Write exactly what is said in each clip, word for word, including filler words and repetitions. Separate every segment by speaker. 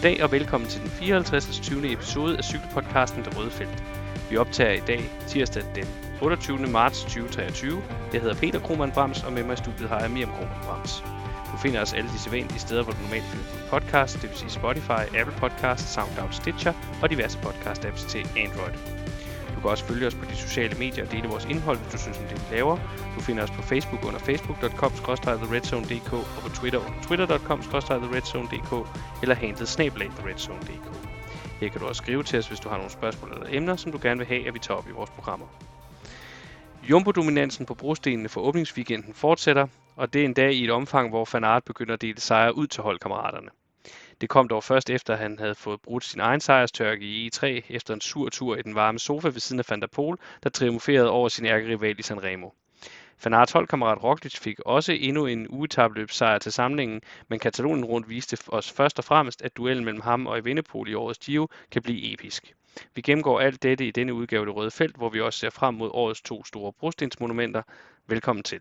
Speaker 1: Goddag og velkommen til den fireoghalvtreds tyvende episode af cykelpodcasten Det Røde Felt. Vi optager i dag tirsdag den otteogtyvende marts tyve treogtyve. Jeg hedder Peter Krohmann Brams, og med mig i studiet har jeg Miriam Krohmann Brams. Du finder os alle de sædvanlige steder, hvor du normalt finder din podcast, det vil sige Spotify, Apple Podcasts, SoundCloud, Stitcher og diverse podcast-apps til Android. Du kan også følge os på de sociale medier og dele vores indhold, hvis du synes, om det vi laver. Du finder os på Facebook under facebook punktum com skråstreg the red zone punktum d k og på Twitter under twitter punktum com skråstreg the red zone punktum d k eller handlet snabel-a the red zone punktum d k. Her kan du også skrive til os, hvis du har nogle spørgsmål eller emner, som du gerne vil have, at vi tager op i vores programmer. Jumbo-dominansen på brostenene for åbningsweekenden fortsætter, og det er en dag i et omfang, hvor Van Aert begynder at dele sejre ud til holdkammeraterne. Det kom dog først efter, at han havde fået brudt sin egen sejrstørke i E tre efter en sur tur i den varme sofa ved siden af Van der Poel, der triumferede over sin ærkerival i Sanremo. Van Aerts holdkammerat Roglic fik også endnu en ugetabløbssejr til samlingen, men Katalonien rundt viste os først og fremmest, at duellen mellem ham og Evenepoel i årets Giro kan blive episk. Vi gennemgår alt dette i denne udgave af Det Røde Felt, hvor vi også ser frem mod årets to store brostensmonumenter. Velkommen til.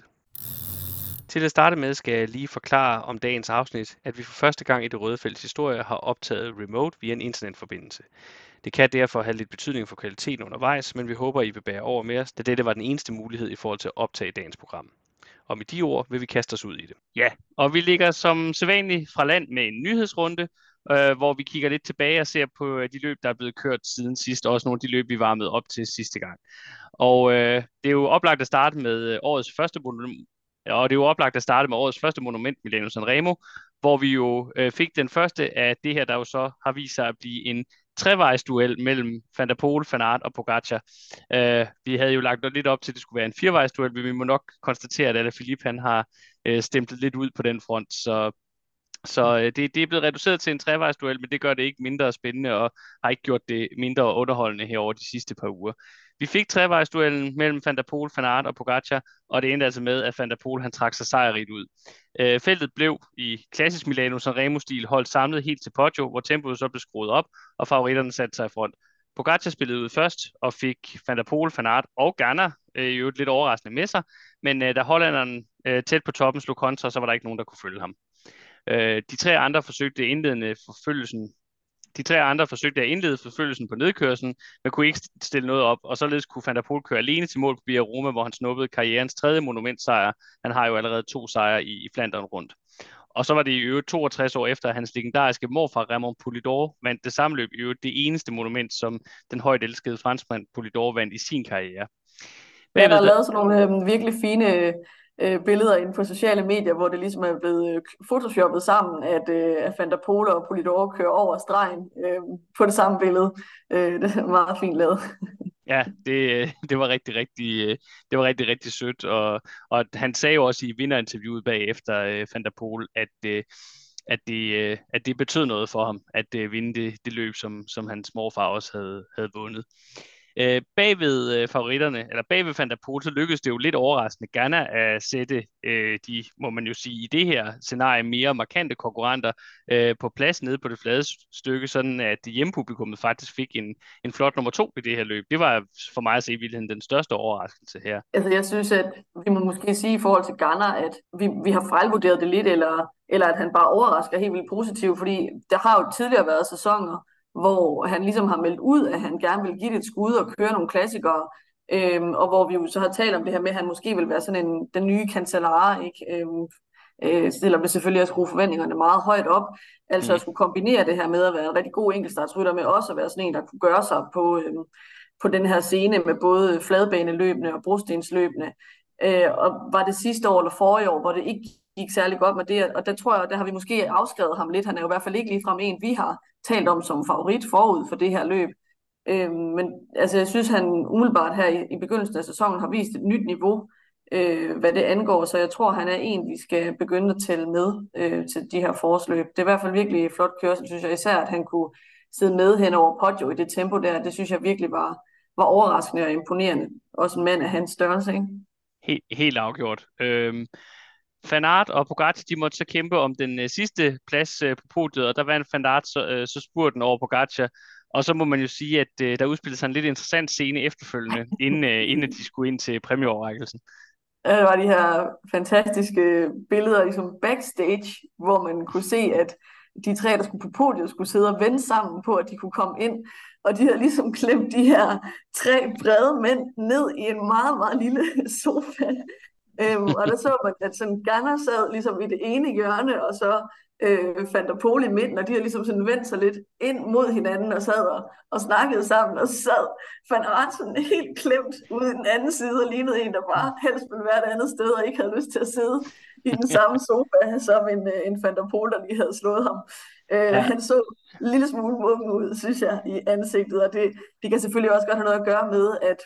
Speaker 1: Til at starte med skal jeg lige forklare om dagens afsnit, at vi for første gang i Det Røde Felts historie har optaget remote via en internetforbindelse. Det kan derfor have lidt betydning for kvaliteten undervejs, men vi håber, I vil bære over med os, da dette var den eneste mulighed i forhold til at optage dagens program. Og med de ord vil vi kaste os ud i det. Ja, og vi ligger som sædvanligt fra land med en nyhedsrunde, øh, hvor vi kigger lidt tilbage og ser på de løb, der er blevet kørt siden sidst, og også nogle af de løb, vi varmede op til sidste gang. Og øh, det er jo oplagt at starte med årets første monument, og det er jo oplagt at starte med årets første monument, Milano Sanremo, hvor vi jo øh, fik den første af det her, der jo så har vist sig at blive en trevejsduel mellem Van der Poel, Van Aert og Pogacar. Uh, vi havde jo lagt lidt op til, at det skulle være en firevejsduel, men vi må nok konstatere, at Alaphilippe han har uh, stemplet lidt ud på den front. Så, så uh, det, det er blevet reduceret til en trevejsduel, men det gør det ikke mindre spændende og har ikke gjort det mindre underholdende her over de sidste par uger. Vi fik trevejsduellen mellem Van der Poel, Van Aert og Pogacar, og det endte altså med, at Van der Poel han trak sig sejrigt ud. Øh, feltet blev i klassisk Milano Sanremo-stil holdt samlet helt til Poggio, hvor tempoet så blev skruet op, og favoritterne satte sig i front. Pogacar spillede ud først, og fik Van der Poel, Van Aert og Ganna øh, jo lidt overraskende med sig, men øh, da hollænderen øh, tæt på toppen slog kontra, så var der ikke nogen, der kunne følge ham. Øh, de tre andre forsøgte indledende forfølgelsen De tre andre forsøgte at indlede forfølgelsen på nedkørslen, men kunne ikke stille noget op, og således kunne Van der Poel køre alene til mål på Via Roma, hvor han snuppede karrierens tredje monumentsejr. Han har jo allerede to sejre i, i Flandern rundt. Og så var det i øvrigt toogtres år efter, at hans legendariske morfar Raymond Poulidor vandt det samme løb, i øvrigt det eneste monument, som den højt elskede franskmand Poulidor vandt i sin karriere.
Speaker 2: Ja, der er lavet sådan nogle øh, virkelig fine øh, billeder inde på sociale medier, hvor det ligesom er blevet øh, photoshoppet sammen, at, øh, at Van der Poel og Poulidor kører over stregen øh, på det samme billede. Øh, det er meget fint lavet.
Speaker 1: Ja, det, det var rigtig, rigtig, det var rigtig, rigtig sødt, og, og han sagde jo også i vinderinterviewet bagefter øh, Van der Poel, at, øh, at, det, øh, at det betød noget for ham, at øh, vinde det, det løb, som, som hans morfar også havde, havde vundet. Øh, bagved øh, favoritterne, eller bagved Van der Poel, så lykkedes det jo lidt overraskende gerne at sætte øh, de, må man jo sige, i det her scenarie mere markante konkurrenter øh, på plads nede på det flade stykke, sådan at hjemmepublikummet faktisk fik en, en flot nummer to i det her løb. Det var for mig at se i virkeligheden den største overraskelse her.
Speaker 2: Altså jeg synes, at vi må måske sige i forhold til Ganna, at vi, vi har fejlvurderet det lidt, eller, eller at han bare overrasker helt vildt positivt, fordi der har jo tidligere været sæsoner, hvor han ligesom har meldt ud, at han gerne vil give det et skud og køre nogle klassikere, øhm, og hvor vi jo så har talt om det her med, at han måske vil være sådan en, den nye Cancellara, ikke? Øhm, øh, stiller vi selvfølgelig at skrue forventningerne meget højt op, altså mm. at skulle kombinere det her med at være en rigtig god enkeltstartsrytter, med også at være sådan en, der kunne gøre sig på, øhm, på den her scene med både fladbaneløbende og brostensløbende, øh, og var det sidste år eller forrige år, hvor det ikke gik særlig godt med det, og der tror jeg, der har vi måske afskrevet ham lidt. Han er jo i hvert fald ikke ligefrem en, vi har talt om som favorit forud for det her løb. Øhm, men altså, jeg synes, han umiddelbart her i, i begyndelsen af sæsonen har vist et nyt niveau, øh, hvad det angår, så jeg tror, han er en, vi skal begynde at tælle med øh, til de her forårsløb. Det er i hvert fald virkelig flot kørsel, synes jeg, især at han kunne sidde med hen over Poggio i det tempo der. Det synes jeg virkelig var, var overraskende og imponerende. Også en mand af hans størrelse, ikke?
Speaker 1: Helt, helt afgjort. Øhm Van Aert og Pogacar, de måtte så kæmpe om den uh, sidste plads uh, på podiet, og der vandt Van Aert så, uh, så spurten over Pogacar. Og så må man jo sige, at uh, der udspillede sig en lidt interessant scene efterfølgende, inden, uh, inden de skulle ind til præmieoverrækkelsen.
Speaker 2: Der var de her fantastiske billeder ligesom backstage, hvor man kunne se, at de tre, der skulle på podiet, skulle sidde og vente sammen på, at de kunne komme ind. Og de havde ligesom klemt de her tre brede mænd ned i en meget, meget lille sofa. Øhm, og der så man, at sådan Ghana sad ligesom i det ene hjørne, og så øh, Van der Pol i midten, og de havde ligesom sådan vendt sig lidt ind mod hinanden og sad og, og snakkede sammen, og så sad Van Aert sådan helt klemt ude i den anden side og lignede en, der bare helst ville være et andet sted og ikke havde lyst til at sidde i den samme sofa som en, øh, en Van der Pol, der lige havde slået ham. Øh,
Speaker 1: Ja.
Speaker 2: han så en lille smule vågen ud, synes jeg, i ansigtet, og det, det kan selvfølgelig også godt have noget at gøre med, at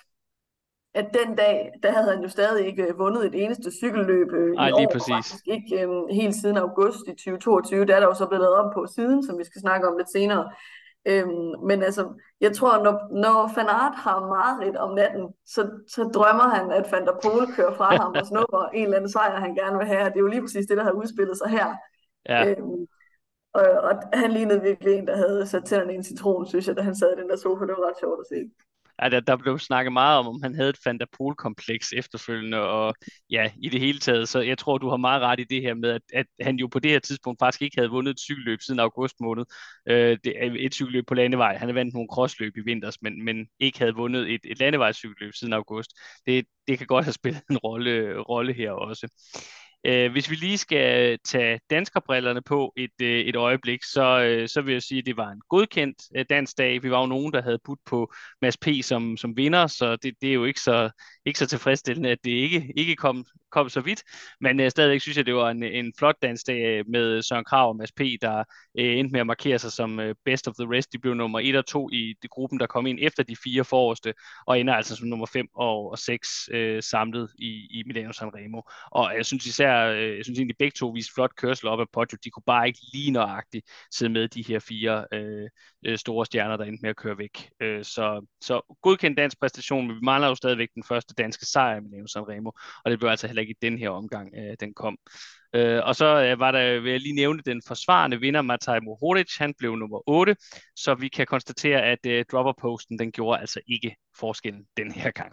Speaker 2: at den dag, der havde han jo stadig ikke øh, vundet et eneste cykelløb øh,
Speaker 1: Ej,
Speaker 2: i
Speaker 1: lige
Speaker 2: år, og
Speaker 1: præcis.
Speaker 2: faktisk ikke øh, helt siden august i tyve toogtyve, der er der jo så blevet lavet om på siden, som vi skal snakke om lidt senere. Øhm, men altså, jeg tror, når, når Van Aert har mareridt om natten, så, så drømmer han, at Van der Poel kører fra ham og snupper en eller anden sejr, han gerne vil have. Det er jo lige præcis det, der har udspillet sig her.
Speaker 1: Ja.
Speaker 2: Øhm, og, og han lignede virkelig en, der havde sat tænderne i en citron, synes jeg, da han sad i den der sofa. Det var ret sjovt at se.
Speaker 1: Ja, der, der blev snakket meget om, om han havde et Van der Poel-kompleks efterfølgende, og ja, i det hele taget, så jeg tror, du har meget ret i det her med, at, at han jo på det her tidspunkt faktisk ikke havde vundet et cykelløb siden august måned. Øh, det er et cykelløb på landevej. Han havde vandt nogle crossløb i vinters, men, men ikke havde vundet et, et landevejscykelløb siden august. Det, det kan godt have spillet en rolle, rolle her også. Øh, hvis vi lige skal tage danskerbrillerne på et, øh, et øjeblik, så, øh, så vil jeg sige, at det var en godkendt øh, dansk dag. Vi var jo nogen, der havde budt på Mads P. som, som vinder, så det, det er jo ikke så, ikke så tilfredsstillende, at det ikke, ikke kom, kom så vidt. Men øh, stadigvæk synes jeg, det var en, en flot dansk dag med Søren Kragh og Mads P., der øh, endte med at markere sig som øh, best of the rest. De blev nummer et og to i de gruppen, der kom ind efter de fire forreste, og ender altså som nummer fem og, og seks øh, samlet i, i Milano Sanremo. Og jeg synes især, øh, jeg synes egentlig begge to viste flot kørsel op af Poggio. De kunne bare ikke lige nøjagtigt sidde med de her fire øh, øh, store stjerner, der endte med at køre væk. Øh, så, så godkendt dansk præstation, men vi mangler jo stadigvæk den første danske sejr i Milano Sanremo, og det blev altså heller ikke i den her omgang, øh, den kom. Øh, og så øh, var der, vil jeg lige nævne, den forsvarende vinder, Matej Mohoric, han blev nummer otte, så vi kan konstatere, at øh, dropperposten, den gjorde altså ikke forskellen den her gang.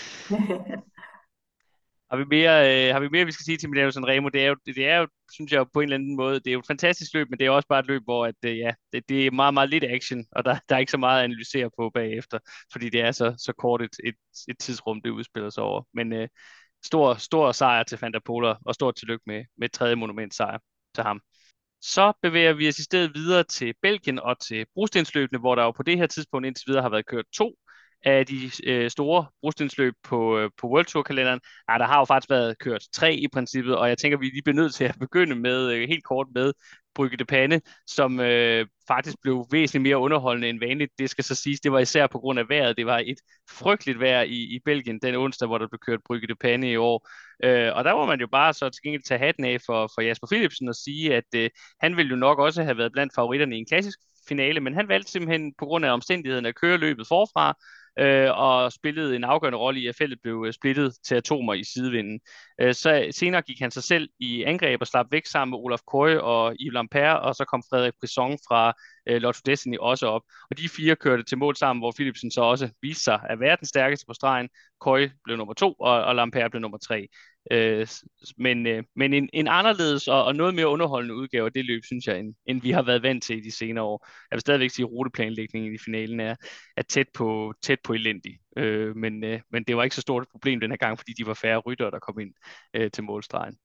Speaker 1: Har vi mere, øh, har vi mere, vi skal sige til Milano Sanremo? Det er jo, det er jo, synes jeg, på en eller anden måde, det er jo et fantastisk løb, men det er også bare et løb, hvor at, øh, ja, det, det er meget, meget lidt action, og der, der er ikke så meget at analysere på bagefter, fordi det er så, så kort et, et, et tidsrum, det udspiller sig over. Men øh, stor, stor sejr til Van der Poel, og stort tillykke med, med tredje monumentsejr til ham. Så bevæger vi os i stedet videre til Belgien og til brostensløbene, hvor der jo på det her tidspunkt indtil videre har været kørt to af de øh, store brostensløb på, øh, på World Tour-kalenderen. Ej, der har jo faktisk været kørt tre i princippet, og jeg tænker, vi lige bliver nødt til at begynde med øh, helt kort med Brygge de Panne, som øh, faktisk blev væsentligt mere underholdende end vanligt. Det skal så siges, det var især på grund af vejret. Det var et frygteligt vejr i, i Belgien den onsdag, hvor der blev kørt Brygge de Panne i år. Øh, og der må man jo bare så til gengæld tage hatten af for, for Jasper Philipsen og sige, at øh, han ville jo nok også have været blandt favoritterne i en klassisk finale, men han valgte simpelthen på grund af omstændighederne at køre løbet forfra, øh, og spillede en afgørende rolle i, at feltet blev splittet til atomer i sidevinden. Øh, så senere gik han sig selv i angreb og slap væk sammen med Olaf Koy og Yves Lampaert, og så kom Frederik Brisson fra øh, Lotto Destiny også op. Og de fire kørte til mål sammen, hvor Philipsen så også viste sig at være den stærkeste på stregen. Koy blev nummer to, og, og Lampaert blev nummer tre. Øh, men øh, men en, en anderledes og, og noget mere underholdende udgave af det løb, synes jeg, end, end vi har været vant til i de senere år. Jeg vil stadigvæk sige, at ruteplanlægningen i finalen er, er tæt på tæt på elendig. Øh, men, øh, men det var ikke så stort et problem den her gang, fordi de var færre ryttere, der kom ind øh, til målstregen.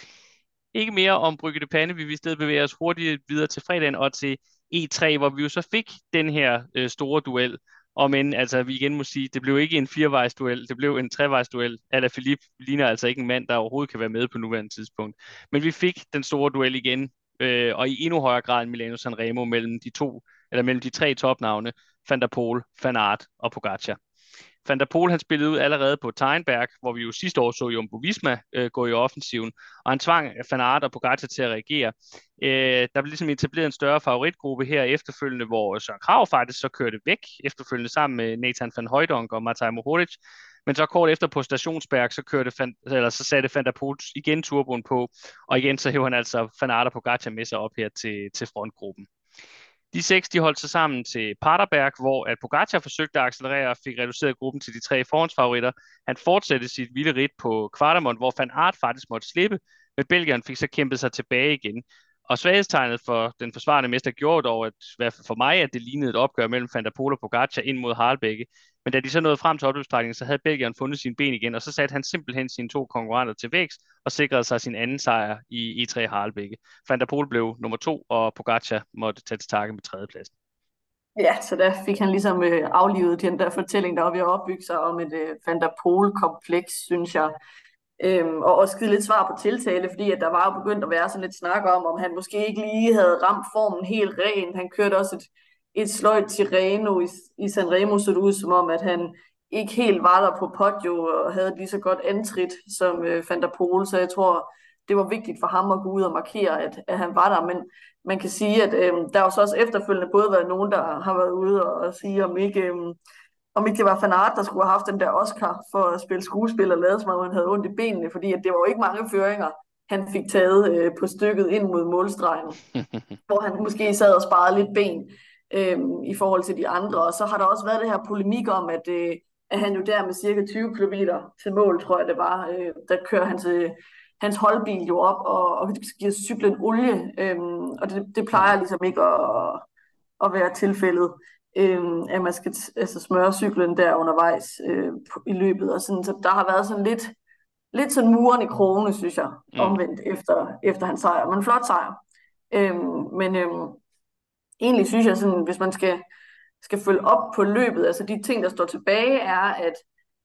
Speaker 1: Ikke mere om Brygge de Panne, vi vil i stedet bevæge os hurtigt videre til fredagen og til E tre, hvor vi jo så fik den her øh, store duel. Og men altså, vi igen må sige, det blev ikke en firevejsduel, det blev en trevejsduel. Alaphilippe ligner altså ikke en mand, der overhovedet kan være med på nuværende tidspunkt. Men vi fik den store duel igen, øh, og i endnu højere grad end Milano Sanremo mellem de to, eller mellem de tre topnavne, Van der Poel, Van Aert og Pogacar. Van der Poel, han spillede ud allerede på Teinberg, hvor vi jo sidste år så Jumbo Visma øh, gå i offensiven, og han tvang Van Aert og Pogacar til at reagere. Øh, der blev ligesom etableret en større favoritgruppe her efterfølgende, hvor Søren Kragh faktisk så kørte væk efterfølgende sammen med Nathan van Hooijdonk og Matej Mohoric. Men så kort efter på Stationsberg, så, kørte Van, eller så satte Van der Poel igen turboen på, og igen så hævde han altså Van Aert og Pogacar med sig op her til, til frontgruppen. De seks, de holdt sig sammen til Paterberg, hvor at Pogacar forsøgte at accelerere og fik reduceret gruppen til de tre forhåndsfavoritter. Han fortsatte sit vilde ridt på Kvartemont, hvor Van Aert faktisk måtte slippe, men Belgieren fik så kæmpet sig tilbage igen. Og svaghedstegnet for den forsvarende mester gjorde dog, at, i hvert fald for mig, at det lignede et opgør mellem Van der Poel og Pogacar ind mod Harelbeke. Men da de så nåede frem til opløbsstrækningen, så havde Belgieren fundet sine ben igen, og så satte han simpelthen sine to konkurrenter til vægs og sikrede sig sin anden sejr i E tre Harelbeke. Van der Poel blev nummer to, og Pogacar måtte tage til takke med tredjepladsen.
Speaker 2: Ja, så der fik han ligesom øh, aflivet den der fortælling, der var ved at opbygge sig om et øh, Van der Poel-kompleks, synes jeg. Øhm, og også givet lidt svar på tiltale, fordi at der var jo begyndt at være sådan lidt snak om, om han måske ikke lige havde ramt formen helt ren. Han kørte også et, et sløjt Tirreno i, i Sanremo, så det ud som om, at han ikke helt var der på Poggio og havde lige så godt antrit som øh, Van der Poel, så jeg tror, det var vigtigt for ham at gå ud og markere, at, at han var der. Men man kan sige, at øh, der har så også efterfølgende både været nogen, der har været ude og, og sige, om ikke... Øh, om ikke det var Van Aert, der skulle have haft den der Oscar for at spille skuespil og lade som om han havde ondt i benene, fordi at det var jo ikke mange føringer, han fik taget øh, på stykket ind mod målstregen, hvor han måske sad og sparede lidt ben øh, i forhold til de andre. Og så har der også været det her polemik om, at, øh, at han jo der med cirka tyve kilometer til mål, tror jeg det var, øh, der kører han til hans holdbil jo op og, og giver cyklen olie, øh, og det, det plejer ligesom ikke at, at være tilfældet. Øhm, at man skal t- altså smøre cyklen der undervejs øh, på, i løbet. Og sådan, så der har været sådan lidt, lidt sådan muren i krogene, synes jeg,
Speaker 1: Mm.
Speaker 2: omvendt efter, efter hans sejr. Men flot sejr. Øhm, men øhm, egentlig synes jeg, sådan, hvis man skal, skal følge op på løbet, altså de ting, der står tilbage, er, at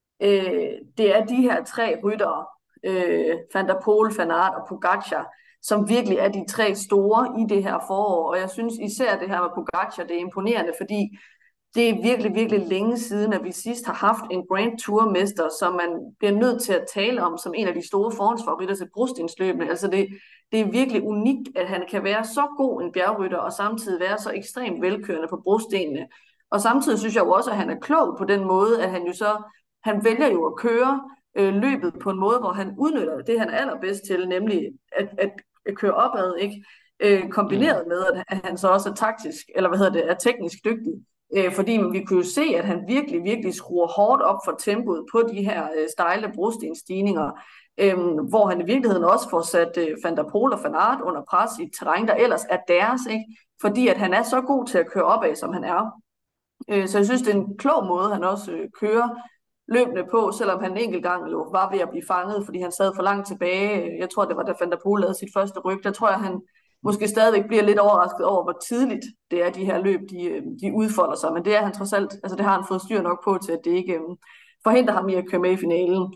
Speaker 2: øh, det er de her tre ryttere, øh, Van der Poel, Van Aert og Pogacar, som virkelig er de tre store i det her forår. Og jeg synes især det her med Pogacar, det er imponerende, fordi det er virkelig, virkelig længe siden, at vi sidst har haft en Grand Tour-mester, som man bliver nødt til at tale om som en af de store forhåndsfavoritter til brostensløbene. Altså det, det er virkelig unikt, at han kan være så god en bjergrytter, og samtidig være så ekstremt velkørende på brostenene. Og samtidig synes jeg jo også, at han er klog på den måde, at han jo så, han vælger jo at køre øh, løbet på en måde, hvor han udnytter det, han er allerbedst til, nemlig at, at, at køre opad, ikke? Øh, kombineret
Speaker 1: Mm.
Speaker 2: med, at han så også er taktisk, eller hvad hedder det, er teknisk dygtig. Øh, fordi vi kunne jo se, at han virkelig, virkelig skruer hårdt op for tempoet på de her øh, stejle brostenstigninger, øh, hvor han i virkeligheden også får sat øh, Van der Poel og Van Aert under pres i et terræn, der ellers er deres, ikke? Fordi at han er så god til at køre opad, som han er. Øh, så jeg synes, det er en klog måde, han også øh, kører løbende på, selvom han en enkelt gang jo var ved at blive fanget, fordi han sad for langt tilbage. Jeg tror, det var da Van der Poel lavede sit første ryg. Der tror jeg, han måske stadigvæk bliver lidt overrasket over, hvor tidligt det er, de her løb, de, de udfolder sig. Men det er han trods alt, altså det har han fået styr nok på til, at det ikke um, forhindrer ham i at køre med i finalen.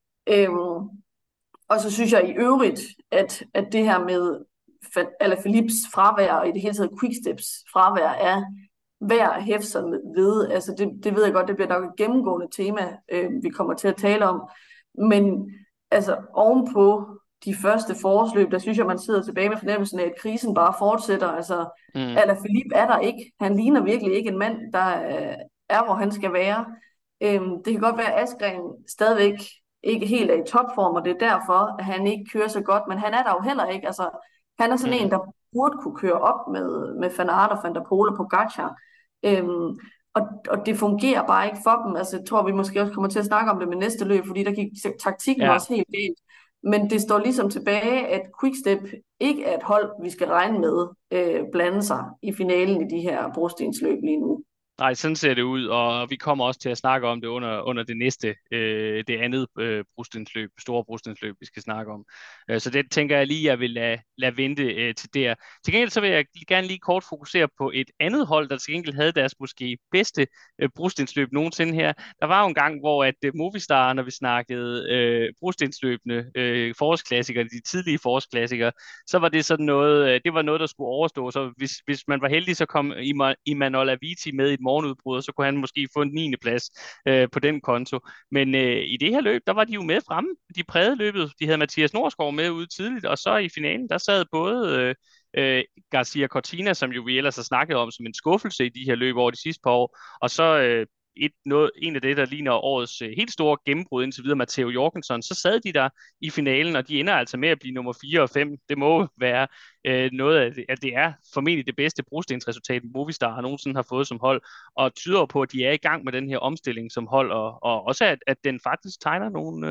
Speaker 2: Øhm, og så synes jeg i øvrigt, at, at det her med Alaphilippes fravær, og i det hele taget Quicksteps fravær, er værd at hæfte sig ved. Altså det, det ved jeg godt, det bliver nok et gennemgående tema, øh, vi kommer til at tale om. Men altså ovenpå de første forårsløb, der synes jeg, man sidder tilbage med fornemmelsen af, at krisen bare fortsætter. Altså,
Speaker 1: Mm.
Speaker 2: Alaphilippe er der ikke. Han ligner virkelig ikke en mand, der øh, er, hvor han skal være. Øhm, det kan godt være, at Askren stadigvæk ikke helt er i topform, og det er derfor, at han ikke kører så godt, men han er der jo heller ikke. Altså, han er sådan
Speaker 1: Mm.
Speaker 2: en, der burde kunne køre op med, med Van Aert og Van der Poel og Pogacar. Øhm, og, og det fungerer bare ikke for dem. Altså, jeg tror, vi måske også kommer til at snakke om det med næste løb, fordi der gik taktikken
Speaker 1: Ja.
Speaker 2: også helt galt. Men det står ligesom tilbage, at Quickstep ikke er et hold, vi skal regne med øh, blande sig i finalen i de her brostensløb lige nu.
Speaker 1: Nej, sådan ser det ud, og vi kommer også til at snakke om det under, under det næste, øh, det andet øh, brostensløb, store brostensløb, vi skal snakke om. Øh, så det tænker jeg lige, jeg vil lade, lade vente øh, til der. Til gengæld så vil jeg gerne lige kort fokusere på et andet hold, der til gengæld havde deres måske bedste øh, brostensløb nogensinde her. Der var jo en gang, hvor at øh, Movistar, når vi snakkede øh, brostensløbene, øh, forårsklassikere, de tidlige forårsklassikere, så var det sådan noget, øh, det var noget, der skulle overstå. Så hvis, hvis man var heldig, så kom Imanol Aviti med i morgenudbrud, så kunne han måske få en niende plads øh, på den konto. Men øh, i det her løb, der var de jo med fremme. De prægede løbet. De havde Mathias Norsgaard med ude tidligt, og så i finalen, der sad både øh, øh, Garcia Cortina, som jo vi ellers har snakket om som en skuffelse i de her løb over de sidste par år, og så øh, et, noget, en af det, der ligner årets øh, helt store gennembrud indtil videre, Matteo Jorgensen, så sad de der i finalen, og de ender altså med at blive nummer fire og fem. Det må være øh, noget af det, at det er formentlig det bedste brostensresultat, Movistar har nogensinde har fået som hold, og tyder på, at de er i gang med den her omstilling som hold, og, og også at, at den faktisk tegner nogle, øh,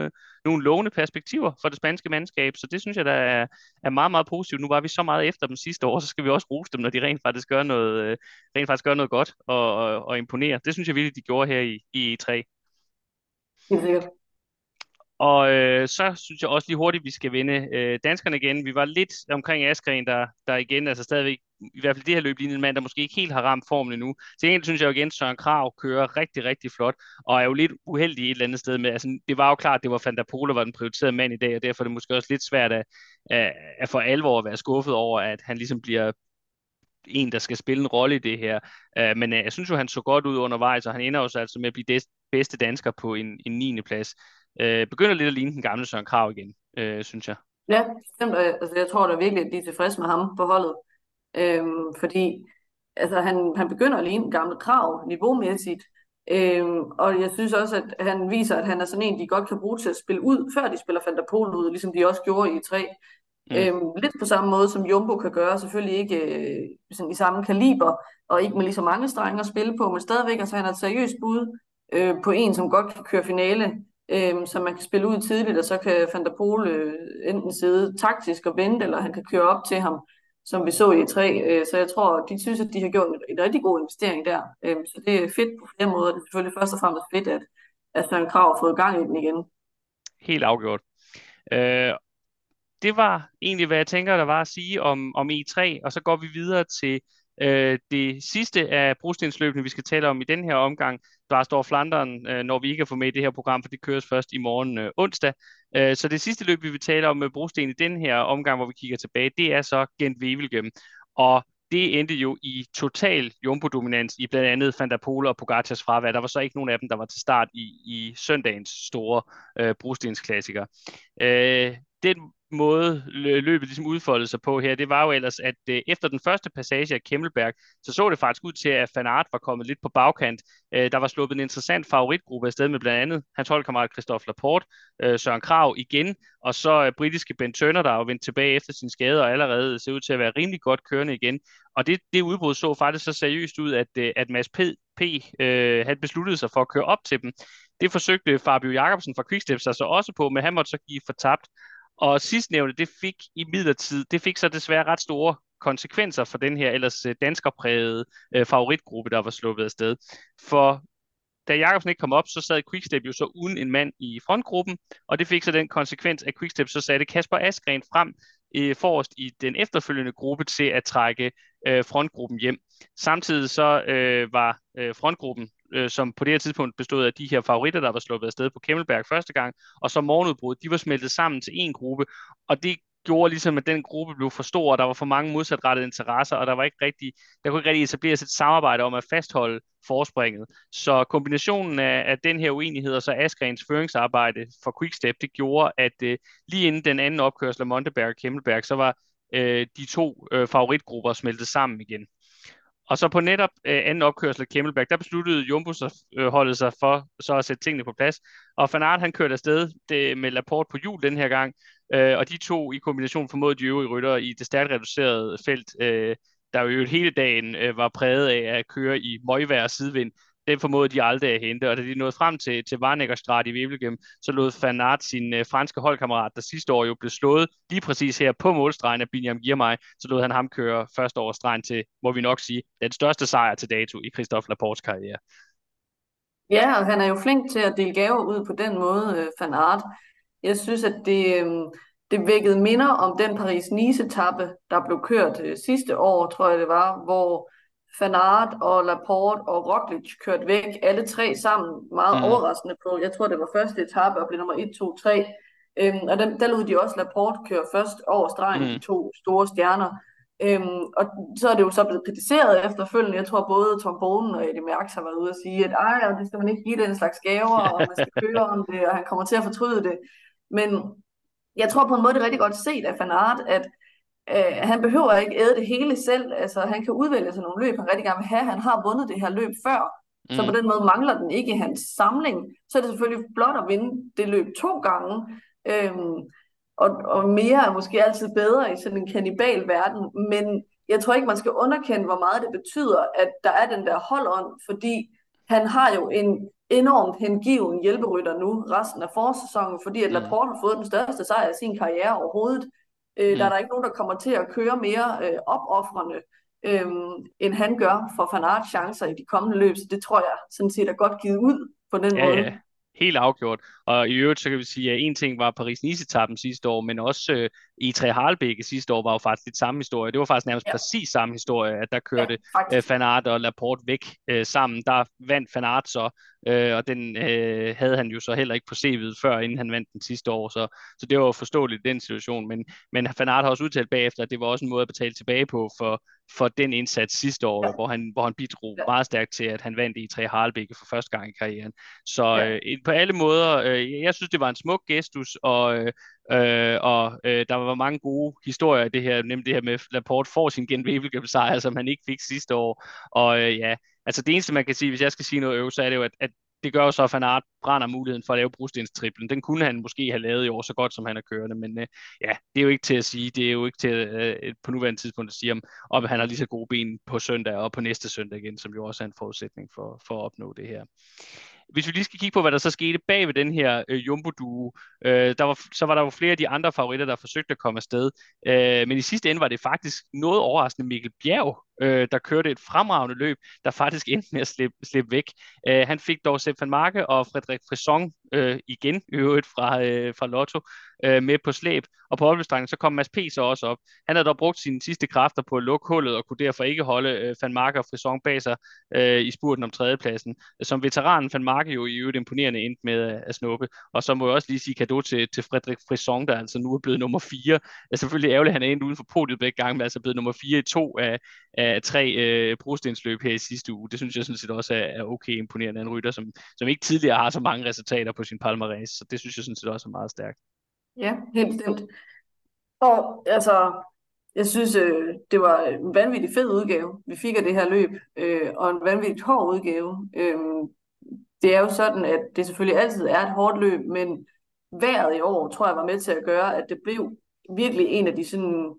Speaker 1: nogle lovende perspektiver for det spanske mandskab, så det synes jeg, der er, er meget, meget positivt. Nu var vi så meget efter dem sidste år, så skal vi også rose dem, når de rent faktisk gør noget, øh, rent faktisk gør noget godt og, og, og imponerer. Det synes jeg virkelig, de gjorde her i, i E tre.
Speaker 2: Helt sikkert.
Speaker 1: Og øh, så synes jeg også lige hurtigt, vi skal vinde øh, danskerne igen. Vi var lidt omkring Askren, der, der igen, altså stadigvæk, i hvert fald det her løb, lignede en mand, der måske ikke helt har ramt formen endnu. Til gengæld synes jeg jo igen, Søren Kragh kører rigtig, rigtig flot, og er jo lidt uheldig et eller andet sted med, altså det var jo klart, at det var Van der Poel, der var den prioriterede mand i dag, og derfor er det måske også lidt svært at, at, at for alvor at være skuffet over, at han ligesom bliver en, der skal spille en rolle i det her. Uh, men uh, jeg synes jo, han så godt ud undervejs, og han ender også altså med at blive des- bedste dansker på en, en niende plads. Uh, begynder lidt at ligne den gamle Søren Kragh igen, uh, synes jeg.
Speaker 2: Ja, bestemt. Og jeg- Altså, jeg tror da virkelig, at de er tilfredse med ham på holdet. Øhm, fordi altså, han, han begynder at ligne gamle Krav niveaumæssigt. Øhm, og jeg synes også, at han viser, at han er sådan en, de godt kan bruge til at spille ud, før de spiller Van der Poel ud, ligesom de også gjorde i tre.
Speaker 1: Mm.
Speaker 2: Øhm, lidt på samme måde, som Jumbo kan gøre, selvfølgelig ikke øh, sådan i samme kaliber, og ikke med lige så mange strenge at spille på, men stadigvæk, altså han er et seriøst bud øh, på en, som godt kan køre finale, øh, så man kan spille ud tidligt, og så kan Van der Poel øh, enten sidde taktisk og vente, eller han kan køre op til ham, som vi så i tre. Øh, så jeg tror, de synes, at de har gjort en, en rigtig god investering der. Øh, så det er fedt på flere måder. Det er selvfølgelig først og fremmest fedt, at, at Søren Kragh har fået gang i den igen.
Speaker 1: Helt afgjort. Uh, det var egentlig, hvad jeg tænker, der var at sige om, om E tre, og så går vi videre til øh, det sidste af brostensløbene, vi skal tale om i den her omgang. Der står Flandern, øh, når vi ikke er få med i det her program, for det køres først i morgen øh, onsdag. Øh, så det sidste løb, vi vil tale om med brosten i den her omgang, hvor vi kigger tilbage, det er så Gent-Wevelgem. Og det endte jo i total jumbo-dominans i blandt andet Van der Poel og Pogacars fravær. Der var så ikke nogen af dem, der var til start i, i søndagens store øh, brostensklassiker. Øh, den måde løbet ligesom udfoldede sig på her, det var jo ellers, at øh, efter den første passage af Kemmelberg, så så det faktisk ud til, at Van Aert var kommet lidt på bagkant. Øh, der var sluppet en interessant favoritgruppe afsted med blandt andet hans holdkammerat Christophe Laporte, øh, Søren Kragh igen, og så øh, britiske Ben Turner, der er jo vendt tilbage efter sin skade, og allerede ser ud til at være rimelig godt kørende igen. Og det, det udbrud så faktisk så seriøst ud, at, øh, at Mads P. P øh, havde besluttet sig for at køre op til dem. Det forsøgte Fabio Jacobsen fra Quickstep sig så også på, men han måtte så give for tabt. Og sidstnævnte, det fik i midlertid, det fik så desværre ret store konsekvenser for den her ellers øh, danskerprægede øh, favoritgruppe, der var sluppet afsted. For da Jacobsen ikke kom op, så sad Quickstep jo så uden en mand i frontgruppen, og det fik så den konsekvens, at Quickstep så satte Kasper Asgreen frem øh, forrest i den efterfølgende gruppe til at trække øh, frontgruppen hjem. Samtidig så øh, var øh, frontgruppen, øh, som på det her tidspunkt bestod af de her favoritter, der var sluppet afsted på Kemmelberg første gang, og så morgenudbruddet, de var smeltet sammen til en gruppe, og det gjorde ligesom, at den gruppe blev for stor, og der var for mange modsatrettede interesser, og der var ikke rigtig, der kunne ikke rigtig etableres et samarbejde om at fastholde forspringet. Så kombinationen af, af den her uenighed og så Asgrens føringsarbejde for Quickstep, det gjorde, at øh, lige inden den anden opkørsel af Monteberg og Kemmelberg, så var øh, de to øh, favoritgrupper smeltet sammen igen. Og så på netop øh, anden opkørsel af Kemmelberg, der besluttede Jumbo så, øh, holdet sig for så at sætte tingene på plads. Og Van Aert, han kørte afsted det, med Laporte på hjul den her gang, øh, og de to i kombination formåede de øvrige ryttere i det stærkt reducerede felt, øh, der jo hele dagen øh, var præget af at køre i møgvejr og sidevind. Den formåede de aldrig at hente, og da de nåede frem til, til Varnækkerstrat i Wevelgem, så lod Van Aert sin øh, franske holdkammerat, der sidste år jo blev slået lige præcis her på målstregen af Biniam Girmay, så lod han ham køre første over stregen til, må vi nok sige, den største sejr til dato i Christophe Laportes karriere.
Speaker 2: Ja, og han er jo flink til at dele gaver ud på den måde, øh, Van Aert. Jeg synes, at det, øh, det vækkede minder om den Paris-Nice-etape, der blev kørt øh, sidste år, tror jeg det var, hvor Van Aert og Laporte og Roglic kørte væk, alle tre sammen, meget
Speaker 1: Mm.
Speaker 2: overraskende på, jeg tror det var første etape og blev nummer et, to, tre. Øhm, og den, der lod de også Laporte køre først over stregen,
Speaker 1: Mm.
Speaker 2: de to store stjerner. Øhm, og så er det jo så blevet kritiseret efterfølgende. Jeg tror både Tom Bonen og Eddie Merckx har været ude og sige, at ej, det skal man ikke give den slags gaver, og man skal køre om det, og han kommer til at fortryde det. Men jeg tror på en måde, det er rigtig godt set af Van Aert, at øh, han behøver ikke æde det hele selv. Altså, han kan udvælge sig nogle løb, han rigtig gerne vil have. Han har vundet det her løb før, mm. så på den måde mangler den ikke i hans samling. Så er det selvfølgelig blot at vinde det løb to gange. Øhm, og, og mere er måske altid bedre i sådan en kannibalverden, men jeg tror ikke, man skal underkende, hvor meget det betyder, at der er den der holdånd, fordi han har jo en enormt hengiven hjælperytter nu resten af forårssæsonen, fordi at
Speaker 1: Mm.
Speaker 2: Laporte har fået den største sejr af sin karriere overhovedet. Øh, der er
Speaker 1: Mm.
Speaker 2: der ikke nogen, der kommer til at køre mere øh, opoffrende, øh, end han gør for Van Aert chancer i de kommende løb, så det tror jeg sådan set er godt givet ud på den
Speaker 1: Ja,
Speaker 2: måde.
Speaker 1: ja. Helt afgjort. Og i øvrigt, så kan vi sige, at en ting var Paris-Nice-etappen sidste år, men også øh, i tre Harlebække sidste år var jo faktisk lidt samme historie. Det var faktisk nærmest
Speaker 2: Ja,
Speaker 1: præcis samme historie, at der
Speaker 2: ja,
Speaker 1: kørte øh,
Speaker 2: faktisk.
Speaker 1: Van Aert og Laporte væk øh, sammen. Der vandt Van Aert så, øh, og den øh, havde han jo så heller ikke på C V'et før, inden han vandt den sidste år. Så, så det var jo forståeligt i den situation. Men, men Van Aert har også udtalt bagefter, at det var også en måde at betale tilbage på for, for den indsats sidste år,
Speaker 2: Ja,
Speaker 1: hvor han, hvor han bidrog
Speaker 2: ja,
Speaker 1: meget stærkt til, at han vandt i tre Harlebække for første gang i karrieren. Så
Speaker 2: ja.
Speaker 1: øh, på alle måder, øh, jeg synes, det var en smuk gestus, og, øh, øh, og øh, der var mange gode historier i det her, nemlig det her med, at Laporte får sin genvæbelgem sejr, som han ikke fik sidste år. Og øh, ja, altså det eneste, man kan sige, hvis jeg skal sige noget øv, så er det jo, at, at det gør jo så, at Van Aert brænder muligheden for at lave brostenstriplen. Den kunne han måske have lavet i år så godt, som han har kørende, men øh, ja, det er jo ikke til at sige, det er jo ikke til øh, på nuværende tidspunkt at sige, om, om han har lige så gode ben på søndag og på næste søndag igen, som jo også er en forudsætning for, for at opnå det her. Hvis vi lige skal kigge på, hvad der så skete bag ved den her øh, Jumbo-duo, øh, der var, så var der jo flere af de andre favoritter, der forsøgte at komme afsted. Øh, men i sidste ende var det faktisk noget overraskende Mikkel Bjerg, øh, der kørte et fremragende løb, der faktisk endte med at slippe, slippe væk. Øh, han fik dog Sepp van Marke og Frederik Frisson øh, igen, i øvrigt fra, øh, fra Lotto, øh, med på slæb. Og på opløbsstrengen, så kom Mads P. så også op. Han havde dog brugt sine sidste kræfter på at lukke hullet, og kunne derfor ikke holde øh, van Marke og Frisson bag sig øh, i spurten om tredjepladsen. Som veteranen van Marke jo i øvrigt imponerende endte med at, at snuppe. Og så må jeg også lige sige kado til, til Frederik Frisson, der altså nu er blevet nummer fire. Det er selvfølgelig ærgerligt, at han er endt uden for podiet begge gange, men altså blevet nummer fire i to af, af tre øh, brostensløb her i sidste uge. Det synes jeg sådan set også er, er okay imponerende. En rytter, som, som ikke tidligere har så mange resultater på sin palmarès, så det synes jeg sådan set også er meget stærkt.
Speaker 2: Ja, helt bestemt. Og altså, jeg synes, øh, det var en vanvittig fed udgave, vi fik af det her løb, øh, og en vanvittigt hård udgave. Øh, det er jo sådan, at det selvfølgelig altid er et hårdt løb, men vejret i år, tror jeg, var med til at gøre, at det blev virkelig en af de sådan,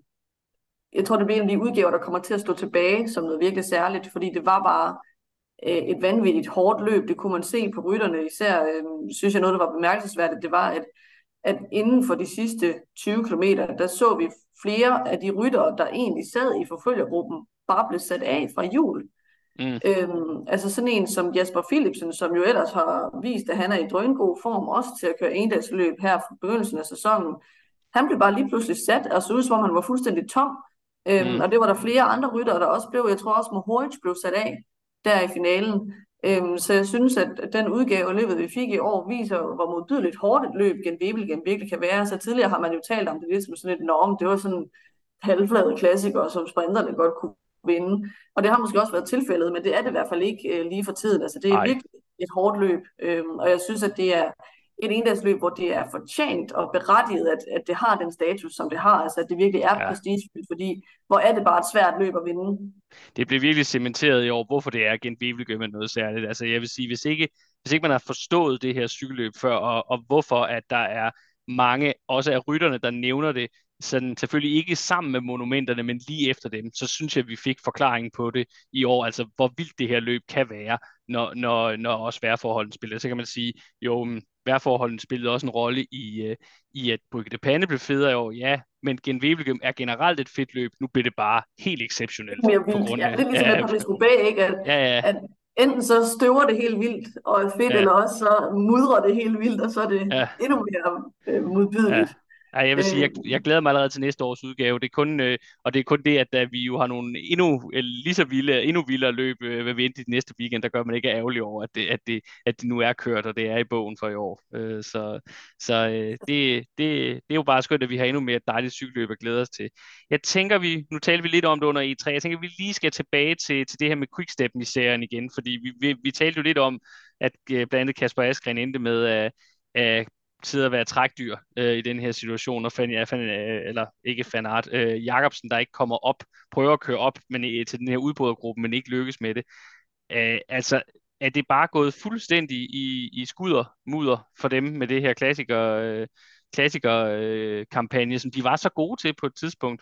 Speaker 2: jeg tror, det bliver en af de udgaver, der kommer til at stå tilbage som noget virkelig særligt, fordi det var bare øh, et vanvittigt hårdt løb. Det kunne man se på rytterne, især øh, synes jeg noget, der var bemærkelsesværdigt, det var, at at inden for de sidste tyve kilometer, der så vi flere af de ryttere, der egentlig sad i forfølgergruppen, bare blev sat af fra hjul.
Speaker 1: Mm.
Speaker 2: Øhm, altså sådan en som Jasper Philipsen, som jo ellers har vist, at han er i drøngod form, også til at køre endagsløb her fra begyndelsen af sæsonen. Han blev bare lige pludselig sat, og så ud som om han var fuldstændig tom. Øhm,
Speaker 1: Mm.
Speaker 2: og det var der flere andre ryttere, der også blev. Jeg tror også, Mohoric blev sat af der i finalen. Øhm, så jeg synes, at den udgave af løbet, vi fik i år, viser, hvor modbydeligt hårdt et løb gen Wevelgem virkelig kan være. Så tidligere har man jo talt om det lidt som sådan et norm. Det var sådan halvflade klassikere, som sprinterne godt kunne vinde. Og det har måske også været tilfældet, men det er det i hvert fald ikke øh, lige for tiden. Altså, det er
Speaker 1: Ej.
Speaker 2: virkelig et hårdt løb, øhm, og jeg synes, at det er et endagsløb, hvor det er fortjent og berettiget, at, at det har den status, som det har. Altså, at det virkelig er
Speaker 1: Ja.
Speaker 2: prestigefyldt, fordi hvor er det bare et svært løb at vinde.
Speaker 1: Det blev virkelig cementeret i år, hvorfor det er Gent Wevelgem med noget særligt. Altså jeg vil sige, hvis ikke, hvis ikke man har forstået det her cykelløb før, og, og hvorfor at der er mange, også af rytterne, der nævner det, sådan selvfølgelig ikke sammen med monumenterne, men lige efter dem, så synes jeg, at vi fik forklaringen på det i år, altså hvor vildt det her løb kan være, når, når, når også vejrforholdene spiller. Så kan man sige, jo, vejrforholdene spillede også en rolle i, uh, i at Brygge de Panne blev federe i år, ja, men Gent Wevelgem er generelt et fedt løb. Nu bliver det bare helt exceptionelt.
Speaker 2: Mere
Speaker 1: På
Speaker 2: vildt.
Speaker 1: grund
Speaker 2: Ja,
Speaker 1: af,
Speaker 2: lidt ligesom
Speaker 1: ja,
Speaker 2: med Paris-Roubaix, ikke? At,
Speaker 1: ja, ja,
Speaker 2: at enten så støver det helt vildt og er fedt,
Speaker 1: ja,
Speaker 2: eller også så mudrer det helt vildt, og så er det
Speaker 1: ja.
Speaker 2: endnu mere øh,
Speaker 1: Ja.
Speaker 2: modbydeligt.
Speaker 1: Ej, jeg vil sige,
Speaker 2: Øh,
Speaker 1: jeg, jeg glæder mig allerede til næste års udgave. Det er kun, øh, og det er kun det, at da vi jo har nogle endnu øh, lige så vilde, endnu vildere løb øh, ved vente i næste weekend, der gør man ikke ærgerlig over, at det, at det, at det nu er kørt, og det er i bogen for i år. Øh, så så øh, det, det, det er jo bare skønt, at vi har endnu mere dejligt cykelløb at glæde os til. Jeg tænker, vi, nu talte vi lidt om det under E tre, jeg tænker, vi lige skal tilbage til, til det her med quicksteppen i serien igen, fordi vi, vi, vi talte jo lidt om, at øh, blandt andet Kasper Askren endte med at øh, sidde at være trækdyr øh, i den her situation, og fan, ja, fan, øh, eller ikke Van Aert, øh, Jacobsen, der ikke kommer op, prøver at køre op men, øh, til den her udbrydergruppe, men ikke lykkes med det. Øh, altså, er det bare gået fuldstændig i, i skudder, mudder for dem med det her klassiker, øh, klassiker øh, kampagne, som de var så gode til på et tidspunkt?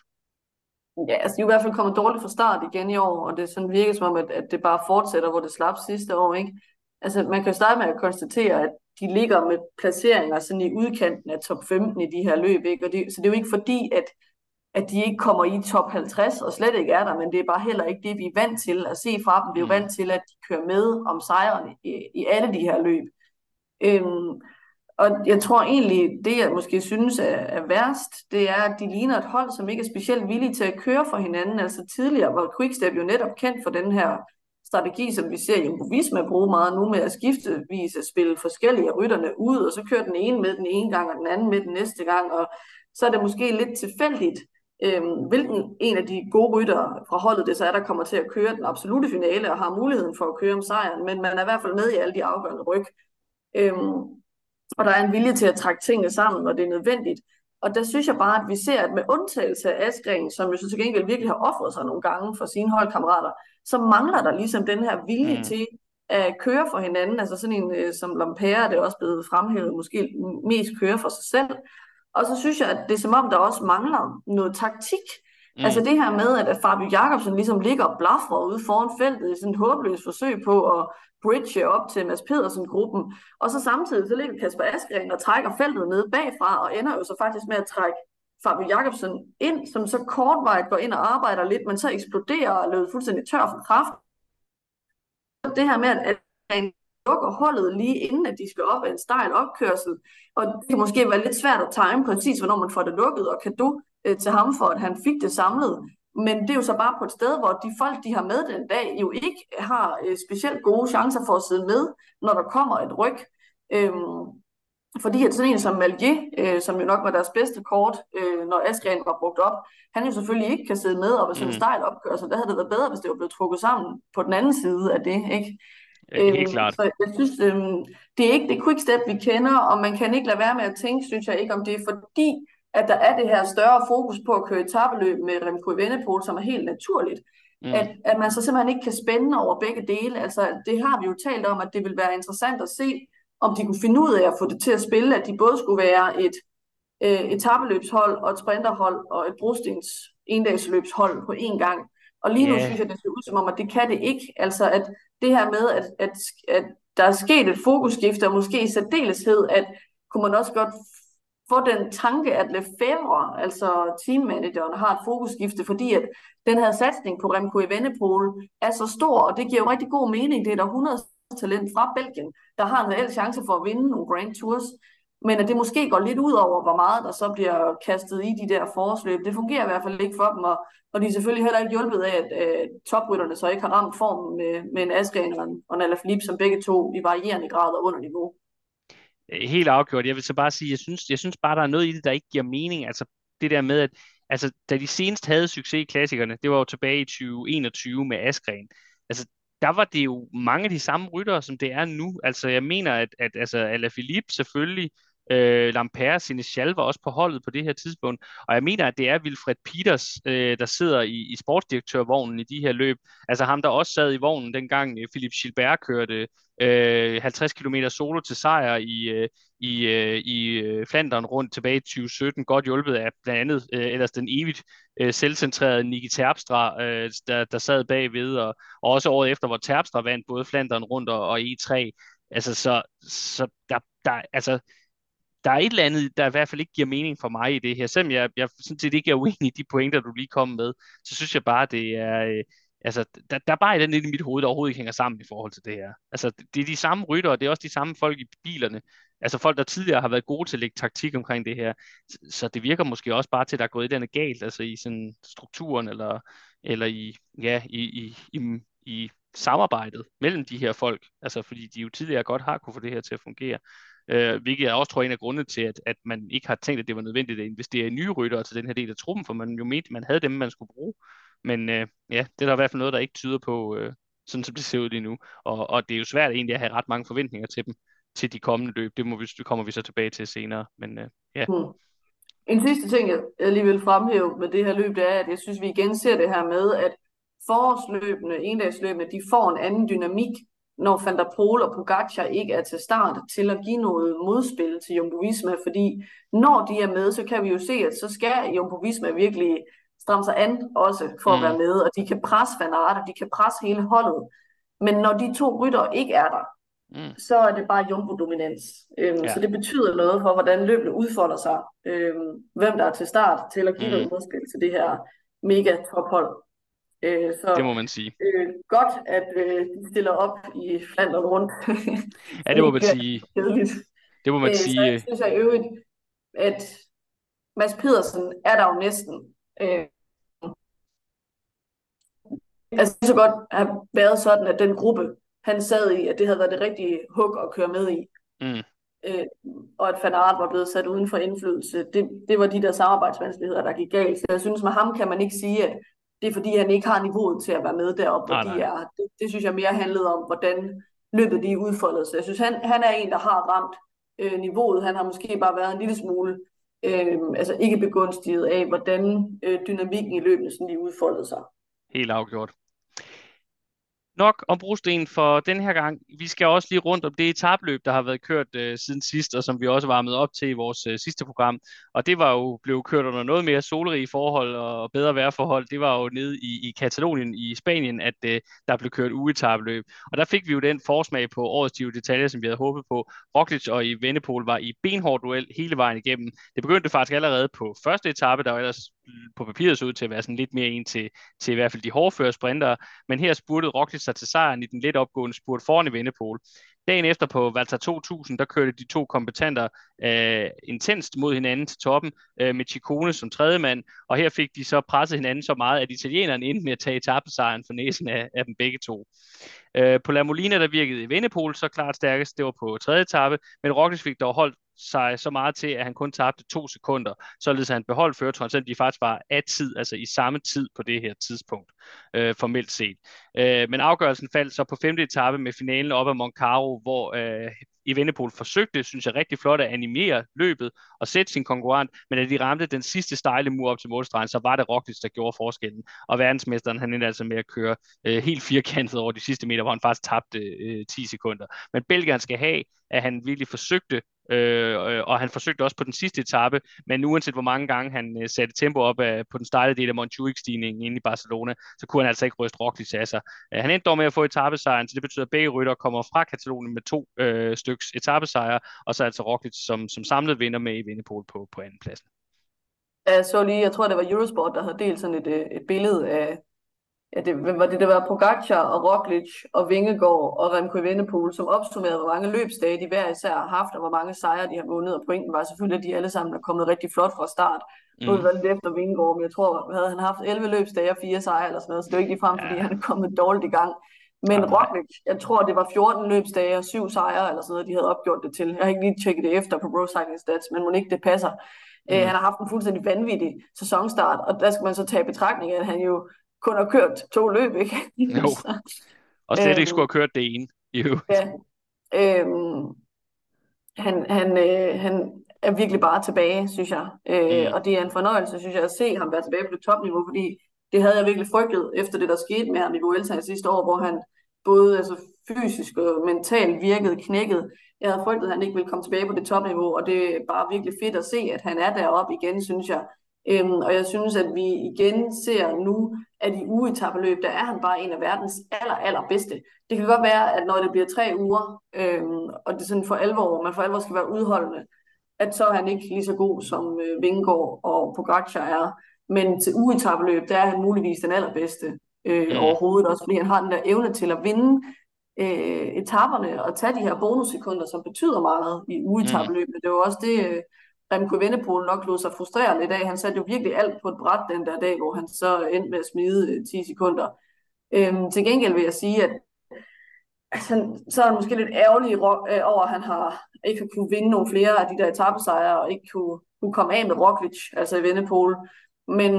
Speaker 2: ja, altså de er i hvert fald kommet dårligt fra start igen i år, og det sådan virker som om, at, at det bare fortsætter, hvor det slap sidste år, ikke? altså man kan jo starte med at konstatere, at de ligger med placeringer sådan i udkanten af top femten i de her løb, ikke? Og det, så det er jo ikke fordi, at, at de ikke kommer i top halvtreds og slet ikke er der, men det er bare heller ikke det, vi er vant til at se fra dem. Vi er jo
Speaker 1: Mm.
Speaker 2: vant til, at de kører med om sejren i, i alle de her løb. Øhm, og jeg tror egentlig, det jeg måske synes er, er værst, det er, at de ligner et hold, som ikke er specielt villige til at køre for hinanden. Altså tidligere var Quickstep jo netop kendt for den her strategi, som vi ser Jumbo Visma bruge meget nu med at skiftevis at spille forskellige rytterne ud, og så kører den ene med den ene gang, og den anden med den næste gang, og så er det måske lidt tilfældigt, øhm, hvilken en af de gode ryttere fra holdet det så er, der kommer til at køre den absolute finale og har muligheden for at køre om sejren, men man er i hvert fald med i alle de afgørende ryg. Øhm, og der er en vilje til at trække tingene sammen, når det er nødvendigt. Og der synes jeg bare, at vi ser, at med undtagelse af Askren, som jo så til gengæld virkelig har offret sig nogle gange for sine holdkammerater, så mangler der ligesom den her vilje
Speaker 1: Mm.
Speaker 2: til at køre for hinanden. Altså sådan en øh, som Lampere, det er også blevet fremhævet, måske mest køre for sig selv. Og så synes jeg, at det er som om, der også mangler noget taktik. Mm. Altså det her med, at Fabio Jakobsen ligesom ligger og blafrer ude foran feltet i sådan et håbløst forsøg på at bridge op til Mads Pedersen-gruppen. Og så samtidig så ligger Kasper Askren og trækker feltet ned bagfra, og ender jo så faktisk med at trække Fabio Jakobsen ind, som så kortvarigt går ind og arbejder lidt, men så eksploderer og løber fuldstændig tør for kraft. Det her med, at Askren lukker hullet lige inden, at de skal op af en stejl opkørsel, og det kan måske være lidt svært at time præcis, hvornår man får det lukket, og kado øh, til ham for, at han fik det samlet. Men det er jo så bare på et sted, hvor de folk, de har med den dag, jo ikke har øh, specielt gode chancer for at sidde med, når der kommer et ryg. Øhm, fordi at sådan en som Malier, øh, som jo nok var deres bedste kort, øh, når Askren var brugt op, han jo selvfølgelig ikke kan sidde med op af sådan en
Speaker 1: Mm.
Speaker 2: stejl opkørsel. Der havde det været bedre, hvis det var blevet trukket sammen på den anden side af det, ikke?
Speaker 1: Ja, helt
Speaker 2: Øhm,
Speaker 1: klart.
Speaker 2: så jeg synes, øhm, det er ikke det quickstep, vi kender, og man kan ikke lade være med at tænke, synes jeg ikke, om det er fordi, at der er det her større fokus på at køre etapeløb med Remco Evenepoel, som er helt naturligt,
Speaker 1: Mm.
Speaker 2: at, at man så simpelthen ikke kan spænde over begge dele. Altså, det har vi jo talt om, at det vil være interessant at se, om de kunne finde ud af at få det til at spille, at de både skulle være et øh, etapeløbshold og et sprinterhold og et brostens endagsløbshold på én gang. Og lige nu
Speaker 1: Ja.
Speaker 2: synes jeg, det ser ud som om, at det kan det ikke. Altså, at det her med, at, at, at der er sket et fokusskifte, og måske i særdeleshed, at kunne man også godt få den tanke, at Lefebvre, altså teammanageren, har et fokusskifte, fordi at den her satsning på Remco Evenepoel er så stor, og det giver jo rigtig god mening. Det er der hundrede talent fra Belgien, der har en reel chance for at vinde nogle Grand Tours, men at det måske går lidt ud over, hvor meget der så bliver kastet i de der forårsløb. Det fungerer i hvert fald ikke for dem, og, og de er selvfølgelig heller ikke hjulpet af, at øh, toprytterne så ikke har ramt formen med, med en Askren og en, og en Alaphilippe, som begge to i varierende grad er under niveau.
Speaker 1: Helt afgjort. Jeg vil så bare sige, jeg synes, jeg synes bare, der er noget i det, der ikke giver mening. Altså det der med, at altså, da de senest havde succes i klassikerne, det var jo tilbage i tyve enogtyve med Askren. Altså der var det jo mange af de samme ryttere, som det er nu. Altså jeg mener, at, at altså, Alaphilippe selvfølgelig, øh, Lampere, Sénéchal var også på holdet på det her tidspunkt. Og jeg mener, at det er Wilfred Peters, øh, der sidder i, i sportsdirektørvognen i de her løb. Altså ham, der også sad i vognen dengang øh, Philippe Gilbert kørte øh, halvtreds kilometer solo til sejr i, øh, i, øh, i øh, Flandern rundt tilbage i tyve sytten. Godt hjulpet af blandt andet øh, ellers den evigt øh, selvcentrerede Niki Terpstra, øh, der, der sad bagved. Og, og også året efter, hvor Terpstra vandt både Flandern rundt og, og E tre. Altså så, så der, der, altså der er et eller andet, der i hvert fald ikke giver mening for mig i det her. Selvom jeg, jeg sådan set ikke er uenig i de pointer, du lige kom med, så synes jeg bare, det er... Øh, altså, der, der er bare et eller andet i mit hoved, der overhovedet ikke hænger sammen i forhold til det her. Altså, det er de samme ryttere, og det er også de samme folk i bilerne. Altså folk, der tidligere har været gode til at lægge taktik omkring det her. Så, så det virker måske også bare til, at der er gået et eller andet galt, altså i sådan strukturen, eller, eller i, ja, i, i, i, i samarbejdet mellem de her folk. Altså, fordi de jo tidligere godt har kunne få det her til at fungere. Øh, hvilket jeg også tror er en af grundene til, at, at man ikke har tænkt, at det var nødvendigt at investere i nye ryttere til den her del af truppen, for man jo mente, man havde dem, man skulle bruge. Men øh, ja, det er der i hvert fald noget, der ikke tyder på, øh, sådan som det ser ud lige nu. Og, og det er jo svært egentlig at have ret mange forventninger til dem, til de kommende løb. Det, må vi, det kommer vi så tilbage til senere. Men øh, ja.
Speaker 2: Hmm. En sidste ting, jeg lige vil fremhæve med det her løb, det er, at jeg synes, vi igen ser det her med, at forårsløbene, endagsløbene, de får en anden dynamik, når Van der Poel og Pogacar ikke er til start, til at give noget modspil til Jumbo Visma, fordi når de er med, så kan vi jo se, at så skal Jumbo Visma virkelig stramme sig an også for mm. at være med, og de kan presse Van Aert, og de kan presse hele holdet. Men når de to rytter ikke er der,
Speaker 1: Mm.
Speaker 2: så er det bare jumbo-dominans. Øhm,
Speaker 1: Ja.
Speaker 2: så det betyder noget for, hvordan løbet udfolder sig. Øhm, hvem der er til start til at give
Speaker 1: Mm.
Speaker 2: noget modspil til det her mega tophold. Øh,
Speaker 1: Det
Speaker 2: så
Speaker 1: må man sige.
Speaker 2: øh, godt, at øh, de stiller op i Flandern rundt,
Speaker 1: Ja,
Speaker 2: så
Speaker 1: det
Speaker 2: det
Speaker 1: må
Speaker 2: ikke
Speaker 1: man
Speaker 2: bliver
Speaker 1: sige.
Speaker 2: kedeligt.
Speaker 1: Det må man
Speaker 2: Øh, så jeg
Speaker 1: sige.
Speaker 2: synes jeg i øvrigt, at Mads Pedersen er der jo næsten. Øh, altså det så godt have været sådan, at den gruppe, han sad i, at det havde været det rigtige hug at køre med i.
Speaker 1: Mm.
Speaker 2: Øh, og at Van Aert var blevet sat uden for indflydelse. Det, det var de der samarbejdsvanskeligheder, der gik galt. Så jeg synes, med ham kan man ikke sige, at det er fordi, han ikke har niveauet til at være med deroppe, hvor
Speaker 1: Nej,
Speaker 2: de
Speaker 1: nej.
Speaker 2: er. Det, det synes jeg mere handlede om, hvordan løbet de udfoldede sig. Jeg synes, han, han er en, der har ramt øh, niveauet. Han har måske bare været en lille smule øh, altså ikke begunstiget af, hvordan øh, dynamikken i løbet sådan, de udfoldede sig.
Speaker 1: Helt afgjort. Nok om brosten for den her gang. Vi skal også lige rundt om det etapløb, der har været kørt øh, siden sidst, og som vi også varmede op til i vores øh, sidste program. Og det var jo blevet kørt under noget mere solrige forhold og bedre vejrforhold. Det var jo nede i, i Katalonien i Spanien, at øh, der blev kørt ugetapløb. Og der fik vi jo den forsmag på årets Giro d'Italia, som vi havde håbet på. Roglic og Evenepoel var i benhård duel hele vejen igennem. Det begyndte faktisk allerede på første etape, der var ellers på papiret så ud til at være sådan lidt mere en til, til i hvert fald de hårdføre sprintere. Men her spurtede Roglic sig til sejren i den let opgående spurt foran Evenepoel. Dagen efter på Vuelta to tusind, der kørte de to kompetenter øh, intenst mod hinanden til toppen, øh, med Ciccone som tredje mand, og her fik de så presset hinanden så meget, at italienerne endte med at tage etapesejren for næsen af, af dem begge to. Øh, på La Molina, der virkede Evenepoel så klart stærkest, det var på tredje etape, men Roglic fik dog holdt sig så meget til, at han kun tabte to sekunder, således at han beholdt førertrøjen, selvom de faktisk var af tid, altså i samme tid på det her tidspunkt, øh, formelt set. Øh, men afgørelsen faldt så på femte etape med finalen op ad Moncaro, hvor øh, Evenepoel forsøgte, synes jeg, rigtig flot at animere løbet og sætte sin konkurrent, men da de ramte den sidste stejle mur op til målstregen, så var det Roglic, der gjorde forskellen. Og verdensmesteren, han endte altså med at køre øh, helt firkantet over de sidste meter, hvor han faktisk tabte øh, ti sekunder. Men Belgien skal have, at han virkelig forsøgte, øh, og han forsøgte også på den sidste etape, men uanset hvor mange gange han øh, satte tempo op af, på den stejle del af Montjuic-stigningen inde i Barcelona, så kunne han altså ikke ryste Roglic af sig. Øh, han endte dog med at få etapesejren, så det betyder, at begge rytter kommer fra Katalonien med to øh, styks etapesejre, og så altså Roglic som, som samlet vinder med Evenepoel på, på anden pladsen.
Speaker 2: Jeg så lige, jeg tror, det var Eurosport, der havde delt sådan et, øh, et billede af, ja, det, hvem var det, der var Pogacar og Roglic og Vingegaard og Remco Evenepoel, som opsummerede, hvor mange løbsdage de hver især har haft, og hvor mange sejre de har vundet, og pointen var selvfølgelig, at de alle sammen er kommet rigtig flot fra start. Nu
Speaker 1: Mm.
Speaker 2: er det været lidt efter Vingegaard, men jeg tror, havde han haft elleve løbsdage og fire sejre eller sådan noget, så det er jo ikke ligefrem, fordi
Speaker 1: Ja.
Speaker 2: han er kommet dårligt i gang. Men
Speaker 1: Ah,
Speaker 2: Roglic, jeg tror, det var fjorten løbsdage og syv sejre eller sådan noget, de havde opgjort det til. Jeg har ikke lige tjekket det efter på Pro Cycling Stats, men må ikke det passer. Mm. Øh, han har haft en fuldstændig vanvittig sæsonstart, og der skal man så tage i betragtning, at han jo kun har kørt to løb, ikke?
Speaker 1: Jo, og slet ikke skulle have kørt det ene. Jo.
Speaker 2: Ja, øhm, han, han, øh, han er virkelig bare tilbage, synes jeg. Øh,
Speaker 1: Mm.
Speaker 2: og det er en fornøjelse, synes jeg, at se ham være tilbage på det topniveau, fordi det havde jeg virkelig frygtet efter det, der skete med ham i Vuelta sidste år, hvor han både altså, fysisk og mentalt virkede knækket. Jeg havde frygtet, at han ikke ville komme tilbage på det topniveau, og det er bare virkelig fedt at se, at han er deroppe igen, synes jeg. Øhm, og jeg synes, at vi igen ser nu, at i ugeetappeløb, der er han bare en af verdens aller, aller bedste. Det kan godt være, at når det bliver tre uger, øhm, og det er sådan for alvor, man for alvor skal være udholdende, at så er han ikke lige så god, som øh, Vingegaard og Pogacar er. Men til ugeetappeløb, der er han muligvis den allerbedste øh,
Speaker 1: Mm.
Speaker 2: overhovedet, også fordi han har den der evne til at vinde øh, etaperne og tage de her bonussekunder, som betyder meget i ugeetappeløbene. Det var også det, øh, Remco Evenepoel nok lod sig frustrere lidt af. Han satte jo virkelig alt på et bræt den der dag, hvor han så endte med at smide øh, ti sekunder. Øhm, til gengæld vil jeg sige, at altså, så er han måske lidt ærgerlig over, at han har, ikke har kunne vinde nogle flere af de der etapesejre, og ikke kunne, kunne komme af med Roglic, altså Evenepoel. Men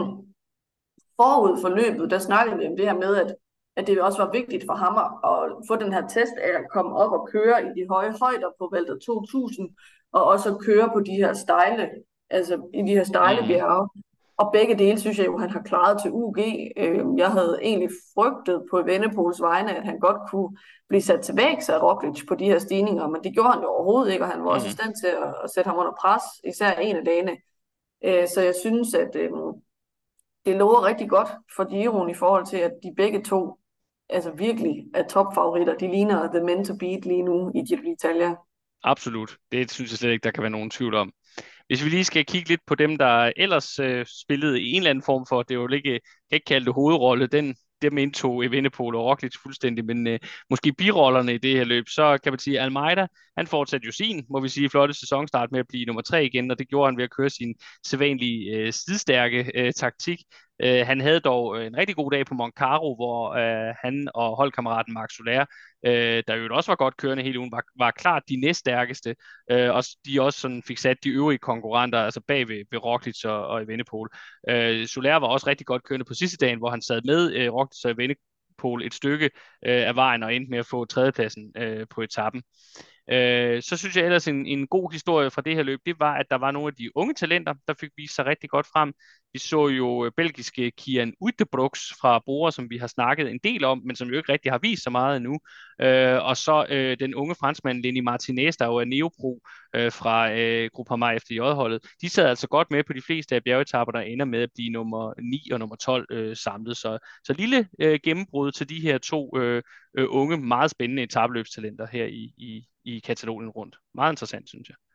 Speaker 2: forud for løbet, der snakkede vi om det her med, at, at det også var vigtigt for ham at få den her test af at komme op og køre i de høje højder på Vuelta to tusind, og også at køre på de her stejle, altså i de her stejle
Speaker 1: Mm.
Speaker 2: bjerge. Og begge dele synes jeg jo, han har klaret til U G. Jeg havde egentlig frygtet på Evenepoels vegne, at han godt kunne blive sat til vægs af Roglic på de her stigninger, men det gjorde han jo overhovedet ikke, og han var også i
Speaker 1: Mm.
Speaker 2: stand til at sætte ham under pres, især en af dagene. Så jeg synes, at det lover rigtig godt for Giroen i forhold til, at de begge to altså virkelig er topfavoritter. De ligner the men to beat lige nu i Giro d'Italia.
Speaker 1: Absolut. Det synes jeg slet ikke, der kan være nogen tvivl om. Hvis vi lige skal kigge lidt på dem, der ellers øh, spillede i en eller anden form for, det er jo ikke, kan ikke kalde det hovedrolle, den, dem indtog Evenepoel og Roglic fuldstændig, men øh, måske birollerne i det her løb, så kan man sige, Almeida, han fortsatte jo sin, må vi sige, flotte sæsonstart med at blive nummer tre igen, og det gjorde han ved at køre sin sædvanlige øh, slidstærke øh, taktik. Øh, han havde dog øh, en rigtig god dag på Monte Carlo, hvor øh, han og holdkammeraten Marc Soler, øh, der jo også var godt kørende hele ugen, var, var klart de næststærkeste, øh, og de også sådan fik sat de øvrige konkurrenter, altså bag ved, ved Roglic og, og Evenepoel. Øh, Soler var også rigtig godt kørende på sidste dagen, hvor han sad med øh, Roglic og Evenepoel et stykke øh, af vejen og endte med at få tredjepladsen øh, på etappen. Øh, så synes jeg ellers en, en god historie fra det her løb, det var, at der var nogle af de unge talenter, der fik vist sig rigtig godt frem. Vi så jo øh, belgiske Kian Uijtdebroeks fra Bora, som vi har snakket en del om, men som jo ikke rigtig har vist så meget endnu. Øh, og så øh, den unge franskmand Lenny Martinez, der jo er neopro øh, fra øh, Groupama F D J-holdet. De sad altså godt med på de fleste af bjergetapper, der ender med at blive nummer ni og nummer tolv øh, samlet. Så, så lille øh, gennembrud til de her to øh, øh, unge, meget spændende etabløbstalenter her i, i, i Katalonien rundt. Meget interessant, synes jeg.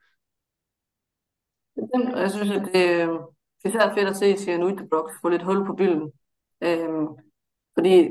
Speaker 2: Bestemt, og jeg synes, at det, øh, det er især fedt at se Sian Uijtdebroeks få lidt hul på bylden. Øhm, fordi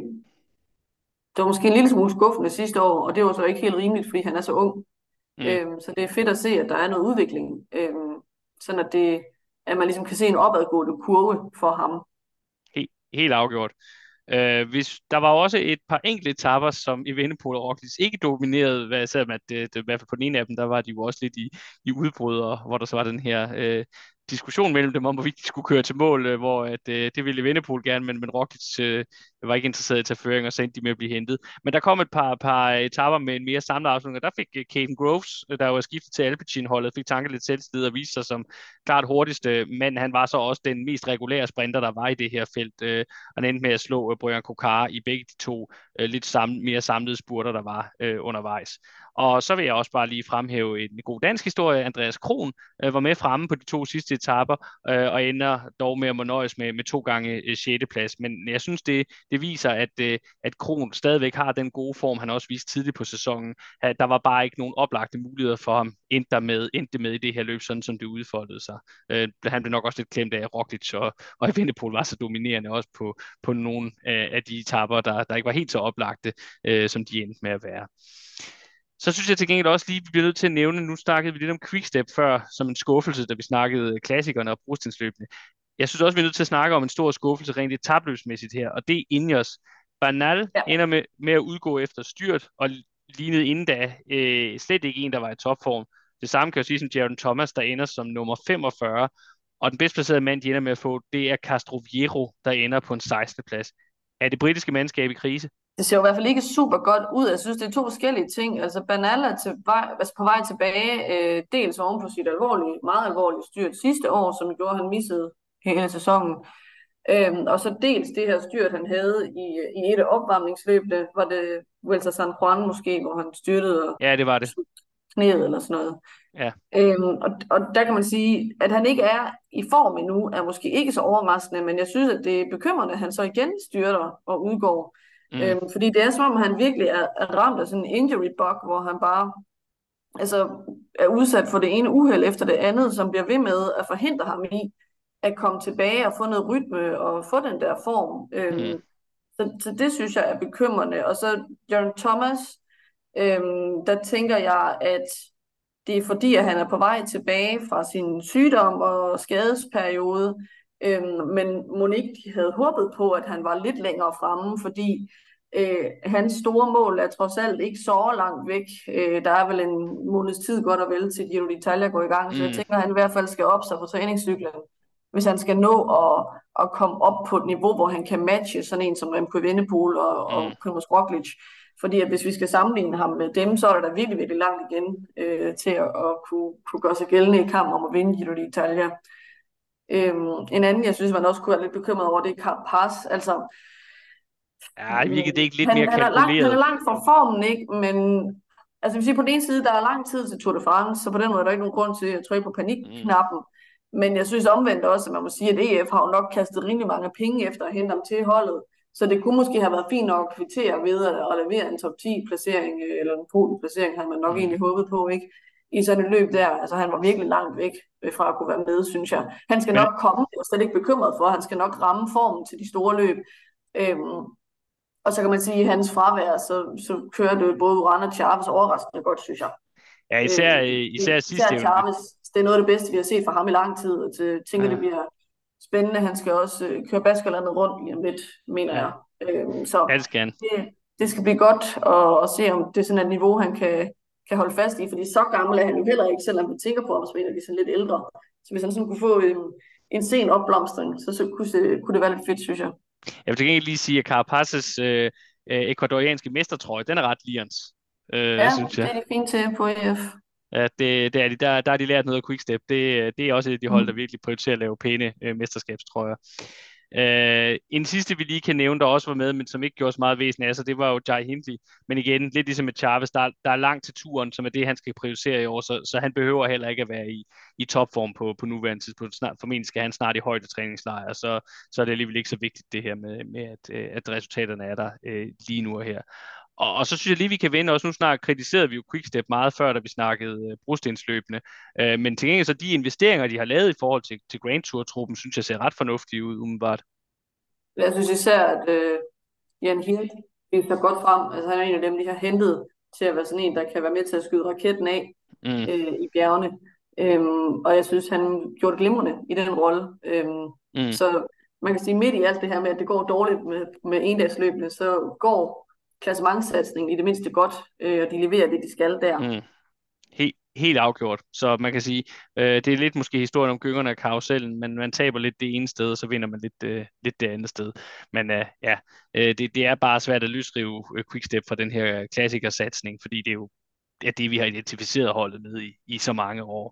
Speaker 2: det var måske en lille smule skuffende sidste år, og det var så ikke helt rimeligt, fordi han er så ung.
Speaker 1: Mm.
Speaker 2: Øhm, så det er fedt at se, at der er noget udvikling, øhm, sådan at, det, at man ligesom kan se en opadgående kurve for ham.
Speaker 1: Helt, helt afgjort. Uh, hvis, der var også et par enkelte etapper, som Evenepoel og Roglic ikke dominerede, hvad, selvom at det, det, i hvert fald på den ene af dem, der var de jo også lidt i, i udbrud, og hvor der så var den her uh, diskussion mellem dem om, hvorvidt de skulle køre til mål, uh, hvor at, uh, det ville Evenepoel gerne, men, men Roglic uh, var ikke interesseret i at tage føring, og så endte de med at blive hentet. Men der kom et par, par etapper med en mere samlet afslutning, og der fik uh, Caden Groves, der var skiftet til Alpecin-holdet, fik tanket lidt selvstid og viste sig som klart hurtigste, men han var så også den mest regulære sprinter, der var i det her felt, uh, og han endte med at slå uh, Bojan Kokar i begge de to øh, lidt sam- mere samlede spurter, der var øh, undervejs. Og så vil jeg også bare lige fremhæve en god dansk historie. Andreas Kron øh, var med fremme på de to sidste etaper, øh, og ender dog med at må nøjes med, med to gange øh, sjette plads. Men jeg synes, det, det viser, at, øh, at Kron stadigvæk har den gode form, han også viste tidligt på sæsonen. At der var bare ikke nogen oplagte muligheder for ham, endte der med, endte med i det her løb, sådan som det udfoldede sig. Øh, han blev nok også lidt klemt af Roglic, og, og Evenepoel var så dominerende også på, på nogle af, af de etapper, der, der ikke var helt så oplagte, øh, som de endte med at være. Så synes jeg til gengæld også lige, vi bliver nødt til at nævne, nu snakkede vi lidt om Quickstep før, som en skuffelse, da vi snakkede klassikerne og brostensløbene. Jeg synes også, vi er nødt til at snakke om en stor skuffelse rent etapløbsmæssigt her, og det er Ineos. Bernal
Speaker 2: Ja.
Speaker 1: ender med, med at udgå efter styrt, og lignede inden da øh, slet ikke en, der var i topform. Det samme kan jeg sige som Jaron Thomas, der ender som nummer femogfyrre, og den bedst placerede mand, de ender med at få, det er Castroviejo, der ender på en sekstende plads. Er det britiske mandskab i krise?
Speaker 2: Det ser jo i hvert fald ikke super godt ud. Jeg synes, det er to forskellige ting. Altså, Bernal er til vej, altså på vej tilbage, øh, dels oven på sit alvorlige, meget alvorlige styrt sidste år, som gjorde, at han missede hele sæsonen. Øhm, og så dels det her styrt, han havde i, i et af opvarmningsløbene, var det Vuelta San Juan måske, hvor han styrtede og
Speaker 1: Ja, det var det.
Speaker 2: knæet eller sådan noget.
Speaker 1: Ja.
Speaker 2: Øhm, og, og der kan man sige, at han ikke er i form endnu, er måske ikke så overraskende, men jeg synes, at det er bekymrende, at han så igen styrter og udgår.
Speaker 1: Mm.
Speaker 2: Øhm, fordi det er som om, han virkelig er, er ramt af sådan en injury bug, hvor han bare altså, er udsat for det ene uheld efter det andet, som bliver ved med at forhindre ham i at komme tilbage og få noget rytme og få den der form. Øhm,
Speaker 1: Mm.
Speaker 2: så, så det synes jeg er bekymrende. Og så Jaron Thomas, øhm, der tænker jeg, at det er fordi, at han er på vej tilbage fra sin sygdom og skadesperiode, øhm, men Monique havde håbet på, at han var lidt længere fremme, fordi øh, hans store mål er trods alt ikke så langt væk. Øh, der er vel en måneds tid godt og vel til Giro d'Italia går i gang, så jeg
Speaker 1: Mm.
Speaker 2: tænker, at han i hvert fald skal op sig på træningscyklen, hvis han skal nå at, at komme op på et niveau, hvor han kan matche sådan en som Remco Evenepoel og,
Speaker 1: Mm.
Speaker 2: og Primož Roglic. Fordi at hvis vi skal sammenligne ham med dem, så er der virkelig, virkelig langt igen øh, til at, at kunne, kunne gøre sig gældende i kamp om at vinde Giro d'Italia. Øhm, en anden, jeg synes, man også kunne være lidt bekymret over, det er Carapaz. Altså,
Speaker 1: Ja, virkede det ikke lidt
Speaker 2: han,
Speaker 1: mere
Speaker 2: han, er langt, han
Speaker 1: kalkuleret?
Speaker 2: er langt fra formen, ikke? Men altså, jeg vil sige, på den ene side, der er lang tid til Tour de France, så på den måde er der ikke nogen grund til at trykke på panikknappen. Men jeg synes omvendt også, at man må sige, at E F har jo nok kastet rimelig mange penge efter at hente ham til holdet. Så det kunne måske have været fint nok at kvittere ved at, at levere en top ti placering, øh, eller en podiumplacering, havde man nok
Speaker 1: Mm.
Speaker 2: egentlig håbet på, ikke? I sådan et løb der. Altså han var virkelig langt væk øh, fra at kunne være med, synes jeg. Han skal
Speaker 1: Men
Speaker 2: nok komme, jeg er slet ikke bekymret for, han skal nok ramme formen til de store løb. Øhm, og så kan man sige, at i hans fravær, så, så kører det både Uran og Chavez overraskende godt, synes jeg.
Speaker 1: ja, især,
Speaker 2: Øhm,
Speaker 1: især
Speaker 2: især
Speaker 1: sidste evne.
Speaker 2: Chavez, det er noget af det bedste, vi har set fra ham i lang tid. Og jeg tænker, det
Speaker 1: Ja,
Speaker 2: bliver spændende. Han skal også øh, køre Baskerlandet rundt lige om lidt, mener
Speaker 1: ja,
Speaker 2: jeg. Øhm, så
Speaker 1: ja, det skal han.
Speaker 2: det, det skal blive godt at, at se, om det er sådan et niveau, han kan, kan holde fast i. Fordi så gammel er han jo heller ikke, selvom vi tænker på ham som en af de sådan lidt ældre. Så hvis han sådan kunne få en, en sen opblomstring, så, så kunne, det, kunne det være lidt fedt, synes jeg.
Speaker 1: Jeg vil til gengæld lige sige, at Carapaz's øh, øh, ekvadorianske mestertrøje, den er ret lirens, øh,
Speaker 2: Ja,
Speaker 1: synes
Speaker 2: det
Speaker 1: jeg.
Speaker 2: er de fint til på E F.
Speaker 1: Ja, det, det er de, der, der har de lært noget af Quickstep. Det, det er også et af de hold, der
Speaker 2: Mm.
Speaker 1: virkelig prioriterer at lave pæne øh, mesterskabstrøjer. Øh, en sidste, vi lige kan nævne, der også var med, men som ikke gjorde så meget væsen af, så det var jo Jai Hindley. Men igen, lidt ligesom med Chavez, der, der er langt til turen, som er det, han skal prioritere i år, så, så han behøver heller ikke at være i, i topform på, på nuværende tidspunkt. Snart, formentlig skal han snart i højdetræningslejr, så, så er det alligevel ikke så vigtigt det her med, med at, øh, at resultaterne er der øh, lige nu og her. Og, og så synes jeg lige, vi kan vende også. Nu snart kritiserede vi jo Quickstep meget før, da vi snakkede øh, brostensløbene. Øh, men til gengæld så de investeringer, de har lavet i forhold til, til Grand Tour-truppen, synes jeg ser ret fornuftige ud, umiddelbart.
Speaker 2: Jeg synes især, at øh, Jan Hirt viser godt frem. Altså han er en af dem, de har hentet til at være sådan en, der kan være med til at skyde raketten af
Speaker 1: Mm,
Speaker 2: øh, i bjergene. Øhm, og jeg synes, han gjorde det glimrende i den rolle. Øhm,
Speaker 1: mm,
Speaker 2: så man kan sige, midt i alt det her med, at det går dårligt med, med endagsløbene, så går klassementssatsningen i det mindste godt, øh, og de leverer det, de skal der.
Speaker 1: mm. Helt, helt afgjort. Så man kan sige, øh, det er lidt måske historien om gyngerne og karusellen, men man taber lidt det ene sted, og så vinder man lidt, øh, lidt det andet sted. Men øh, ja, øh, det, det er bare svært at løsrive øh, Quickstep fra den her klassikersatsning, fordi det er jo er det, vi har identificeret holdet med i, i så mange år.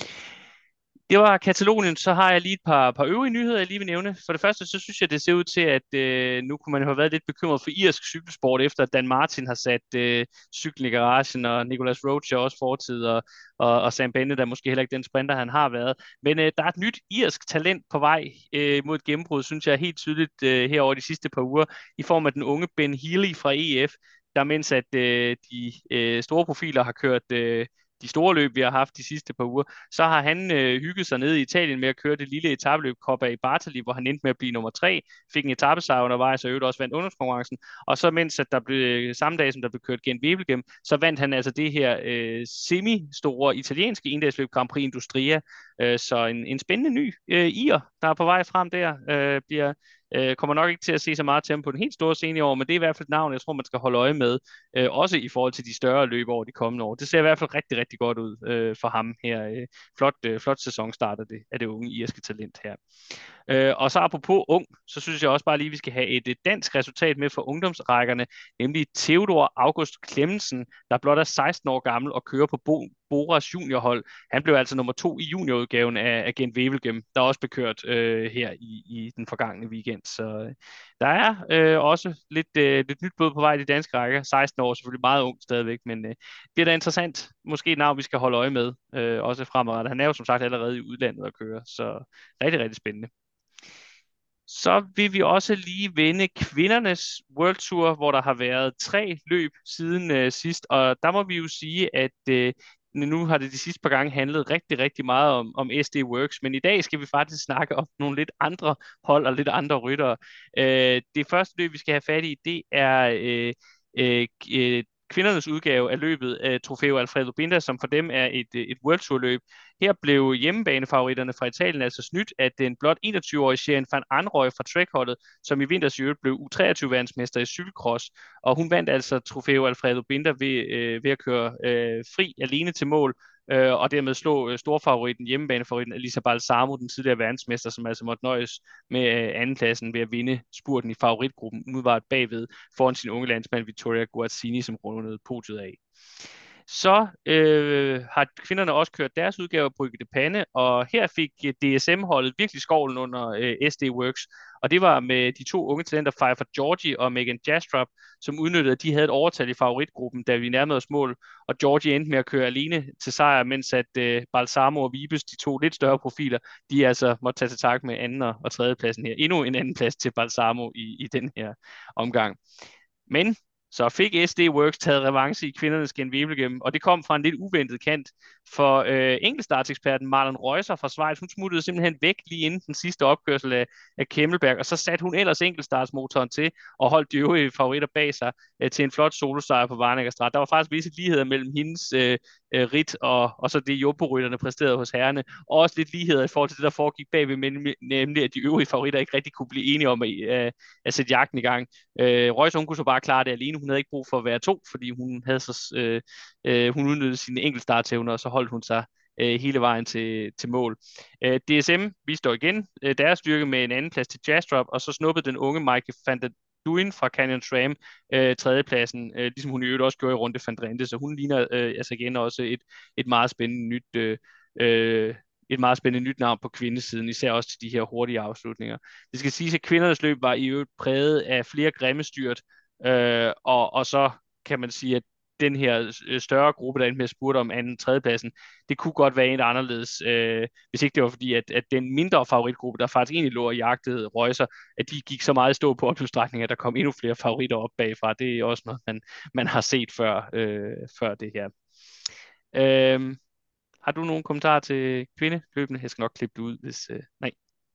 Speaker 1: Det var Katalonien. Så har jeg lige et par, par øvrige nyheder, jeg lige vil nævne. For det første, så synes jeg, det ser ud til, at øh, nu kunne man jo have været lidt bekymret for irsk cykelsport, efter at Dan Martin har sat øh, cyklen i garagen, og Nicolas Roach er også fortid, og, og, og Sam Bennett er måske heller ikke den sprinter, han har været. Men øh, der er et nyt irsk talent på vej øh, mod et gennembrud, synes jeg er helt tydeligt øh, her over de sidste par uger, i form af den unge Ben Healy fra E F, der mens at øh, de øh, store profiler har kørt øh, de store løb, vi har haft de sidste par uger, så har han øh, hygget sig nede i Italien med at køre det lille etabeløb Coppa i Bartali, hvor han endte med at blive nummer tre, fik en etapesejr undervejs og øvrigt også vandt ungdomskonkurrencen. Og så mens at der blev, samme dag som der blev kørt Gent Wevelgem, så vandt han altså det her øh, semi-store italienske endagsløb Grand Prix Industria. Øh, så en, en spændende ny øh, ir, der er på vej frem der, øh, bliver Øh, kommer nok ikke til at se så meget til ham på den helt store scene i år, men det er i hvert fald et navn, jeg tror, man skal holde øje med, øh, også i forhold til de større løb over de kommende år. Det ser i hvert fald rigtig, rigtig godt ud øh, for ham her. Øh, flot, øh, flot sæsonstart af det, af det unge irske talent her. Øh, og så apropos ung, så synes jeg også bare lige, at vi skal have et, et dansk resultat med for ungdomsrækkerne, nemlig Theodor August Clemmensen, der blot er seksten år gammel og kører på Bo, Boras juniorhold. Han blev altså nummer to i juniorudgaven af, af Gent Wevelgem, der er også bekørt øh, her i, i den forgangne weekend. Så øh, der er øh, også lidt, øh, lidt nyt blod på vej i de danske rækker. seksten år, selvfølgelig meget ung stadigvæk, men øh, det bliver da interessant. Måske et navn, vi skal holde øje med, øh, også fremadrettet. Han er jo som sagt allerede i udlandet at køre, så rigtig, rigtig spændende. Så vil vi også lige vende kvindernes World Tour, hvor der har været tre løb siden øh, sidst, og der må vi jo sige, at øh, nu har det de sidste par gange handlet rigtig, rigtig meget om, om S D Works, men i dag skal vi faktisk snakke om nogle lidt andre hold og lidt andre ryttere. Øh, det første løb, vi skal have fat i, det er øh, øh, øh, kvindernes udgave af løbet af Trofeo Alfredo Binda, som for dem er et, et World Tour løb. Her blev hjemmebanefavoritterne fra Italien altså snydt af den blot enogtyve-årige Sharon van Anrooy fra Trekholdet, som i vinters i øvrigt blev U treogtyve-verdensmester i cykelcross, og hun vandt altså Trofeo Alfredo Binda ved, øh, ved at køre øh, fri alene til mål, øh, og dermed slå øh, storfavoritten, hjemmebanefavoritten Elisa Balsamo, den tidligere verdensmester, som altså måtte nøjes med øh, andenpladsen ved at vinde spurten i favoritgruppen, umiddelbart bagved foran sin unge landsmand Vittoria Guazzini, som rundede podiet af. Så øh, har kvinderne også kørt deres udgave af Brygge de Pande, og her fik øh, D S M-holdet virkelig skovlen under øh, S D Works. Og det var med de to unge talenter, Pfeiffer Georgie og Megan Jastrab, som udnyttede, at de havde et overtal i favoritgruppen, da vi nærmede os mål. Og Georgie endte med at køre alene til sejr, mens at øh, Balsamo og Vibes, de to lidt større profiler, de altså måtte tage til tak med anden og, og tredje pladsen her. Endnu en anden plads til Balsamo i, i den her omgang. Men så fik S D Works taget revanche i kvindernes genvæbelgem, og det kom fra en lidt uventet kant, for øh, enkeltstartseksperten Marlon Reusser fra Schweiz, hun smuttede simpelthen væk lige inden den sidste opkørsel af, af Kemmelberg, og så satte hun ellers enkeltstartsmotoren til og holdt de øvrige favoritter bag sig øh, til en flot solosejr på Varnager Strat. Der var faktisk visse ligheder mellem hendes øh, øh, rit og, og så det jumbo-rytterne præsterede hos herrerne, og også lidt ligheder i forhold til det, der foregik bagved, nemlig at de øvrige favoritter ikke rigtig kunne blive enige om at, øh, at sætte jagten i gang. Øh, Reusser, hun kunne så bare klare det alene. Hun havde ikke brug for at være to, fordi hun havde så, øh, øh, hun udnyttede sine enkeltstartevner, og så holdt hun sig øh, hele vejen til, til mål. Øh, D S M viste dog igen øh, deres styrke med en anden plads til Jastrop, og så snuppede den unge Mike van der Duin fra Canyon SRAM øh, tredjepladsen, øh, ligesom hun i øvrigt også gjorde i runde van Drenthe, så hun ligner øh, altså igen også et, et meget spændende nyt øh, øh, et meget spændende nyt navn på kvindesiden, især også til de her hurtige afslutninger. Det skal siges, at kvindernes løb var i øvrigt præget af flere grimme styrt, øh, og, og så kan man sige, at den her større gruppe, der endte med at spurgte om anden tredje pladsen, det kunne godt være en anderledes, øh, hvis ikke det var fordi, at, at den mindre favoritgruppe, der faktisk egentlig lå og jagtede Reusser, at de gik så meget i stå på opløbsstrækningen, at der kom endnu flere favoritter op bagfra. Det er også noget, man, man har set før, øh, før det her. Øh, har du nogen kommentarer til kvindeløbende? Jeg skal nok klippe det ud, hvis... Øh, nej.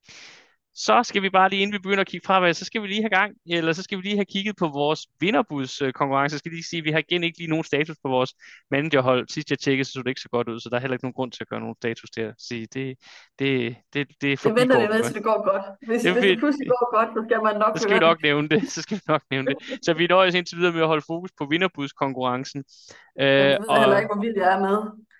Speaker 1: Så skal vi bare lige, inden vi begynder at kigge fremad, så skal vi lige have gang, eller så skal vi lige have kigget på vores vinderbudskonkurrence. Jeg skal lige sige, at vi har igen ikke lige nogen status på vores managerhold. Sidst jeg tjekkede, så så det ikke så godt ud, så der er heller ikke nogen grund til at gøre nogen status til at sige. Det, det, det, det
Speaker 2: Det venter
Speaker 1: forbigår
Speaker 2: vi
Speaker 1: vi
Speaker 2: med,
Speaker 1: godt.
Speaker 2: til det går godt. Hvis,
Speaker 1: Det,
Speaker 2: hvis
Speaker 1: vil,
Speaker 2: det pludselig går godt, så skal man nok
Speaker 1: så skal vi
Speaker 2: høre det.
Speaker 1: nok nævne det. Så skal vi nok nævne det. Så vi nøjes indtil videre med at holde fokus på vinderbudskonkurrencen.
Speaker 2: Jamen,
Speaker 1: Øh,
Speaker 2: det ved jeg heller
Speaker 1: og
Speaker 2: ikke, hvor vidt jeg er med.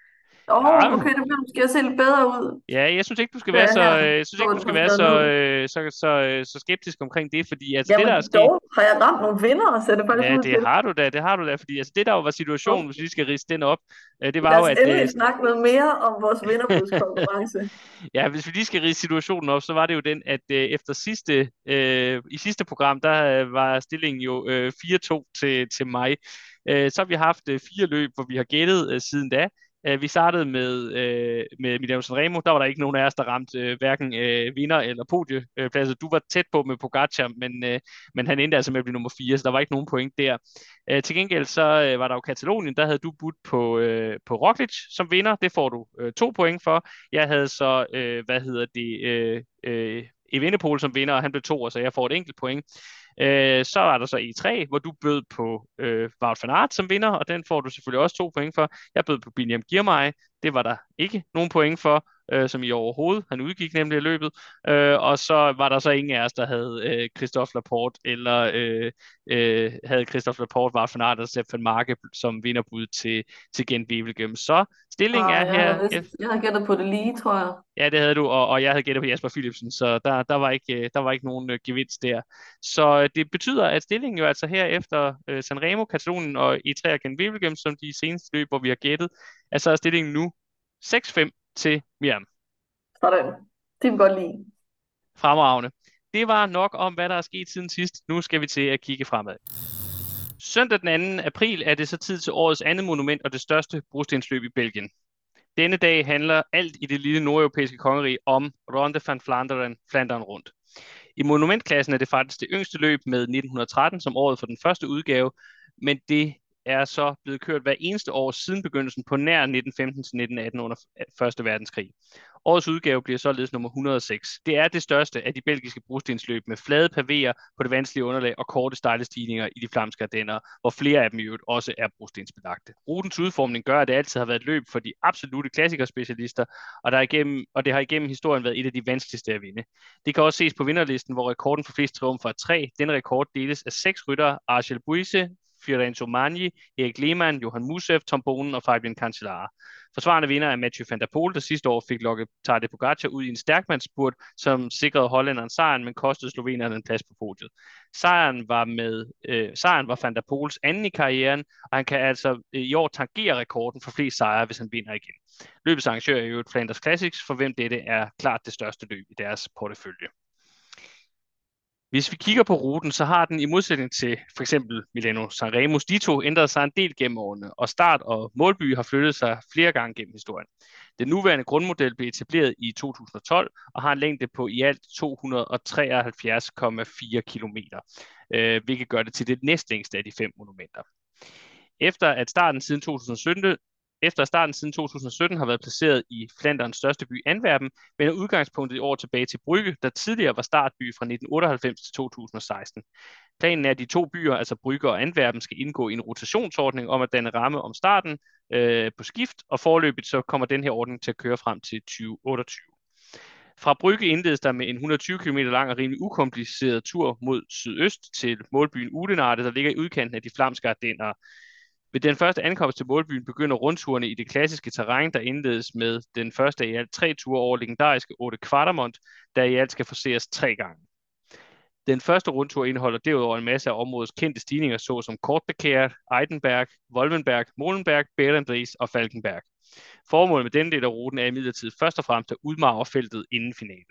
Speaker 2: Åh, oh,
Speaker 1: ja,
Speaker 2: okay, det bliver måske at se lidt bedre ud.
Speaker 1: Ja, jeg synes ikke, du skal
Speaker 2: Hvad
Speaker 1: være
Speaker 2: er
Speaker 1: så,
Speaker 2: her?
Speaker 1: øh, jeg synes ikke,
Speaker 2: Hvor
Speaker 1: du
Speaker 2: du
Speaker 1: skal
Speaker 2: har
Speaker 1: være
Speaker 2: skrevet
Speaker 1: så,
Speaker 2: ned.
Speaker 1: øh, så, så, øh, så skeptisk omkring det, fordi altså det, der er
Speaker 2: Jamen
Speaker 1: sket,
Speaker 2: dog, har jeg ramt nogle vinder, ser det faktisk
Speaker 1: ja,
Speaker 2: ud
Speaker 1: det
Speaker 2: til.
Speaker 1: har du da, det har du da, fordi altså det, der jo var situationen, hvis vi lige skal ridse den op, øh, det var
Speaker 2: Lad
Speaker 1: jo,
Speaker 2: os
Speaker 1: at øh,
Speaker 2: endelig snakke noget mere om vores vinderbudskonkurrence.
Speaker 1: ja, hvis vi lige skal ridse situationen op, så var det jo den, at øh, efter sidste, øh, i sidste program, der øh, var stillingen jo øh, fire to til, til mig. Øh, så har vi haft øh, fire løb, hvor vi har gættet øh, siden da. Uh, vi startede med, øh, med Milano Sanremo. Der var der ikke nogen af os, der ramte øh, hverken øh, vinder- eller podiepladser. Du var tæt på med Pogacar, men, øh, men han endte altså med at blive nummer fire, så der var ikke nogen point der. Uh, til gengæld så øh, var der jo Katalonien. Der havde du budt på, øh, på Roglic som vinder. Det får du øh, to point for. Jeg havde så, øh, hvad hedder det, øh, øh, Evenepoel som vinder, og han blev to, så jeg får et enkelt point. Øh, så er der så E tre, hvor du bød på øh, Wout van Aert som vinder, og den får du selvfølgelig også to point for. Jeg bød på Biniam Girmay, det var der ikke nogen point for, øh, som i overhovedet. Han udgik nemlig i løbet. Øh, og så var der så ingen af os, der havde øh, Christophe Laporte, eller øh, øh, havde Christophe Laporte, Wout van Aert og Sepp van Marke som vinderbud til, til Gent Wevelgem. Så stillingen er
Speaker 2: Ah, jeg
Speaker 1: her.
Speaker 2: havde, vist, jeg havde gættet på det lige, tror jeg.
Speaker 1: Ja, det havde du, og, og jeg havde gættet på Jasper Philipsen, så der, der, var, ikke, øh, der var ikke nogen øh, gevinst der. Så øh, det betyder, at stillingen jo altså her efter øh, Sanremo, Katalonien og E tre og Gent Wevelgem, som de seneste løb, hvor vi har gættet, altså er stillingen nu seks fem til Miriam.
Speaker 2: Sådan. Det kan vi godt lide.
Speaker 1: Fremragende. Det var nok om, hvad der er sket siden sidst. Nu skal vi til at kigge fremad. Søndag den anden april er det så tid til årets andet monument og det største brostensløb i Belgien. Denne dag handler alt i det lille nordeuropæiske kongerige om Ronde van Vlaanderen, Flandern rundt. I monumentklassen er det faktisk det yngste løb med nitten tretten som året for den første udgave, men det er så blevet kørt hver eneste år siden begyndelsen på nær nitten femten til nitten atten under første verdenskrig. Årets udgave bliver således nummer et hundrede og seks. Det er det største af de belgiske brostensløb med flade pavéer på det vanskelige underlag og korte stejle stigninger i de flamske ardenner, hvor flere af dem i øvrigt også er brostensbelagte. Rutens udformning gør, at det altid har været et løb for de absolute klassikerspecialister, og, der er igennem, og det har igennem historien været et af de vanskeligste at vinde. Det kan også ses på vinderlisten, hvor rekorden for flest triumfer er tre. Denne rekord deles af seks ryttere: Archel Buyse, Fiorenzo Magni, Erik Lehmann, Johan Musev, Tom Bonen og Fabian Cancellara. Forsvarende vinder er Mathieu van der Poel, der sidste år fik lokket Tadej Pogačar ud i en stærkmandsspurt, som sikrede hollænderen sejren, men kostede slovenerne en plads på podiet. Sejren var, med, øh, sejren var van der Poels anden i karrieren, og han kan altså øh, i år tangere rekorden for flest sejre, hvis han vinder igen. Løbets arrangør er jo Flanders Classics, for hvem dette er klart det største løb i deres portefølje. Hvis vi kigger på ruten, så har den i modsætning til for eksempel Milano Sanremo Dito ændret sig en del gennem årene, og start og målby har flyttet sig flere gange gennem historien. Den nuværende grundmodel blev etableret i to tusind og tolv og har en længde på i alt to hundrede og treoghalvfjerds komma fire kilometer, øh, hvilket gør det til det næstlængste af de fem monumenter. Efter at starten siden to tusind og sytten Efter starten siden to tusind og sytten har været placeret i Flanderns største by Antwerpen, vender udgangspunktet i år tilbage til Brugge, der tidligere var startby fra nitten otteoghalvfems til to tusind og seksten. Planen er, at de to byer, altså Brugge og Antwerpen, skal indgå i en rotationsordning om at danne ramme om starten øh, på skift, og foreløbigt så kommer den her ordning til at køre frem til tyve otteogtyve. Fra Brugge indledes der med en et hundrede og tyve kilometer lang og rimelig ukompliceret tur mod sydøst til målbyen Oudenaarde, der ligger i udkanten af de flamske Ardenner. Ved den første ankomst til målbyen begynder rundturene i det klassiske terræn, der indledes med den første af i alt tre ture over legendariske Haute Kvartemont, der i alt skal forceres tre gange. Den første rundtur indeholder derudover en masse af områdets kendte stigninger, såsom Kortbekehr, Eidenberg, Wolvenberg, Molenberg, Berendries og Falkenberg. Formålet med denne del af ruten er imidlertid først og fremmest at udmarve feltet inden finalen.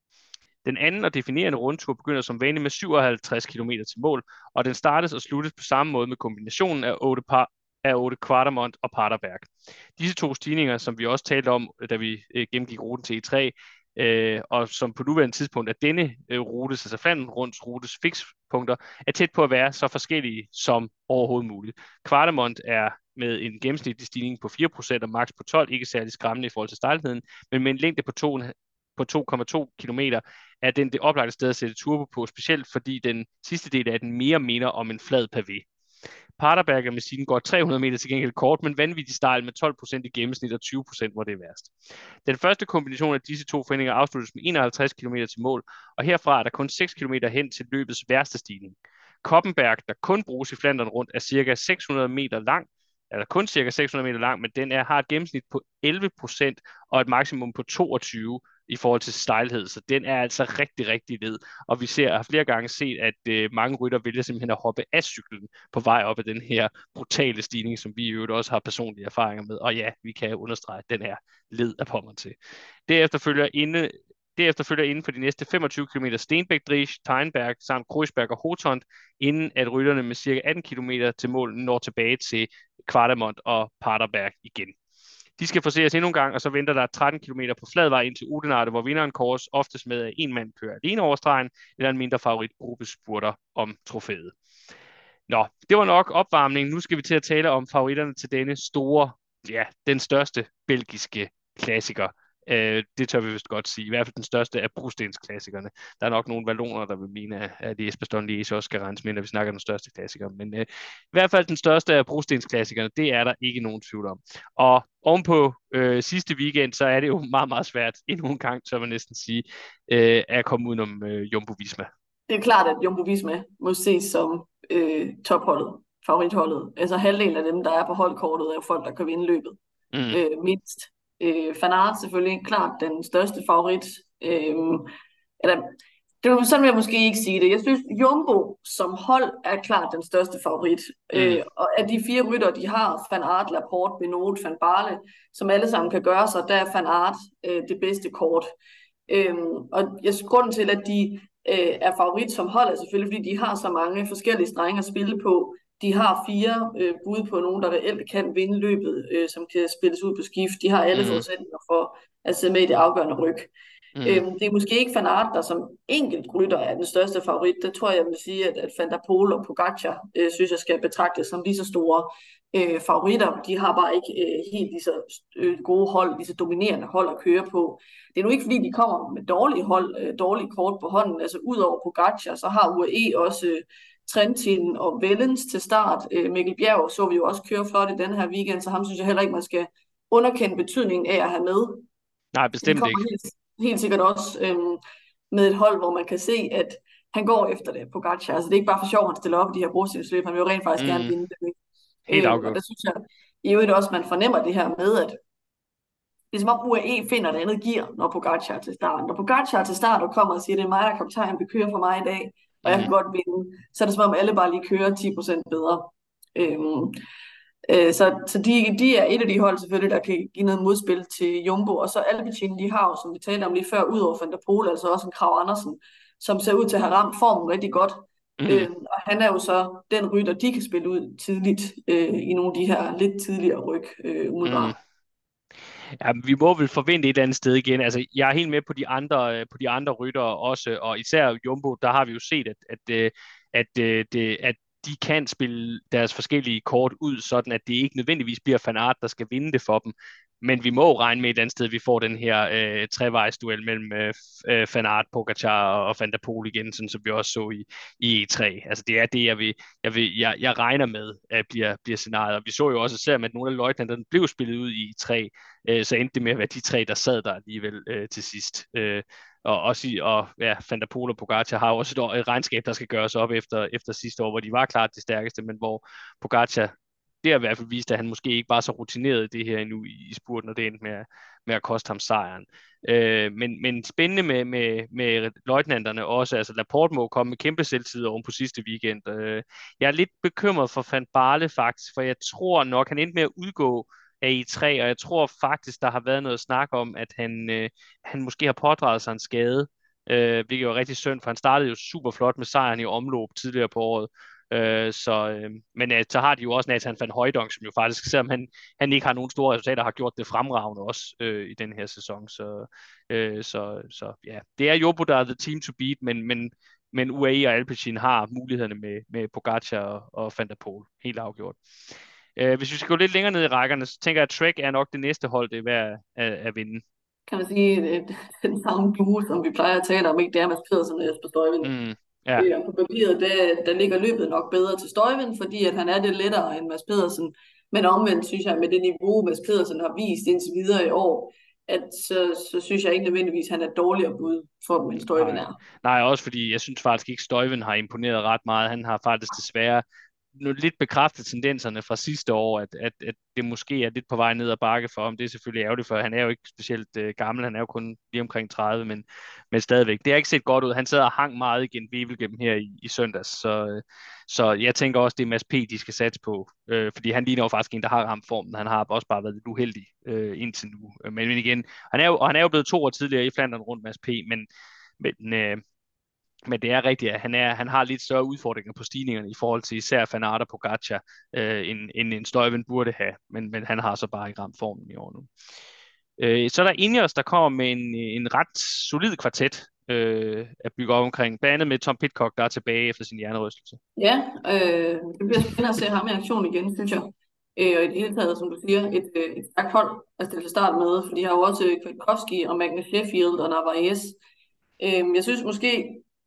Speaker 1: Den anden og definerende rundtur begynder som vanligt med syvoghalvtreds kilometer til mål, og den startes og sluttes på samme måde med kombinationen af Haute, af Haute Kvartemont og Paterberg. Disse to stigninger, som vi også talte om, da vi øh, gennemgik ruten til E tre, øh, og som på nuværende tidspunkt er denne øh, rutes, altså Flandern runds rutes fikspunkter, er tæt på at være så forskellige som overhovedet muligt. Kvartemont er med en gennemsnitlig stigning på fire procent og max på tolv, ikke særlig skræmmende i forhold til stejlheden, men med en længde på to på to komma to kilometer, er den det oplagte sted at sætte turbo på, specielt fordi den sidste del af den mere minder om en flad pavé. Paterberg med sine går tre hundrede meter til gengæld kort, men vanvittigt stejl med tolv procent i gennemsnit og tyve procent, hvor det er værst. Den første kombination af disse to foreninger afsluttes med enoghalvtreds kilometer til mål, og herfra er der kun seks kilometer hen til løbets værste stigning. Koppenberg, der kun bruges i Flandern rundt, er cirka seks hundrede meter lang, eller kun cirka seks hundrede meter lang, men den er, har et gennemsnit på elleve procent og et maksimum på toogtyve i forhold til stejlhed, så den er altså rigtig, rigtig led. Og vi ser, har flere gange set, at øh, mange rytter vælger simpelthen at hoppe af cyklen på vej op af den her brutale stigning, som vi i øvrigt også har personlige erfaringer med. Og ja, vi kan understrege, at den er led af pommern til. Derefter følger inde Derefter følger inden for de næste femogtyve kilometer Steenbæk-Driesch, Teinberg samt Kreuzberg og Hotond, inden at rytterne med cirka atten kilometer til mål når tilbage til Kvartemont og Paterberg igen. De skal forseres endnu en gang, og så venter der tretten kilometer på flad vej ind til Oudenaarde, hvor vinderen kåres oftest med, at en mand kører alene over stregen, eller en mindre favoritgruppe spurter om trofæet. Nå, det var nok opvarmning. Nu skal vi til at tale om favoritterne til denne store, ja, den største belgiske klassiker. Uh, det tør vi vist godt sige. I hvert fald den største af brostensklassikerne. Der er nok nogle valloner, der vil mene, at det Bastogne Liège også skal rense med, når vi snakker om den største klassiker. Men uh, i hvert fald den største af brostensklassikerne, det er der ikke nogen tvivl om. Og ovenpå uh, sidste weekend, så er det jo meget, meget svært endnu en gang, så man næsten sige, uh, at komme udenom uh, Jumbo-Visma.
Speaker 2: Det er klart, at Jumbo-Visma må ses som øh, topholdet, favoritholdet. Altså halvdelen af dem, der er på holdkortet, er jo folk, der kan vinde løbet. Mm. Øh, mindst. Øh, Van Aert selvfølgelig klart den største favorit. Øh, eller, det vil sådan vil jeg måske ikke sige det. Jeg synes, Jumbo som hold er klart den største favorit. Mm. Øh, og af de fire rytter, de har, Van Aert, Laporte, Benoit, Van Baarle, som alle sammen kan gøre sig, der er Van Aert øh, det bedste kort. Øh, og jeg synes, grunden til, at de øh, er favorit som hold, er selvfølgelig, fordi de har så mange forskellige strenge at spille på. De har fire øh, bud på nogen, der reelt kan vinde løbet, øh, som kan spilles ud på skift. De har alle mm. forudsætninger for at sidde med i det afgørende ryg. Mm. Øhm, det er måske ikke Van Aert, der som enkelt rytter er den største favorit. Der tror jeg, jeg vil sige, at, at Van der Poel og Pogačar, øh, synes jeg, skal betragtes som lige så store øh, favoritter. De har bare ikke øh, helt lige så øh, gode hold, lige så dominerende hold at køre på. Det er nu ikke, fordi de kommer med dårlige hold, øh, dårlige kort på hånden. Altså ud over Pogačar, så har U A E også øh, Trentin og Wellens til start. Øh, Mikkel Bjerg så vi jo også køre flot i den her weekend, så ham synes jeg heller ikke, man skal underkende betydningen af at have med.
Speaker 1: Nej, bestemt ikke.
Speaker 2: Helt, helt sikkert også øhm, med et hold, hvor man kan se, at han går efter det på Gacha. Altså det er ikke bare for sjov, han stiller op i de her brostensløb, han vil jo rent faktisk gerne
Speaker 1: Mm,
Speaker 2: vinde det.
Speaker 1: helt
Speaker 2: Ikke? Øh, og
Speaker 1: afgjort.
Speaker 2: der synes jeg i øvrigt også, man fornemmer det her med, at det er som om U A E finder et andet gear, når Pogacar er til start. Når Pogacar er til start og kommer og siger, det er mig, der er kaptajn, vi kører for mig i dag, og jeg
Speaker 1: Mm,
Speaker 2: kan godt vinde, så er det som om alle bare lige kører ti procent bedre. Øhm, øh, så så de, de er et af de hold selvfølgelig, der kan give noget modspil til Jumbo, og så Alpecin, de har jo, som vi talte om lige før, ud over Van der Poel, altså også en Krav Andersen, som ser ud til at have ramt formen rigtig godt.
Speaker 1: mm.
Speaker 2: Øhm, og han er jo så den rytter, de kan spille ud tidligt øh, i nogle af de her lidt tidligere ryg, øh,
Speaker 1: Mm.
Speaker 2: umiddelbart.
Speaker 1: Ja, vi må vel forvente et eller andet sted igen. Altså, jeg er helt med på de andre, øh, på de andre ryttere også, og især Jumbo, der har vi jo set, at, at, øh, at, øh, det, at de kan spille deres forskellige kort ud, sådan at det ikke nødvendigvis bliver Van Aert, der skal vinde det for dem. Men vi må regne med et eller andet sted, at vi får den her øh, trevejsduel mellem øh, øh, Van Aert, Pogacar og, og Van der Poel igen, sådan som vi også så i, i E tre. Altså det er det, jeg, vil, jeg, vil, jeg, jeg regner med, at bliver, bliver scenariet. Og vi så jo også især, at nogle af løjtnanterne blev spillet ud i E tre, øh, så endte det med at være de tre, der sad der alligevel øh, til sidst. Øh, og også i, og ja, Van der Poel og Pogacar har jo også et, år, et regnskab, der skal gøres op efter, efter sidste år, hvor de var klart det stærkeste, men hvor Pogacar det har i hvert fald vist, at han måske ikke var så rutineret i det her endnu i, i spurten, og det endte med, at- med at koste ham sejren. Øh, men, men spændende med, med, med løjtnanterne også, altså Laporte må komme med kæmpe selvtid oven på sidste weekend. Øh, jeg er lidt bekymret for Van Barle faktisk, for jeg tror nok, han endte med at udgå af E tre, og jeg tror faktisk, der har været noget snak om, at han, øh, han måske har pådraget sig en skade, øh, hvilket var rigtig synd, for han startede jo super flot med sejren i omløb tidligere på året. Øh, så, øh, men øh, så har de jo også Nathan van Hooijdonk, som jo faktisk, selvom han, han ikke har nogen store resultater, har gjort det fremragende også øh, i den her sæson. Så, øh, så, så ja, det er Jumbo, der er the team to beat, men, men, men U A E og Alpecin har mulighederne med, med Pogacar og, og Van der Poel, helt afgjort. Øh, hvis vi skal gå lidt længere ned i rækkerne, så tænker jeg, at Trek er nok det næste hold, det er værd at, at vinde.
Speaker 2: Kan man sige, at den samme duo, som vi plejer at tale om, ikke? Det er Mads Pedersen og Jesper Støjvind.
Speaker 1: Mm, ja,
Speaker 2: Øh, og på papiret, der, der ligger løbet nok bedre til Støjvind, fordi at han er det lettere end Mads Pedersen. Men omvendt synes jeg, med det niveau, Mads Pedersen har vist indtil videre i år, at så, så synes jeg ikke nødvendigvis, at han er et dårligere bud for dem, end Støjvind
Speaker 1: nej.
Speaker 2: er.
Speaker 1: Nej, også fordi jeg synes faktisk ikke, Støjven har imponeret ret meget. Han har faktisk desværre nu lidt bekræftet tendenserne fra sidste år, at, at, at det måske er lidt på vej ned ad bakke for ham. Det er selvfølgelig ærgerligt, for han er jo ikke specielt uh, gammel. Han er jo kun lige omkring tredive, men, men stadigvæk. Det har ikke set godt ud. Han sad og hang meget igen gennem her i, i søndags, så, uh, så jeg tænker også, det er Mads P., de skal satse på, uh, fordi han ligner jo faktisk en, der har ramt formen. Han har også bare været lidt uheldig uh, indtil nu. Uh, men, men igen, han er, jo, og han er jo blevet to år tidligere i Flandern rundt, Mads P., men, men uh, men det er rigtigt, at han, er, han har lidt større udfordringer på stigningerne i forhold til især Van Aert og Pogacar, øh, end, end en Stuyven burde have. Men, men han har så bare ikke ramt formen i år nu. Øh, så er der Ineos, der kommer med en, en ret solid kvartet øh, at bygge op omkring. Blandt andet med Tom Pidcock, der er tilbage efter sin hjernerystelse.
Speaker 2: Ja, øh, det bliver spændende at se ham i aktion igen, synes jeg. Øh, og i det hele taget, som du siger, et, øh, et stærkt hold at stille til start med, for de har jo også Kwiatkowski og Magnus Sheffield og Narvaez. Øh, jeg synes måske,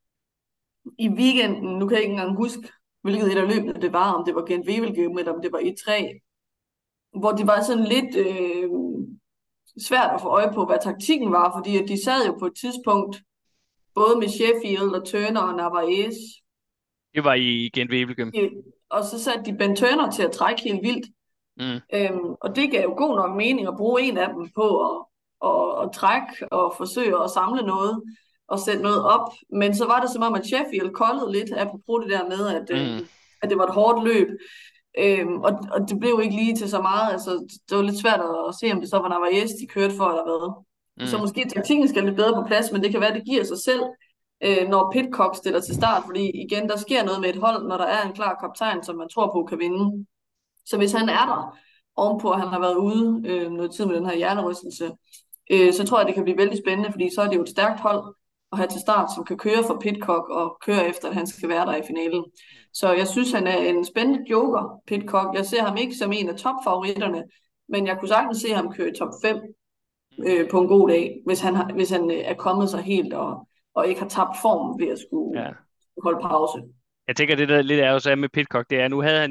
Speaker 2: i weekenden, nu kan jeg ikke engang huske, hvilket et af løbene det var, om det var Gent Wevelgem, eller om det var E tre, hvor det var sådan lidt øh, svært at få øje på, hvad taktikken var, fordi at de sad jo på et tidspunkt, både med Sheffield og Turner og Narvaez,
Speaker 1: Det var i Gent Wevelgem.
Speaker 2: øh, og så satte de Ben Turner til at trække helt vildt.
Speaker 1: Mm.
Speaker 2: Øhm, og det gav jo god nok mening at bruge en af dem på at, at, at trække og forsøge at samle noget og sætte noget op. Men så var det som om, at Sheffield koldede lidt, apropos det der med, at,
Speaker 1: Mm.
Speaker 2: øh, at det var et hårdt løb. Øhm, og, og det blev ikke lige til så meget. Altså, det var lidt svært at se, om det så var Narvaez, de kørte for, eller hvad. Mm. Så måske taktikken skal lidt bedre på plads, men det kan være, at det giver sig selv, øh, når Pidcock stiller til start. Fordi igen, der sker noget med et hold, når der er en klar kaptajn, som man tror på kan vinde. Så hvis han er der, ovenpå at han har været ude øh, noget tid med den her hjernerystelse, øh, så tror jeg, det kan blive vældig spændende, fordi så er det jo et stærkt hold at have til start, som kan køre for Pidcock og køre efter, at han skal være der i finalen. Så jeg synes, han er en spændende joker, Pidcock. Jeg ser ham ikke som en af topfavoritterne, men jeg kunne sagtens se ham køre i top fem øh, på en god dag, hvis han, har, hvis han øh, er kommet sig helt og, og ikke har tabt form ved at skulle
Speaker 1: Ja.
Speaker 2: holde pause.
Speaker 1: Jeg tænker, det der lidt er jo så med Pidcock, det er, nu havde han jo, han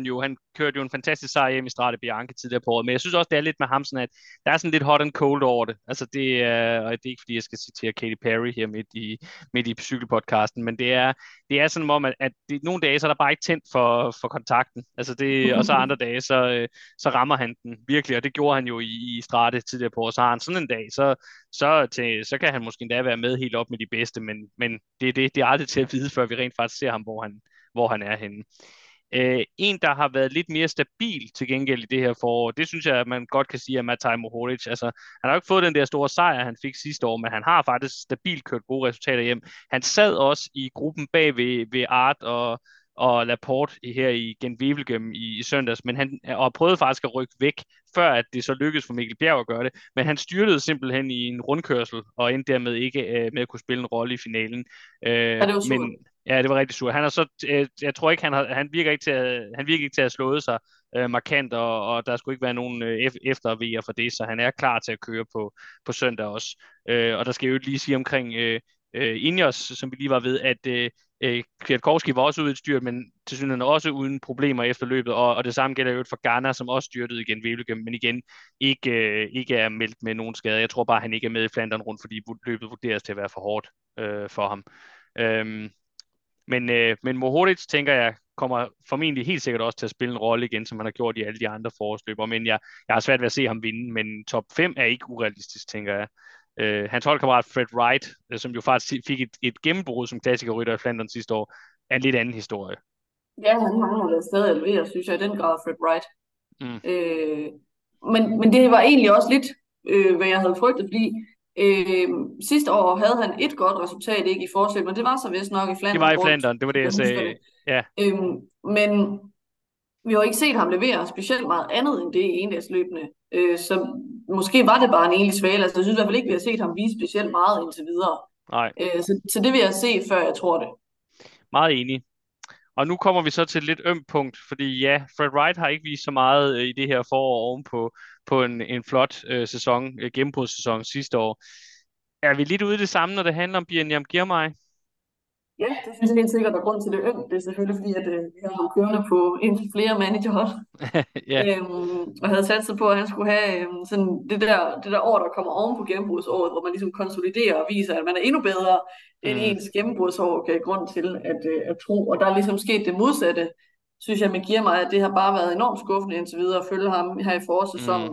Speaker 1: kørte jo en fantastisk sejr hjem i Strade Bianche tidligere på året, men jeg synes også, det er lidt med ham sådan, at der er sådan lidt hot and cold over det. Altså det er, og det er ikke fordi, jeg skal citere Katy Perry her midt i, midt i cykelpodcasten, men det er, det er sådan om, at, at det, nogle dage, så er der bare ikke tændt for, for kontakten. Altså det, og så andre dage, så, øh, så rammer han den virkelig, og det gjorde han jo i, i Strade tidligere på året. Så har han sådan en dag, så, så, til, så kan han måske endda være med helt op med de bedste, men, men det, det, det er aldrig til at vide, før vi rent faktisk ser ham, hvor han, hvor han er henne. Øh, en, der har været lidt mere stabil til gengæld i det her forår, det synes jeg, at man godt kan sige, er Matej Mohoric. Altså, han har jo ikke fået den der store sejr, han fik sidste år, men han har faktisk stabilt kørt gode resultater hjem. Han sad også i gruppen bag ved, ved Art og, og Laporte her i Gent-Wevelgem i, i søndags, men han og prøvede faktisk at rykke væk, før at det så lykkedes for Mikkel Bjerg at gøre det. Men han styrtede simpelthen i en rundkørsel, og endte dermed ikke øh, med at kunne spille en rolle i finalen. Øh,
Speaker 2: Ja, det var surt.
Speaker 1: men Ja, det var rigtig surt. Han er så, øh, jeg tror ikke, han, har, han virker ikke til at, han virker ikke til at have slået sig øh, markant, og, og der skulle ikke være nogen øh, eftervejer for det, så han er klar til at køre på, på søndag også. Øh, og der skal jeg jo lige sige omkring øh, øh, Ineos, som vi lige var ved, at øh, øh, Kwiatkowski var også ude i et styrt, men til synligheden også uden problemer efter løbet, og, og det samme gælder jo for Ghana, som også styrtede igen Wevelgem, men igen ikke, øh, ikke er meldt med nogen skader. Jeg tror bare, han ikke er med i Flandern rundt, fordi løbet vurderes til at være for hårdt øh, for ham. Øhm, Men, øh, men Mohoric, tænker jeg, kommer formentlig helt sikkert også til at spille en rolle igen, som han har gjort i alle de andre forårsløber. Men jeg, jeg har svært ved at se ham vinde, men top fem er ikke urealistisk, tænker jeg. Øh, hans holdkammerat Fred Wright, øh, som jo faktisk fik et, et gennembrud som klassikerrytter i Flandern sidste år, er en lidt anden historie.
Speaker 2: Ja, han mangler da stadig at levere, synes jeg, i den grad, Fred Wright.
Speaker 1: Mm.
Speaker 2: Øh, men, men det var egentlig også lidt, øh, hvad jeg havde frygtet, fordi øh, sidste år havde han et godt resultat, ikke i forsøg, men det var så vist nok i
Speaker 1: Det
Speaker 2: Flandern
Speaker 1: var i
Speaker 2: rundt,
Speaker 1: Flandern, det var det, jeg
Speaker 2: jeg husker
Speaker 1: sagde.
Speaker 2: det.
Speaker 1: Ja,
Speaker 2: Øh, men vi har ikke set ham levere specielt meget andet end det i endagsløbene. Øh, så måske var det bare en egentlig svale. Altså, jeg synes i hvert fald ikke, vi har set ham vise specielt meget indtil videre.
Speaker 1: nej,
Speaker 2: Øh, så, så det vil jeg se, før jeg tror det.
Speaker 1: meget enig. Og nu kommer vi så til et lidt ømt punkt, fordi ja, Fred Wright har ikke vist så meget øh, i det her forår ovenpå på en, en flot øh, sæson, øh, gennembrudssæson sidste år. Er vi lidt ude i det samme, når det handler om Bjørn Girmay?
Speaker 2: Ja, det synes jeg helt sikkert, der er grund til det ømt. Det er selvfølgelig fordi, at øh, vi har ham kørende på indtil flere managerhold.
Speaker 1: Ja.
Speaker 2: Øhm, og havde sat sig på, at han skulle have øhm, sådan det, der, det der år, der kommer oven på gennembrudsåret, hvor man ligesom konsoliderer og viser, at man er endnu bedre end
Speaker 1: Mm.
Speaker 2: ens gennembrudsår gav grund til at, øh, at tro. Og der er ligesom sket det modsatte, synes jeg, med Girmay, at det har bare været enormt skuffende indtil videre at følge ham her i forårssæsonen.
Speaker 1: Mm.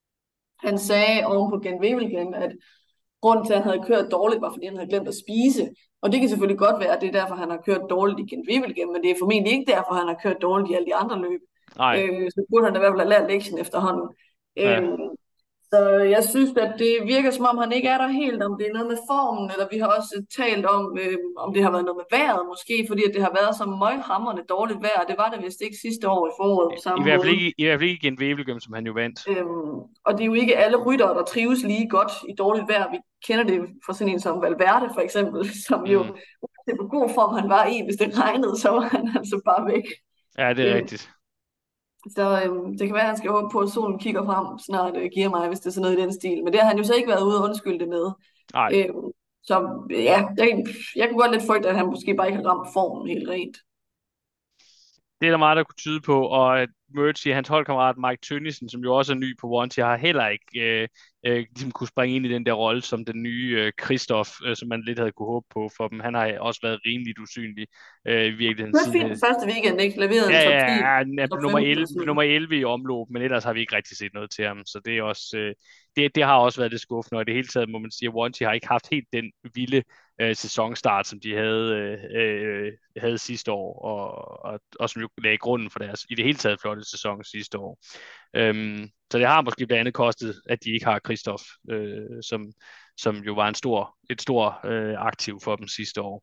Speaker 2: Han sagde oven på Gent Wevelgem, at grunden til, at han havde kørt dårligt, var fordi han havde glemt at spise. Og det kan selvfølgelig godt være, at det er derfor, han har kørt dårligt i Gent Wevelgem, men det er formentlig ikke derfor, han har kørt dårligt i alle de andre løb. Øh, så burde han da i hvert fald have lært lektien efterhånden.
Speaker 1: Ja.
Speaker 2: Øh, så jeg synes, at det virker som om, han ikke er der helt, om det er noget med formen, eller vi har også talt om, øh, om det har været noget med vejret måske, fordi at det har været så møghamrende dårligt vejr. Det var det vist ikke sidste år i foråret på samme
Speaker 1: I hvert fald
Speaker 2: måde.
Speaker 1: ikke, i hvert fald ikke Gent Wevelgem, som han jo vandt.
Speaker 2: Øhm, og det er jo ikke alle ryttere, der trives lige godt i dårligt vejr. Vi kender det fra sådan en som Valverde for eksempel, som jo,
Speaker 1: Mm.
Speaker 2: det på god form han var i, hvis det regnede, så var han altså bare væk.
Speaker 1: Ja, det er
Speaker 2: Øhm,
Speaker 1: rigtigt.
Speaker 2: så øhm, det kan være, at han skal håbe på, at solen kigger frem snart øh, giver mig, hvis det er sådan noget i den stil. Men det har han jo så ikke været ude og undskylde det med.
Speaker 1: Nej.
Speaker 2: Øhm, så ja, jeg, jeg kunne godt lidt frygte, at han måske bare ikke har ramt formen helt rent.
Speaker 1: Det er der meget, der kunne tyde på, og at Murphy, hans holdkammerat Mike Tønnesen, som jo også er ny på Wanty, har heller ikke øh, øh, ligesom kunne springe ind i den der rolle som den nye øh, Christoph, øh, som man lidt havde kunne håbe på for dem. Han har også været rimeligt usynlig øh, i virkeligheden.
Speaker 2: Det var fint den første weekend, ikke? Leveret
Speaker 1: Ja,
Speaker 2: en top
Speaker 1: ja,
Speaker 2: ti,
Speaker 1: ja, han er
Speaker 2: top
Speaker 1: nummer
Speaker 2: femten
Speaker 1: elleve,
Speaker 2: og sådan noget.
Speaker 1: nummer elleve i omløb, men ellers har vi ikke rigtig set noget til ham, så det er også, øh, det, det har også været lidt skuffende, og i det hele taget må man sige, at Wanty har ikke haft helt den vilde øh, sæsonstart, som de havde, øh, øh, havde sidste år, og, og, og som jo lagde grunden for deres i det hele taget flotte sæson sidste år. Øhm, så det har måske blandt andet kostet, at de ikke har Christoph, øh, som, som jo var en stor, et stor øh, aktiv for dem sidste år.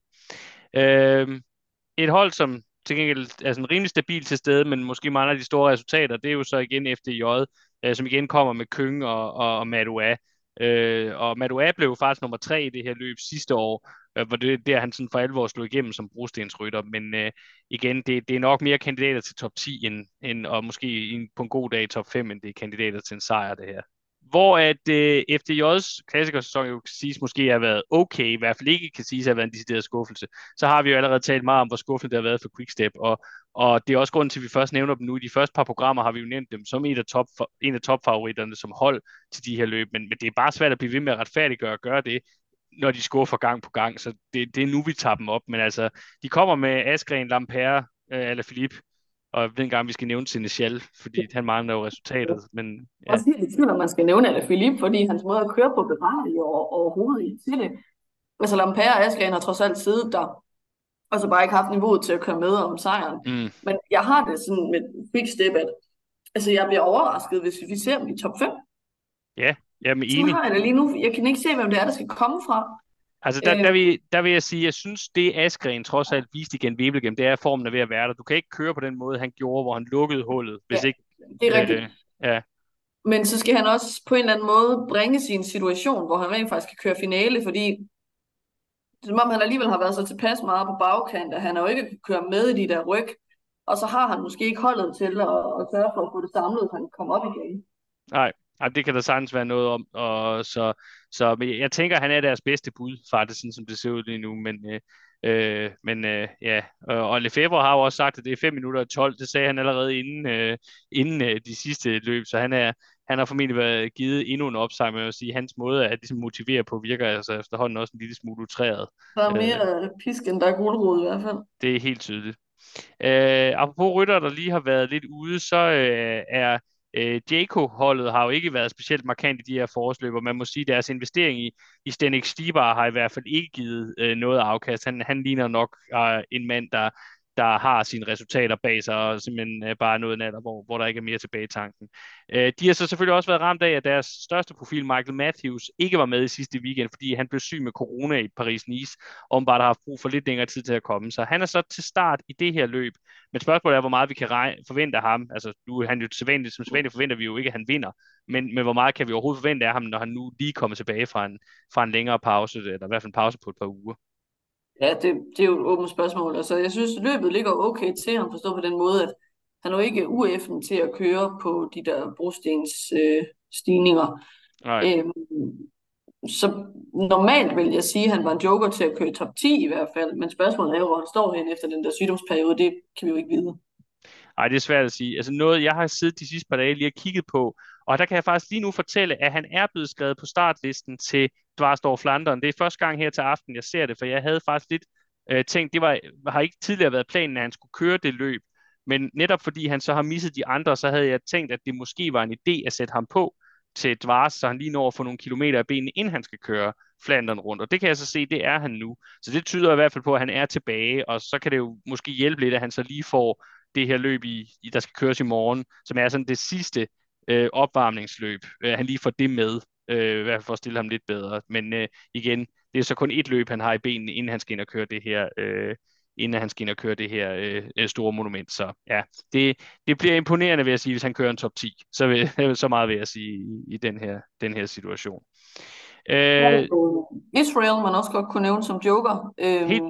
Speaker 1: Øhm, et hold, som til gengæld er sådan rimelig stabilt til stede, men måske mangler de store resultater, det er jo så igen F D J, øh, som igen kommer med Køng og, og, og Madua. Øh, og Madua blev jo faktisk nummer tre i det her løb sidste år, øh, hvor det der han sådan for alvor slog igennem som brostensrytter, men øh, igen, det, det er nok mere kandidater til top ti, end, end, og måske en, på en god dag top fem, end det er kandidater til en sejr, det her. hvor at øh, F D J's klassikersæson jo kan siges måske har været okay, i hvert fald ikke kan siges at have været en decideret skuffelse, så har vi jo allerede talt meget om, hvor skuffende det har været for Quickstep, og, og det er også grunden til, at vi først nævner dem nu. I de første par programmer har vi jo nævnt dem som en af, top, en af topfavoritterne som hold til de her løb, men, men det er bare svært at blive ved med at retfærdiggøre og gøre det, når de skuffer gang på gang, så det, det er nu, vi tager dem op, men altså, de kommer med Askren, Lampere, øh, eller Philippe, og jeg ved ikke engang, vi skal nævne Senechal, fordi han mangler jo resultatet, men
Speaker 2: Jeg
Speaker 1: ja.
Speaker 2: er helt i tvivl, om man skal nævne Alain Philippe, fordi hans måde at køre på bevarer over, overhovedet ikke til det. Altså Lampere og Askren har trods alt siddet der, og så bare ikke haft niveauet til at køre med om sejren.
Speaker 1: Mm.
Speaker 2: Men jeg har det sådan med Quickstep, at altså, jeg bliver overrasket, hvis vi ser dem i top fem.
Speaker 1: Ja, jeg er
Speaker 2: Så
Speaker 1: enig.
Speaker 2: har jeg det lige nu. Jeg kan ikke se, hvem det er, der skal komme fra.
Speaker 1: Altså, der,
Speaker 2: Øh,
Speaker 1: der, vil, der vil jeg sige, jeg synes, det Askren trods alt viste igen Wevelgem, det er, at formen er ved at være der. Du kan ikke køre på den måde, han gjorde, hvor han lukkede hullet, hvis
Speaker 2: ja,
Speaker 1: ikke...
Speaker 2: det er
Speaker 1: Øh,
Speaker 2: rigtigt.
Speaker 1: ja,
Speaker 2: Men så skal han også på en eller anden måde bringe sin situation, hvor han rent faktisk kan køre finale, fordi det er som om han alligevel har været så tilpas meget på bagkant, at han er jo ikke kan køre med i de der ryg, og så har han måske ikke holdet til at, at sørge for at få det samlet, så han kommer op igen.
Speaker 1: nej, nej, det kan der sagtens være noget om, og så, så men jeg tænker, han er deres bedste bud, faktisk, sådan som det ser ud lige nu, men, øh, øh, men øh, ja, og, og Lefebvre har jo også sagt, at det er fem minutter og tolv, det sagde han allerede inden, øh, inden øh, de sidste løb, så han er, han har formentlig været givet endnu en opsang, med at sige, at hans måde at ligesom motivere på virker altså efterhånden også en lille smule utræret.
Speaker 2: Der er
Speaker 1: Øh,
Speaker 2: mere pisk, end der er gulerod i hvert fald.
Speaker 1: det er helt tydeligt. Øh, apropos rytter, der lige har været lidt ude, så øh, er øh, Jayco-holdet har jo ikke været specielt markant i de her forårsløb, og man må sige, at deres investering i, i Stenik Stibar har i hvert fald ikke givet øh, noget afkast. Han, han ligner nok øh, en mand, der, der har sine resultater bag sig, og simpelthen øh, bare noget natter, hvor, hvor der ikke er mere tilbage i tanken. Øh, de har så selvfølgelig også været ramt af, at deres største profil, Michael Matthews, ikke var med i sidste weekend, fordi han blev syg med corona i Paris-Nice, og bare har haft brug for lidt længere tid til at komme. Så han er så til start i det her løb. Men spørgsmålet er, hvor meget vi kan regne, forvente af ham. Altså, nu er han jo sædvanligt, som sædvanligt forventer vi jo ikke, at han vinder. Men, men hvor meget kan vi overhovedet forvente af ham, når han nu lige kommer tilbage fra en, fra en længere pause, eller i hvert fald en pause på et par uger?
Speaker 2: Ja, det, det er jo et åbent spørgsmål. Altså, jeg synes, løbet ligger okay til ham, forstået på den måde, at han er jo ikke ueffen til at køre på de der brostens øh, stigninger.
Speaker 1: Nej.
Speaker 2: Øhm, så normalt vil jeg sige, at han var en joker til at køre top ti i hvert fald, men spørgsmålet er jo, hvor han står hen efter den der sygdomsperiode, det kan vi jo ikke vide.
Speaker 1: Ej, det er svært at sige. Altså noget, jeg har siddet de sidste par dage lige og kigget på, og der kan jeg faktisk lige nu fortælle, at han er blevet skrevet på startlisten til Dvarstor Flandern. Det er første gang her til aften, jeg ser det, for jeg havde faktisk lidt øh, tænkt, det var, har ikke tidligere været planen, at han skulle køre det løb, men netop fordi han så har misset de andre, så havde jeg tænkt, at det måske var en idé at sætte ham på til Dvars, så han lige når at få nogle kilometer af benene, inden han skal køre Flandern rundt. Og det kan jeg så se, det er han nu. Så det tyder i hvert fald på, at han er tilbage, og så kan det jo måske hjælpe lidt, at han så lige får det her løb, i, i der skal køres i morgen, som er sådan det sidste øh, opvarmningsløb. Øh, han lige får det med, øh, i hvert fald for at stille ham lidt bedre. Men øh, igen, det er så kun et løb, han har i benene, inden han skal ind og køre det her, øh, inden han skal ind og køre det her øh, store monument. Så ja, det, det bliver imponerende, vil jeg sige, hvis han kører en top ti. Så, vil, så meget vil jeg sige i, i den, her, den her situation. Øh,
Speaker 2: Israel, man også godt kunne nævne som joker. Øhm,
Speaker 1: helt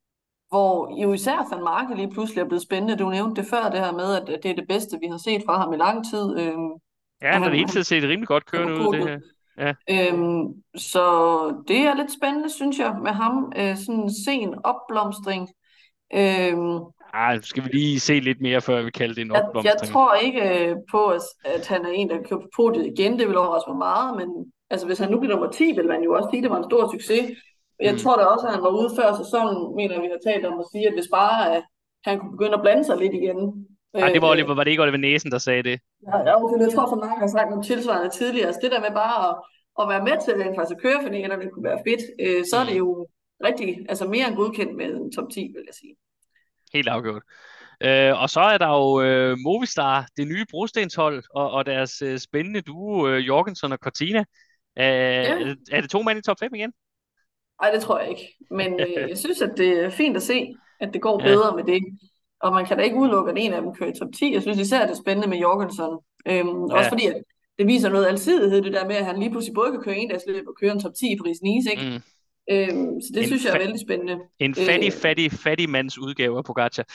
Speaker 2: hvor jo især Van Marke lige pludselig er blevet spændende. Du nævnte det før, det her med, at det er det bedste, vi har set fra ham i lang tid. Øhm,
Speaker 1: Ja, han har det hele tiden set rimelig godt kørende ud, det her. Ja.
Speaker 2: Øhm, så det er lidt spændende, synes jeg, med ham. Øh, sådan en sen opblomstring. Øhm,
Speaker 1: Ej, skal vi lige se lidt mere, før vi kalder det en
Speaker 2: jeg, jeg
Speaker 1: opblomstring.
Speaker 2: tror ikke øh, på, at, at han er en, der kan køre på podiet igen. Det vil overraske mig meget, men altså, hvis han nu bliver nummer ti, vil man jo også sige, at det var en stor succes. Jeg
Speaker 1: Mm.
Speaker 2: tror da også, at han var ude før sæsonen, mener vi har talt om at sige, at hvis bare uh, han kunne begynde at blande sig lidt igen.
Speaker 1: Ej, det var,
Speaker 2: Øh,
Speaker 1: Oliver, var det ikke Oliver Næsen, der sagde det?
Speaker 2: ja, ja, okay, jeg tror, for mange har sagt noget tilsvarende tidligere. Altså det der med bare at, at være med til rent faktisk at køre finalerne, det kunne være fedt. Øh, så mm. er det jo rigtig, altså mere end godkendt med en top ti, vil jeg sige.
Speaker 1: Helt afgjort. Øh, og så er der jo øh, Movistar, det nye brostenshold, og, og deres øh, spændende duo, øh, Jorgensen og Cortina. Øh,
Speaker 2: Ja.
Speaker 1: er, det, er det to mænd i top fem igen?
Speaker 2: Nej, det tror jeg ikke. Men øh, jeg synes, at det er fint at se, at det går
Speaker 1: Ja.
Speaker 2: bedre med det. Og man kan da ikke udelukke, at en af dem kører i top ti. Jeg synes især, at det er spændende med Jorgensen. Øhm,
Speaker 1: Ja.
Speaker 2: Også fordi, at det viser noget alsidighed, det der med, at han lige pludselig både kan køre en dags løb og køre en top ti i Paris-Nice, ikke?
Speaker 1: Mm.
Speaker 2: Øhm, så det
Speaker 1: En,
Speaker 2: synes jeg er
Speaker 1: fa-
Speaker 2: vældig spændende.
Speaker 1: en fattig,
Speaker 2: Øh,
Speaker 1: fattig, fattig mands udgave af Pogacar.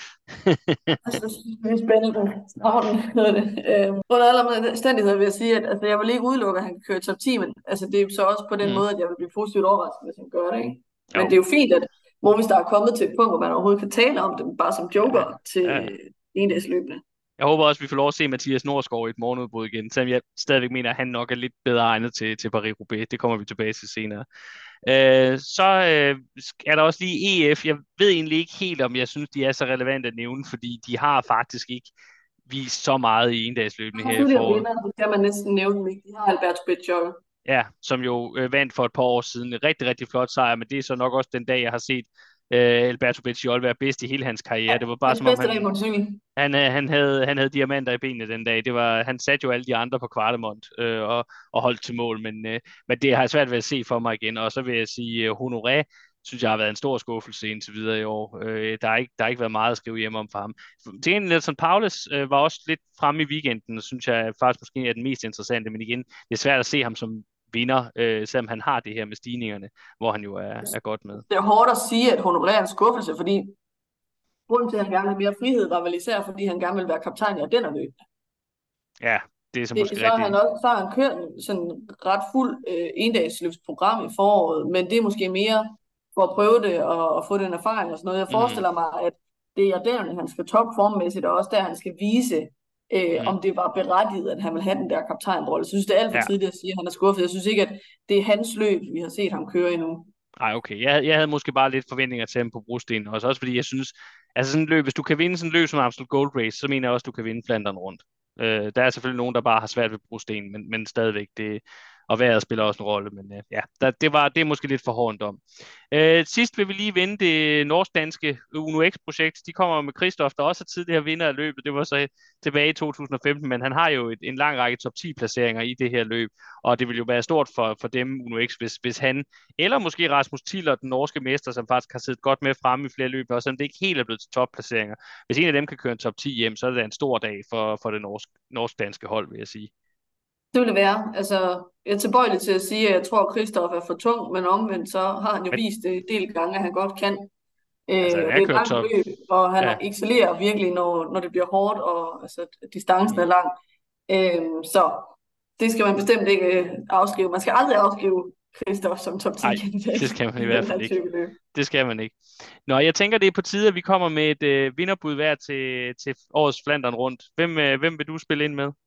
Speaker 2: Jeg synes, det er spændende. Navn hedder det. Øhm, under alle omstændigheder vil jeg sige, at altså, jeg vil ikke udelukke, at han kan køre top ti, men altså, det er så også på den
Speaker 1: Mm.
Speaker 2: måde, at jeg vil blive positivt overrasket, hvis han gør det. Ikke? Men
Speaker 1: Jo,
Speaker 2: det er jo fint, at Movistar er kommet til et punkt, hvor man overhovedet kan tale om dem, bare som
Speaker 1: ja,
Speaker 2: joker til
Speaker 1: ja.
Speaker 2: endagsløbende.
Speaker 1: Jeg håber også, at vi får lov at se Mathias Norsgaard i et morgenudbrud igen, selvom jeg stadigvæk mener, at han nok er lidt bedre egnet til, til Paris-Roubaix. Det kommer vi tilbage til senere. Øh, så øh, er der også lige E F. Jeg ved egentlig ikke helt, om jeg synes, de er så relevante at nævne, fordi de har faktisk ikke vist så meget i endagsløbene
Speaker 2: Jeg har
Speaker 1: her i
Speaker 2: tidligere
Speaker 1: foråret.
Speaker 2: vinder, så kan man næsten nævne dem ikke. De har Alberto Bettiol.
Speaker 1: Ja, som jo øh, vandt for et par år siden. En rigtig, rigtig flot sejr, men det er så nok også den dag, jeg har set øh, Alberto Bettiol være bedst i hele hans karriere. Det var bare
Speaker 2: Hans
Speaker 1: som om,
Speaker 2: bedste dag,
Speaker 1: han,
Speaker 2: Monsigny.
Speaker 1: han, øh, han, havde, han havde diamanter i benene den dag. Det var, han satte jo alle de andre på Kvartemont øh, og, og holdt til mål, men, øh, men det har jeg svært ved at se for mig igen. Og så vil jeg sige, øh, Honoré synes jeg har været en stor skuffelse indtil videre i år. Øh, der, har ikke, der har ikke været meget at skrive hjem om for ham. Til gengæld, Nelson Paulus øh, var også lidt fremme i weekenden, og synes jeg faktisk måske er den mest interessante, men igen, det er svært at se ham som vinder, øh, selvom han har det her med stigningerne, hvor han jo er, er godt med.
Speaker 2: Det er hårdt at sige, at Honoré er en skuffelse, fordi grunden til, at han gerne vil have mere frihed, var vel især, fordi han gerne vil være kaptajn i Ardennerløb.
Speaker 1: Ja, det er så
Speaker 2: Det,
Speaker 1: måske
Speaker 2: så har han
Speaker 1: rigtigt.
Speaker 2: også så har han kørt sådan ret fuld øh, endagsløbsprogram i foråret, men det er måske mere for at prøve det og, og få den erfaring og sådan noget. Jeg
Speaker 1: Mm,
Speaker 2: forestiller mig, at det er der, han skal topformmæssigt, og også der, han skal vise, øh,
Speaker 1: mm,
Speaker 2: om det var berettiget, at han vil have den der kaptajnrolle. Så jeg synes, det er alt for
Speaker 1: ja.
Speaker 2: tidligt at sige, at han er skuffet. Jeg synes ikke, at det er hans løb, vi har set ham køre endnu.
Speaker 1: Ej, okay. Jeg, jeg havde måske bare lidt forventninger til ham på brostenen også, også fordi jeg synes, altså sådan et løb, hvis du kan vinde sådan et løb som Amstel Gold Race, så mener jeg også, at du kan vinde Flandern rundt. Øh, der er selvfølgelig nogen, der bare har svært ved brostenen, men, men stadigvæk, det, og vejret spiller også en rolle, men øh, ja, der, det, var, det er måske lidt for hårdt om. Øh, sidst vil vi lige vinde det norsk-danske Uno X-projekt. De kommer med Christoph, der også er tidligere vinder af løbet. Det var så tilbage i to tusind og femten, men han har jo et, en lang række top ti placeringer i det her løb, og det vil jo være stort for, for dem, Uno X, hvis, hvis han, eller måske Rasmus Tiller, den norske mester, som faktisk har siddet godt med fremme i flere løb, og selvom det ikke helt er blevet til topplaceringer. Hvis en af dem kan køre en top ti hjem, så er det en stor dag for, for det norsk, norsk-danske hold, vil jeg sige.
Speaker 2: Det vil det være. Altså, jeg er tilbøjelig til at sige, at jeg tror, at Christoph er for tung, men omvendt så har han jo
Speaker 1: Men
Speaker 2: vist en del gange, at han godt kan.
Speaker 1: altså,
Speaker 2: Øh,
Speaker 1: han
Speaker 2: og
Speaker 1: er
Speaker 2: det er et
Speaker 1: kørt
Speaker 2: langt
Speaker 1: top.
Speaker 2: løb, og han
Speaker 1: Ja,
Speaker 2: excellerer virkelig, når, når det bliver hårdt, og altså, distancen er
Speaker 1: mm,
Speaker 2: lang. Øh, så det skal man bestemt ikke øh, afskrive. Man skal aldrig afskrive Christoph som top
Speaker 1: nej,
Speaker 2: ti-kandidat
Speaker 1: det skal man i
Speaker 2: i
Speaker 1: hvert
Speaker 2: den
Speaker 1: fald
Speaker 2: her
Speaker 1: ikke.
Speaker 2: type løb.
Speaker 1: Det skal man ikke. Nå, jeg tænker, det er på tide, at vi kommer med et øh, vinderbud hver til, til årets Flandern rundt. Hvem, øh, hvem vil du spille ind med?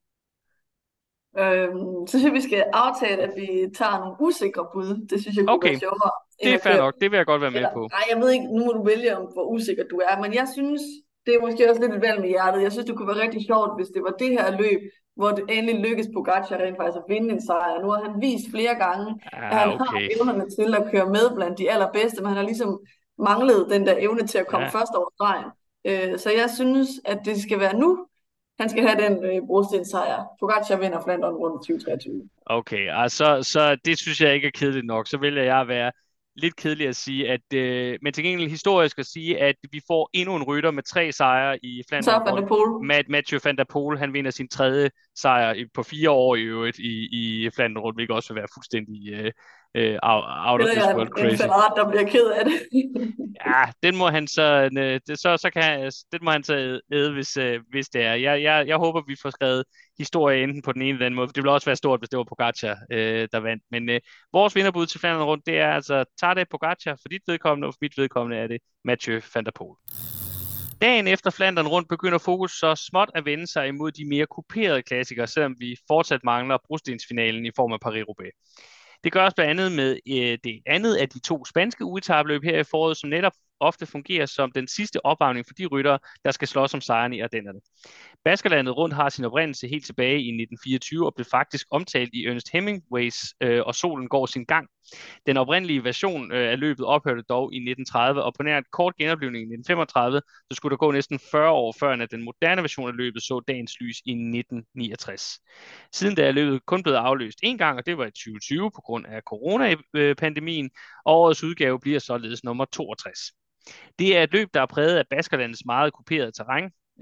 Speaker 2: Øhm, så synes jeg, vi skal aftale, at vi tager nogle usikre bud. Det synes jeg kunne være
Speaker 1: Okay,
Speaker 2: sjovere,
Speaker 1: det
Speaker 2: end
Speaker 1: er
Speaker 2: at
Speaker 1: fair
Speaker 2: køre.
Speaker 1: nok. Det vil jeg godt være med
Speaker 2: Eller,
Speaker 1: på.
Speaker 2: nej, jeg ved ikke, nu må du vælge, om hvor usikker du er, men jeg synes, det er måske også lidt et valg med hjertet. Jeg synes, det kunne være rigtig sjovt, hvis det var det her løb, hvor det endelig lykkes Pogacar rent faktisk at vinde en sejr. Nu har han vist flere gange, at han
Speaker 1: Ah,
Speaker 2: har
Speaker 1: okay.
Speaker 2: evnerne til at køre med blandt de allerbedste, men han har ligesom manglet den der evne til at komme
Speaker 1: Ja,
Speaker 2: først over stregen. Øh, så jeg synes, at det skal være nu, han skal have den øh, brostenssejr. Pogacar vinder Flandern rundt tyve treogtyve.
Speaker 1: okay. Altså, så det synes jeg ikke er kedeligt nok. Så vælger jeg at være lidt kedelig at sige, at, øh, men til gengæld historisk at sige, at vi får endnu en rytter med tre sejre i
Speaker 2: Så
Speaker 1: Flandern
Speaker 2: Van der
Speaker 1: rundt.
Speaker 2: Poel.
Speaker 1: Matt, Mathieu van der Poel, han vinder sin tredje sejr i, på fire år i øvrigt i, i Flandern rundt, hvilket også vil være fuldstændig øh, øh, out out of
Speaker 2: Eller
Speaker 1: this
Speaker 2: jeg
Speaker 1: world
Speaker 2: en
Speaker 1: crazy.
Speaker 2: fanart, der bliver ked af det.
Speaker 1: Ja, den må han så, øh, det, så, så kan han, den må han så æde, hvis, øh, hvis det er. Jeg, jeg, jeg håber, vi får skrevet historie enten på den ene eller den anden måde, for det ville også være stort, hvis det var Pogacar, øh, der vandt. Men øh, vores vinderbud til Flandern rundt, det er altså Tadej Pogacar for dit vedkommende, og for mit vedkommende er det Mathieu van der Poel. Dagen efter Flandern rundt begynder fokus så småt at vende sig imod de mere kuperede klassikere, selvom vi fortsat mangler brostensfinalen i form af Paris-Roubaix. Det gør også blandt andet med øh, det andet af de to spanske ugetabløb her i foråret, som netop ofte fungerer som den sidste opvarmning for de ryttere, der skal slås om sejren i Ardennerne. Baskerlandet rundt har sin oprindelse helt tilbage i nitten fireogtyve og blev faktisk omtalt i Ernest Hemingways øh, Og solen går sin gang. Den oprindelige version øh, af løbet ophørte dog i nitten tredive, og på nær et kort genoplevning i nitten femogtredive, så skulle der gå næsten fyrre år før, at den moderne version af løbet så dagens lys i nitten niogtres. Siden da er løbet kun blevet afløst en gang, og det var i tyve tyve på grund af coronapandemien, og årets udgave bliver således nummer toogtres. Det er et løb, der er præget af Baskerlandets meget kuperede terræn,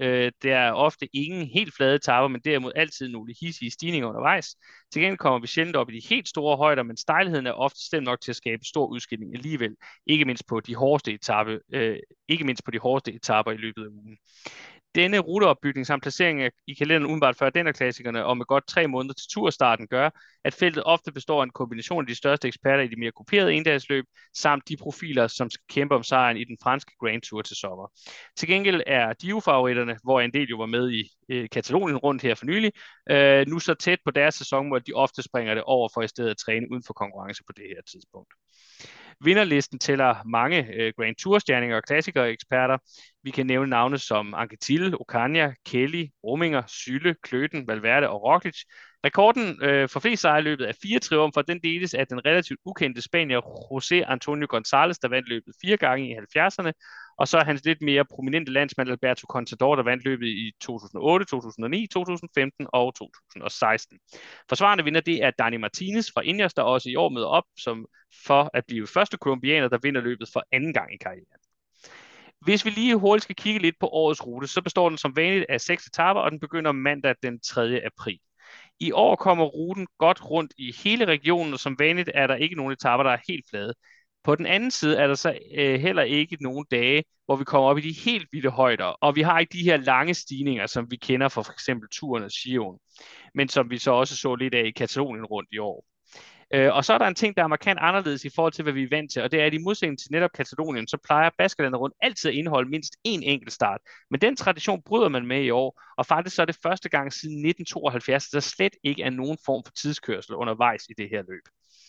Speaker 1: Øh, der er ofte ingen helt flade etaper, men derimod altid nogle hissige stigninger undervejs. Til gengæld kommer vi sjældent op i de helt store højder, men stejligheden er ofte stemt nok til at skabe stor udskilling alligevel. Ikke mindst på de hårdeste etape, øh, ikke mindst på de hårdeste etaper i løbet af ugen. Denne ruteopbygning samt placering i kalenderen umiddelbart før Denner-klassikerne og med godt tre måneder til turstarten gør, at feltet ofte består af en kombination af de største eksperter i de mere kuperede endagsløb, samt de profiler, som skal kæmpe om sejren i den franske Grand Tour til sommer. Til gengæld er Giro-favoritterne, hvor en del jo var med i øh, Katalonien rundt her for nylig, øh, nu så tæt på deres sæson, at de ofte springer det over for i stedet at træne uden for konkurrence på det her tidspunkt. Vinderlisten tæller mange øh, Grand Tour-stjerninger og klassikere-eksperter. Vi kan nævne navne som Anquetil, Ocaña, Kelly, Rominger, Sylle, Kløten, Valverde og Roglic. Rekorden øh, for flest sejre i løbet af fire triumfer, den deles af den relativt ukendte spanier José Antonio González, der vandt løbet fire gange i halvfjerdserne, og så hans lidt mere prominente landsmand Alberto Contador, der vandt løbet i to tusind og otte, to tusind og ni, to tusind og femten og to tusind og seksten. Forsvarende vinder, det er Dani Martinez fra Ineos, der også i år møder op som for at blive første kolumbianer, der vinder løbet for anden gang i karrieren. Hvis vi lige hurtigt skal kigge lidt på årets rute, så består den som vanligt af seks etaper, og den begynder mandag den tredje april. I år kommer ruten godt rundt i hele regionen, og som vanligt er der ikke nogen etaper, der er helt flade. På den anden side er der så øh, heller ikke nogen dage, hvor vi kommer op i de helt vilde højder, og vi har ikke de her lange stigninger, som vi kender fra for eksempel turen og Giroen, men som vi så også så lidt af i Katalonien rundt i år. Øh, og så er der en ting, der er markant anderledes i forhold til, hvad vi er vant til, og det er, at i modsætning til netop Katalonien, så plejer Baskerlandet rundt altid at indeholde mindst én enkelt start. Men den tradition bryder man med i år, og faktisk så er det første gang siden nitten tooghalvfjerds, at der slet ikke er nogen form for tidskørsel undervejs i det her løb.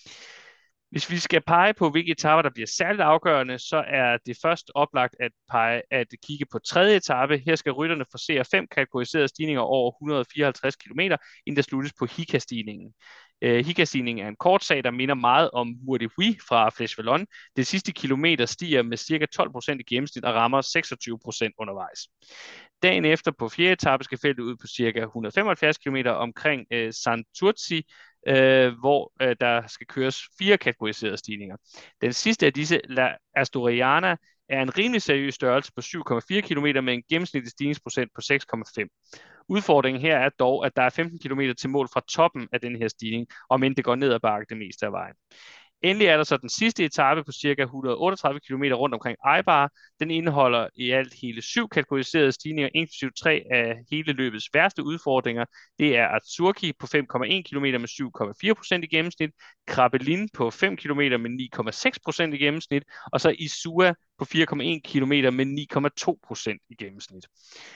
Speaker 1: Hvis vi skal pege på, hvilke etaper, der bliver særligt afgørende, så er det først oplagt at, pege, at kigge på tredje etape. Her skal rytterne forsere fem kategoriserede stigninger over et hundrede og fireoghalvtreds kilometer, inden der sluttes på Hika-stigningen. Uh, Hika-stigningen er en kort sag, der minder meget om Mur de Huy fra Flèche Wallonne. Det sidste kilometer stiger med ca. tolv procent i gennemsnit og rammer seksogtyve procent undervejs. Dagen efter på fjerde etape skal feltet ud på ca. et hundrede og femoghalvfjerds kilometer omkring uh, Santurci, Uh, hvor uh, der skal køres fire kategoriserede stigninger. Den sidste af disse, La Asturiana, er en rimelig seriøs størrelse på syv komma fire kilometer med en gennemsnitlig stigningsprocent på seks komma fem. Udfordringen her er dog, at der er femten kilometer til mål fra toppen af den her stigning, og men det går ned ad bakke det meste af vejen. Endelig er der så den sidste etape på ca. et hundrede og otteogtredive kilometer rundt omkring Eibar. Den indeholder i alt hele syv kategoriserede stigninger, inklusive tre af hele løbets værste udfordringer. Det er Azurki på fem komma en kilometer med syv komma fire procent i gennemsnit, Krabbelin på fem kilometer med ni komma seks procent i gennemsnit, og så Isua på fire komma en kilometer med ni komma to procent i gennemsnit.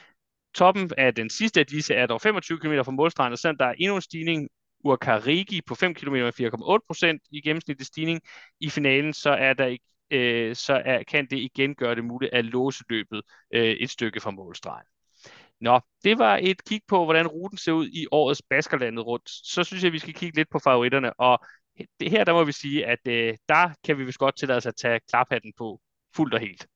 Speaker 1: Toppen af den sidste af disse er dog femogtyve kilometer fra målstregen, og selvom der er endnu en stigning, Urkarigi på fem kilometer med fire komma otte procent i gennemsnitlig stigning i finalen, så er der ikke, øh, så er, kan det igen gøre det muligt at låse løbet øh, et stykke fra målstregen. Nå, det var et kig på, hvordan ruten ser ud i årets Baskerlandet rundt. Så synes jeg, vi skal kigge lidt på favoritterne, og det her, der må vi sige, at øh, der kan vi vist godt tillade os at tage klaphatten på fuldt og helt.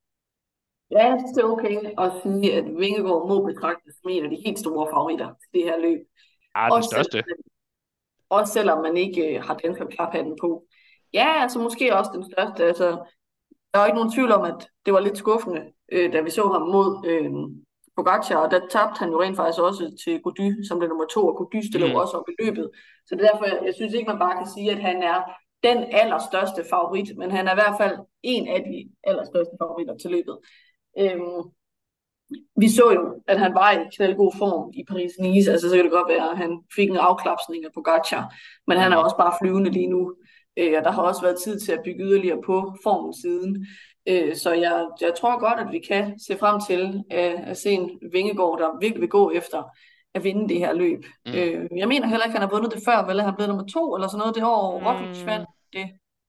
Speaker 2: Ja, jeg synes, det er okay at sige, at Vingegaard må betragtes som en af de helt store favoritter til det her løb.
Speaker 1: Ja, den
Speaker 2: Også
Speaker 1: største.
Speaker 2: selvom, også selvom man ikke øh, har dansker klaphatten på. Ja, altså måske også den største. Altså, der er jo ikke nogen tvivl om, at det var lidt skuffende, øh, da vi så ham mod øh, Pogacar, og der tabte han jo rent faktisk også til Gody, som blev nummer to, og Gody stiller jo
Speaker 1: Mm.
Speaker 2: også op i løbet. Så det er derfor, jeg, jeg synes ikke, man bare kan sige, at han er den allerstørste favorit, men han er i hvert fald en af de allerstørste favoritter til løbet. Øhm, vi så jo, at han var i knaldgod form i Paris-Nice, altså så kan det godt være, at han fik en afklapsning af Pogacar, men han er
Speaker 1: Mm.
Speaker 2: også bare flyvende lige nu, øh, og der har også været tid til at bygge yderligere på formen siden. Øh, så jeg, jeg tror godt, at vi kan se frem til at, at se en Vingegaard, der virkelig vil gå efter at vinde det her løb.
Speaker 1: Mm.
Speaker 2: Øh, jeg mener heller ikke, at han har vundet det før, vel? Han blev nummer to eller sådan noget det år,
Speaker 1: Mm.
Speaker 2: Roglic vandt det.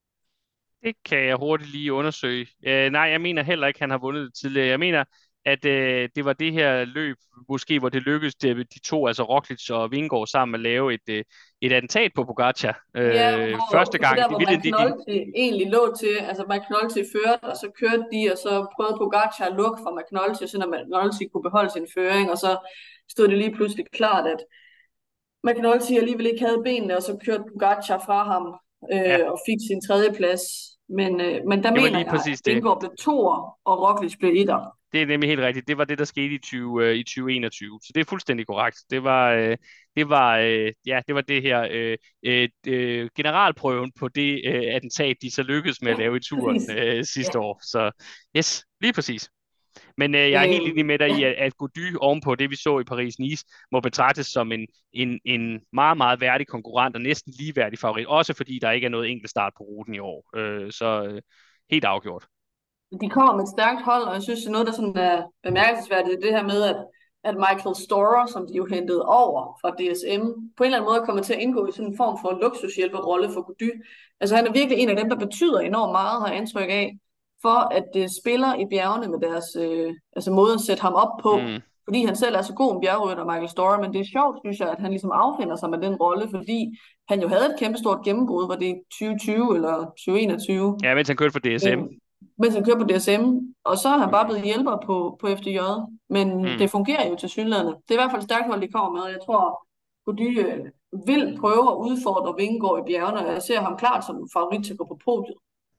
Speaker 1: Det kan jeg hurtigt lige undersøge. Øh, nej, jeg mener heller ikke, at han har vundet det tidligere. Jeg mener, at øh, det var det her løb, måske hvor det lykkedes de, de to, altså Roglic og Vingegaard sammen at lave et, øh, et attentat på Pogacar. Øh,
Speaker 2: Ja, hvor,
Speaker 1: første gang.
Speaker 2: der,
Speaker 1: De
Speaker 2: hvor
Speaker 1: ville, de, de,
Speaker 2: McNulty egentlig lå til, altså McNulty førte, og så kørte de, og så prøvede Pogacar at lukke fra McNulty, så når McNulty kunne beholde sin føring, og så stod det lige pludselig klart, at McNulty alligevel ikke havde benene, og så kørte Pogacar fra ham, øh,
Speaker 1: ja,
Speaker 2: og fik sin tredje plads. Men, øh, men der
Speaker 1: det var
Speaker 2: mener
Speaker 1: lige
Speaker 2: jeg, at
Speaker 1: præcis det.
Speaker 2: Vingegaard blev toer, og Roglic blev etter.
Speaker 1: Det er nemlig helt rigtigt. Det var det, der skete i, tyve, øh, i tyve enogtyve. Så det er fuldstændig korrekt. Det var, øh, det var, øh, ja, det var det her øh, øh, øh, generalprøven på det øh, attentat, de så lykkedes med at
Speaker 2: Ja,
Speaker 1: lave i turen
Speaker 2: præcis.
Speaker 1: øh,
Speaker 2: Ja.
Speaker 1: sidste år. Så yes, lige præcis. Men øh, jeg er helt enig
Speaker 2: Øhm,
Speaker 1: med dig i,
Speaker 2: ja.
Speaker 1: at, at Gody ovenpå det, vi så i Paris-Nice, må betragtes som en, en, en meget, meget værdig konkurrent og næsten ligeværdig favorit. Også fordi der ikke er noget enkelt start på ruten i år. Øh, så øh, helt afgjort.
Speaker 2: De kommer med et stærkt hold, og jeg synes, det er noget, der sådan er bemærkelsesværdigt, det her med, at, at Michael Storer, som de jo hentede over fra D S M, på en eller anden måde kommer til at indgå i sådan en form for luksushjælperrolle for Gody. Altså han er virkelig en af dem, der betyder enormt meget, har jeg indtryk af, for at det spiller i bjergene med deres øh, altså måde at sætte ham op på.
Speaker 1: Mm.
Speaker 2: Fordi han selv er så god en bjergrytter, Michael Storer, men det er sjovt, synes jeg, at han ligesom affinder sig med den rolle, fordi han jo havde et kæmpestort gennembrud, var det i tyve tyve eller tyve enogtyve,
Speaker 1: Ja, mens han kørte for D S M.
Speaker 2: øh, mens han kører på D S M, og så er han bare
Speaker 1: Mm.
Speaker 2: blevet hjælper på, på F D J, men
Speaker 1: Mm.
Speaker 2: det fungerer jo til synligheden. Det er i hvert fald et stærkt hold, de kommer med, og jeg tror, Gody øh, vil prøve at udfordre Vingegaard i bjergene, og jeg ser ham klart som favorit til at gå på podiet.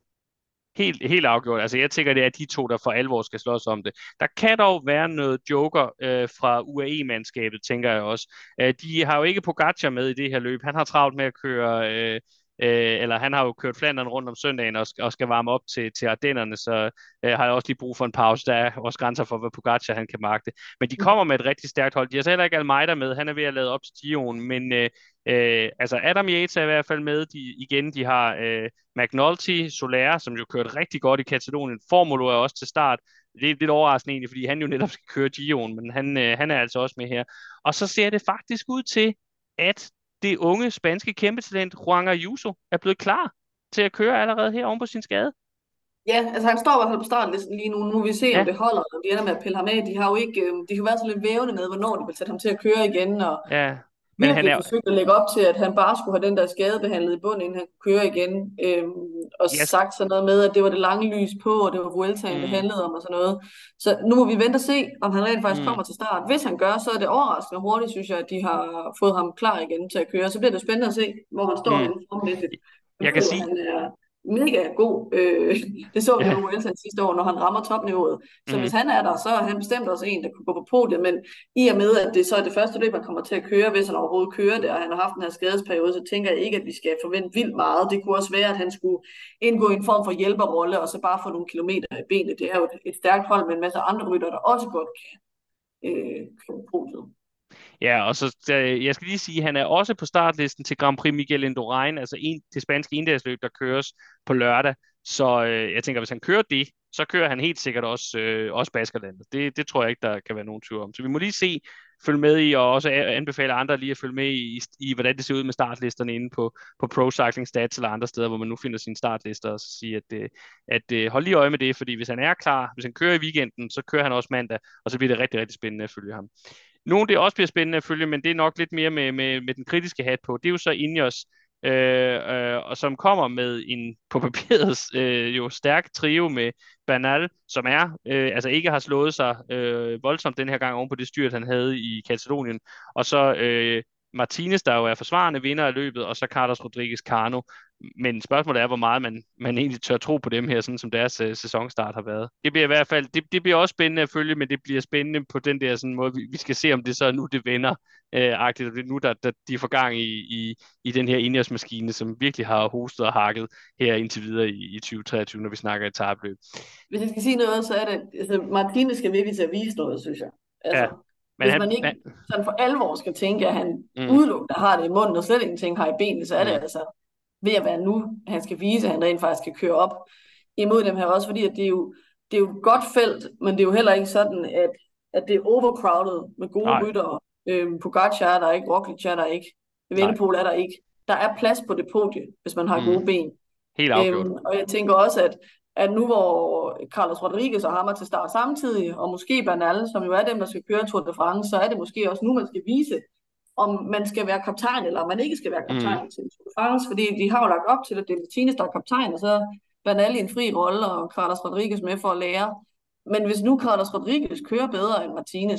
Speaker 1: Helt, helt afgjort. Altså, jeg tænker, det er de to, der for alvor skal slås om det. Der kan dog være noget joker øh, fra U A E-mandskabet, tænker jeg også. Øh, de har jo ikke Pogacar med i det her løb. Han har travlt med at køre, øh, øh, eller han har jo kørt Flandern rundt om søndagen og, og skal varme op til, til Ardennerne, så øh, har jeg også lige brug for en pause. Der er også grænser for, hvad Pogacar han kan magte. Men de kommer med et rigtig stærkt hold. De har så heller ikke Almeida med. Han er ved at lade op til Giroen, men øh, øh, altså Adam Yates er i hvert fald med. De, igen, de har øh, McNulty, Soler, som jo kørte rigtig godt i Katalonien. Formulo er også til start. Det er lidt overraskende egentlig, fordi han jo netop skal køre Giroen, men han, øh, han er altså også med her. Og så ser det faktisk ud til, at det unge spanske kæmpetalent Juan Ayuso er blevet klar til at køre allerede her oven på sin skade.
Speaker 2: Ja, altså han står i hvert fald på startlisten lige nu. Nu må vi se, om
Speaker 1: Ja,
Speaker 2: det holder, og de ender med at pille ham af. De har jo ikke, øh, de har jo været så lidt vævende med, hvornår de vil sætte ham til at køre igen, og
Speaker 1: ja. Men han
Speaker 2: virkelig
Speaker 1: er,
Speaker 2: forsøgt at lægge op til, at han bare skulle have den der skadebehandlet i bunden, inden han kunne køre igen. Øhm, og
Speaker 1: yes,
Speaker 2: sagt sådan noget med, at det var det lange lys på, og det var Vueltaen, det
Speaker 1: mm,
Speaker 2: handlede om og sådan noget. Så nu må vi vente og se, om han rent faktisk
Speaker 1: mm,
Speaker 2: kommer til start. Hvis han gør, så er det overraskende hurtigt, synes jeg, at de har fået ham klar igen til at køre. Så bliver det spændende at se, hvor han står
Speaker 1: mm.
Speaker 2: henne formæssigt. Jeg
Speaker 1: Jeg kan
Speaker 2: ved, at
Speaker 1: sige,
Speaker 2: han er mega god. Øh, det så vi jo
Speaker 1: ja,
Speaker 2: i Vueltaen sidste år, når han rammer topniveauet. Så hvis
Speaker 1: mm,
Speaker 2: han er der, så er han bestemt også en, der kunne gå på podiet. Men i og med, at det så er det første løb, han kommer til at køre, hvis han overhovedet kører det, og han har haft den her skadesperiode, så tænker jeg ikke, at vi skal forvente vildt meget. Det kunne også være, at han skulle indgå i en form for hjælperrolle, og så bare få nogle kilometer i benet. Det er jo et, et stærkt hold med en masse andre rytter, der også godt kan øh, køre på podiet.
Speaker 1: ja, og så øh, jeg skal lige sige, at han er også på startlisten til Grand Prix Miguel Indurain, altså en, det spanske endagsløb, der køres på lørdag. Så øh, jeg tænker, hvis han kører det, så kører han helt sikkert også, øh, også Baskerlandet. Det, det tror jeg ikke, der kan være nogen tvivl om. Så vi må lige se, følge med i, og også anbefale andre lige at følge med i, i hvordan det ser ud med startlisterne inde på, på Pro Cycling Stats eller andre steder, hvor man nu finder sine startlister, og så sige, at, øh, at øh, hold lige øje med det, fordi hvis han er klar, hvis han kører i weekenden, så kører han også mandag, og så bliver det rigtig, rigtig spændende at følge ham. Nogle, det også bliver spændende at følge, men det er nok lidt mere med, med, med den kritiske hat på. Det er jo så Ineos, øh, øh, og som kommer med en på papiret øh, jo stærk trio med Bernal, som er øh, altså ikke har slået sig øh, voldsomt den her gang oven på det styrt, han havde i Katalonien. Og så øh, Martinez, der jo er forsvarende vinder af løbet, og så Carlos Rodriguez Cano. Men spørgsmålet er, hvor meget man, man egentlig tør tro på dem her, sådan som deres uh, sæsonstart har været. Det bliver i hvert fald, det, det bliver også spændende at følge, men det bliver spændende på den der sådan måde, vi, vi skal se, om det så er nu, det vender, øh, agtigt, og det er nu, der, der de får gang i, i, i den her Ineos-maskine, som virkelig har hostet og hakket her indtil videre i, i tyve treogtyve, når vi snakker etapløb.
Speaker 2: Hvis jeg skal sige noget, så er det, altså Martinez skal virkelig til at vise noget, synes jeg.
Speaker 1: Ja,
Speaker 2: Altså,
Speaker 1: men
Speaker 2: hvis
Speaker 1: han,
Speaker 2: man ikke
Speaker 1: han
Speaker 2: sådan for alvor skal tænke, at han
Speaker 1: mm,
Speaker 2: udelukkende har det i munden, og slet ingenting har i benene, så er det
Speaker 1: mm,
Speaker 2: altså ved at være nu, han skal vise, at han rent faktisk kan køre op imod dem her, også fordi, at det er jo, det er jo et godt felt, men det er jo heller ikke sådan, at, at det er overcrowded med gode
Speaker 1: nej,
Speaker 2: ryttere. Øhm, Pogacar er der ikke, Roglic er der ikke,
Speaker 1: nej,
Speaker 2: Evenepoel er der ikke. Der er plads på det podie, hvis man har
Speaker 1: mm,
Speaker 2: gode ben.
Speaker 1: helt afgjort.
Speaker 2: Øhm, og jeg tænker også, at, at nu hvor Carlos Rodriguez og ham er til start samtidig, og måske Bernal, som jo er dem, der skal køre Tour de France, så er det måske også nu, man skal vise, om man skal være kaptajn, eller om man ikke skal være
Speaker 1: Mm.
Speaker 2: kaptajn til Tour de France, fordi de har jo lagt op til, at det er Martinez, der er kaptajn, og så Bernal i en fri rolle, og Carlos Rodriguez med for at lære. Men hvis nu Carlos Rodriguez kører bedre end Martinez,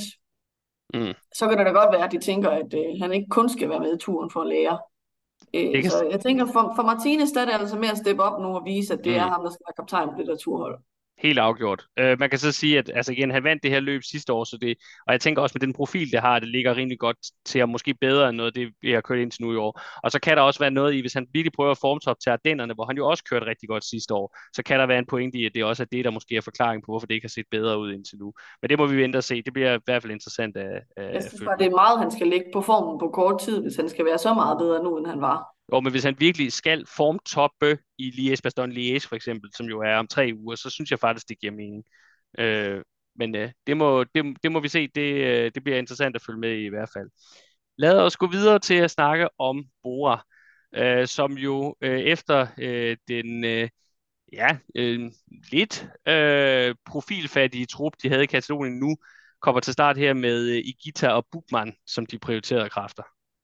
Speaker 1: Mm.
Speaker 2: så kan det da godt være, at de tænker, at øh, han ikke kun skal være med i turen for at lære.
Speaker 1: Det kan,
Speaker 2: Så jeg tænker, for, for Martinez der er det altså med at steppe op nu og vise, at det er
Speaker 1: mm.
Speaker 2: ham, der skal være kaptajn på det der turhold.
Speaker 1: Helt afgjort. Øh, man kan så sige, at altså igen, han vandt det her løb sidste år, så det, og jeg tænker også med den profil, det har, det ligger rimelig godt til at måske bedre end noget af det, vi har kørt indtil nu i år. Og så kan der også være noget i, hvis han virkelig prøver at formtop til Ardennerne, hvor han jo også kørte rigtig godt sidste år, så kan der være en pointe i, at det også er det, der måske er forklaring på, hvorfor det ikke har set bedre ud indtil nu. Men det må vi vente og se. Det bliver i hvert fald interessant at,
Speaker 2: Jeg
Speaker 1: at
Speaker 2: synes
Speaker 1: følge
Speaker 2: bare,
Speaker 1: med.
Speaker 2: det er meget, han skal lægge på formen på kort tid, hvis han skal være så meget bedre nu, end han var.
Speaker 1: Og men hvis han virkelig skal formtoppe i Liège-Bastogne-Liège for eksempel, som jo er om tre uger, så synes jeg faktisk, det giver mening. Øh, men øh, det, må, det, det må vi se. Det, øh, det bliver interessant at følge med i i hvert fald. Lad os gå videre til at snakke om Bora, øh, som jo øh, efter øh, den øh, ja, øh, lidt øh, profilfattige trup, de havde i Katalonien nu, kommer til start her med øh, Igita og Buchmann som de prioriterede kræfter.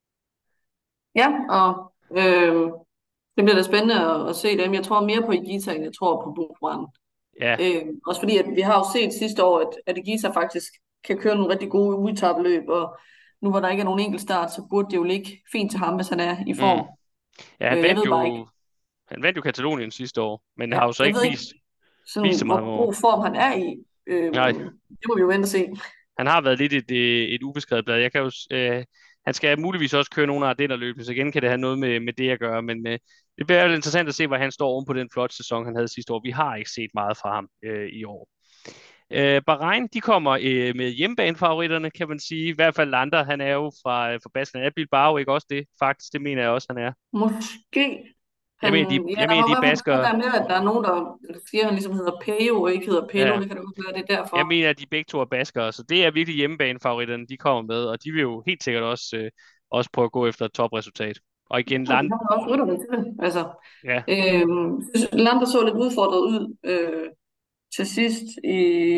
Speaker 2: Ja, og øh, det bliver da spændende at, at se dem. Jeg tror mere på Igita, end jeg tror på Buchmann.
Speaker 1: Ja,
Speaker 2: Øh, også fordi, at vi har jo set sidste år, at, at Igita faktisk kan køre nogle rigtig gode udetabløb, og nu hvor der ikke er nogen enkeltstart, så burde det jo ligge fint til ham, hvis han er i
Speaker 1: mm.
Speaker 2: form.
Speaker 1: Ja, han
Speaker 2: Øh, jeg
Speaker 1: vandt
Speaker 2: ved bare ikke,
Speaker 1: jo, han vandt jo Katalonien sidste år, men
Speaker 2: ja,
Speaker 1: har jo så
Speaker 2: jeg
Speaker 1: ikke
Speaker 2: ved ikke
Speaker 1: vist, vist
Speaker 2: sådan,
Speaker 1: så meget
Speaker 2: hvor
Speaker 1: over.
Speaker 2: god form han er i. Øh,
Speaker 1: Nej,
Speaker 2: det må vi jo vente og se.
Speaker 1: han har været lidt et, øh, et ubeskrevet blad. Jeg kan jo, øh, han skal muligvis også køre nogle af Ardennerløbene, så igen kan det have noget med, med det at gøre, men øh, det bliver jo interessant at se, hvor han står oven på den flotte sæson, han havde sidste år. Vi har ikke set meget fra ham øh, i år. Øh, Bahrain, de kommer øh, med hjemmebanefavoritterne, kan man sige. I hvert fald Lander, han er jo fra, fra Basken af Bilbao, ikke også det? Faktisk, det mener jeg også, han er.
Speaker 2: Måske.
Speaker 1: Jeg
Speaker 2: Han,
Speaker 1: mener, de,
Speaker 2: ja,
Speaker 1: jeg
Speaker 2: der
Speaker 1: mener,
Speaker 2: har i
Speaker 1: de
Speaker 2: hvert fald skrevet
Speaker 1: basker,
Speaker 2: der med, at der er nogen, der siger, at han ligesom hedder Peyo, og ikke hedder Pelo.
Speaker 1: ja,
Speaker 2: Det kan det godt være, det er
Speaker 1: jeg
Speaker 2: derfor.
Speaker 1: mener, at de begge to er baskere, så det er virkelig hjemmebanefavoritterne, de kommer med, og de vil jo helt sikkert også, øh, også prøve at gå efter et topresultat. Og igen,
Speaker 2: Ja, de
Speaker 1: Land,
Speaker 2: har også rytterne til det. Altså,
Speaker 1: ja,
Speaker 2: øhm, jeg synes, Lander så lidt udfordret ud øh, til sidst i,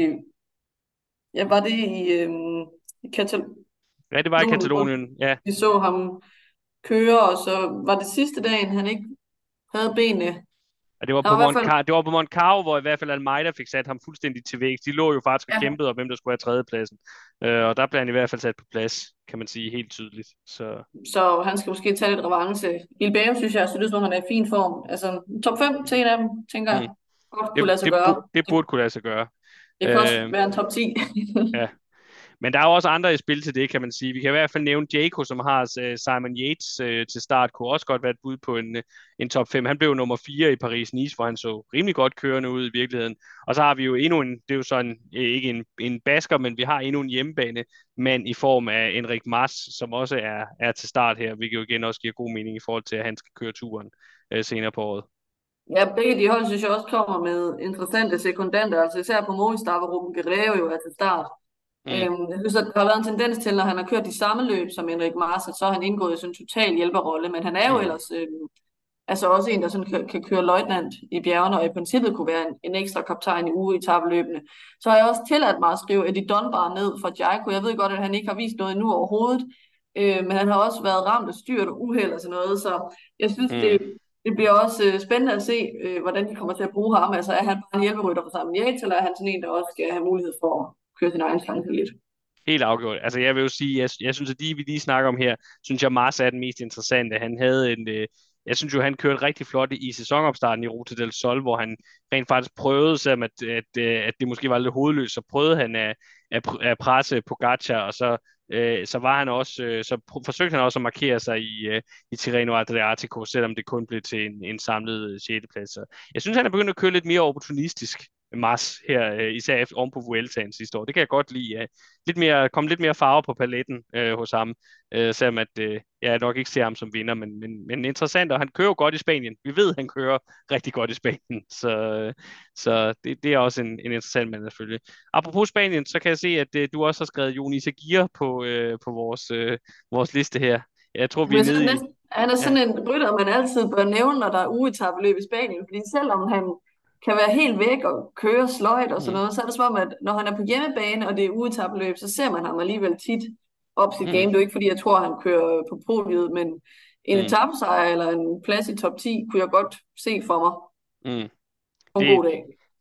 Speaker 2: ja, var det i, øhm, i Katalonien,
Speaker 1: ja, det var i Katalonien, ja.
Speaker 2: vi så ham køre, og så var det sidste dagen, han ikke havde benene.
Speaker 1: Og det var
Speaker 2: Han
Speaker 1: på
Speaker 2: var i hvert
Speaker 1: Monte
Speaker 2: fald,
Speaker 1: Car- det var på Monte Carlo, hvor i hvert fald Almeida fik sat ham fuldstændig til vægs. De lå jo faktisk og
Speaker 2: ja,
Speaker 1: kæmpede om, hvem der skulle have tredjepladsen. Øh, og der blev han i hvert fald sat på plads, kan man sige helt tydeligt. Så
Speaker 2: så han skal måske tage lidt revanche. Bilbao synes jeg, så det ud som om han er i fin form. Altså, top fem til en af dem, tænker
Speaker 1: mm,
Speaker 2: jeg, godt kunne
Speaker 1: det,
Speaker 2: lade sig
Speaker 1: det,
Speaker 2: gøre.
Speaker 1: bu- det
Speaker 2: Det,
Speaker 1: burde kunne lade sig gøre.
Speaker 2: det kan også
Speaker 1: Øh,
Speaker 2: være en top ti.
Speaker 1: ja. Men der er jo også andre i spil til det, kan man sige. Vi kan i hvert fald nævne Jayco, som har uh, Simon Yates uh, til start, kunne også godt være et bud på en, uh, en top fem. Han blev nummer fire i Paris-Nice, hvor han så rimelig godt kørende ud i virkeligheden. Og så har vi jo endnu en, det er jo sådan ikke en, en basker, men vi har endnu en hjemmebane mand i form af Enric Mas, som også er, er til start her, hvilket jo igen også giver god mening i forhold til, at han skal køre turen uh, senere på året.
Speaker 2: Ja, begge de hold, synes jeg også kommer med interessante sekundanter, altså især på Movistar, hvor Ruben Guerrero jo er til start.
Speaker 1: Mm,
Speaker 2: Øhm, jeg synes, at der har været en tendens til, når han har kørt de samme løb som Henrik Mars, så har han indgået i sådan en total hjælperrolle, men han er jo
Speaker 1: mm,
Speaker 2: ellers øhm, altså også en, der sådan kan, kan køre løjtnant i bjergene, og i princippet kunne være en, en ekstra kaptajn i uge i tabeløbene. Så har jeg også tilladt mig at skrive Eddie Dunbar ned fra Jayco. Jeg ved godt, at han ikke har vist noget endnu overhovedet, øh, men han har også været ramt af styrt og uheld og sådan noget, så jeg synes, det,
Speaker 1: mm.
Speaker 2: det bliver også øh, spændende at se, øh, hvordan de kommer til at bruge ham. Altså er han bare en hjælperytter for Simon Yates, eller er han sådan en, der også skal have mulighed for at køre sin egen chance lidt?
Speaker 1: Helt afgjort. Altså jeg vil jo sige, jeg, jeg synes, at de, vi lige snakker om her, synes jeg, Mars er den mest interessante. Han havde en, øh, jeg synes jo, han kørte rigtig flot i sæsonopstarten i Ruta del Sol, hvor han rent faktisk prøvede, selvom at, at, øh, at det måske var lidt hovedløst, så prøvede han at, at, at presse Pogacar, og så, øh, så var han også, øh, så pr- forsøgte han også at markere sig i, øh, i Tirreno Adriatico, selvom det kun blev til en, en samlet øh, sjette plads. Så jeg synes, han er begyndt at køre lidt mere opportunistisk. Mars her, øh, især efter, oven på Vueltaen sidste år. Det kan jeg godt lide. Ja. Lidt mere, komme lidt mere farve på paletten øh, hos ham, øh, selvom at, øh, jeg nok ikke ser ham som vinder, men, men, men interessant, og han kører jo godt i Spanien. Vi ved, at han kører rigtig godt i Spanien, så, øh, så det, det er også en, en interessant mand at følge. Apropos Spanien, så kan jeg se, at øh, du også har skrevet Jonis Aguirre på, øh, på vores, øh, vores liste her. Jeg tror, vi
Speaker 2: Men
Speaker 1: er
Speaker 2: jeg synes
Speaker 1: nede i...
Speaker 2: næsten, han er
Speaker 1: Ja.
Speaker 2: sådan en rytter, man altid bør nævne, når der er ugetabeløb i Spanien. Fordi selvom han kan være helt væk og køre sløjt og sådan
Speaker 1: Mm,
Speaker 2: noget, så er det som om, at når han er på hjemmebane, og det er ugetabeløb, så ser man ham alligevel tit op sit game.
Speaker 1: mm,
Speaker 2: Det er jo ikke, fordi jeg tror, han kører på podiet, men en
Speaker 1: mm,
Speaker 2: etapesejr eller en plads i top ti, kunne jeg godt se for mig
Speaker 1: mm.
Speaker 2: på en
Speaker 1: Det,
Speaker 2: god dag.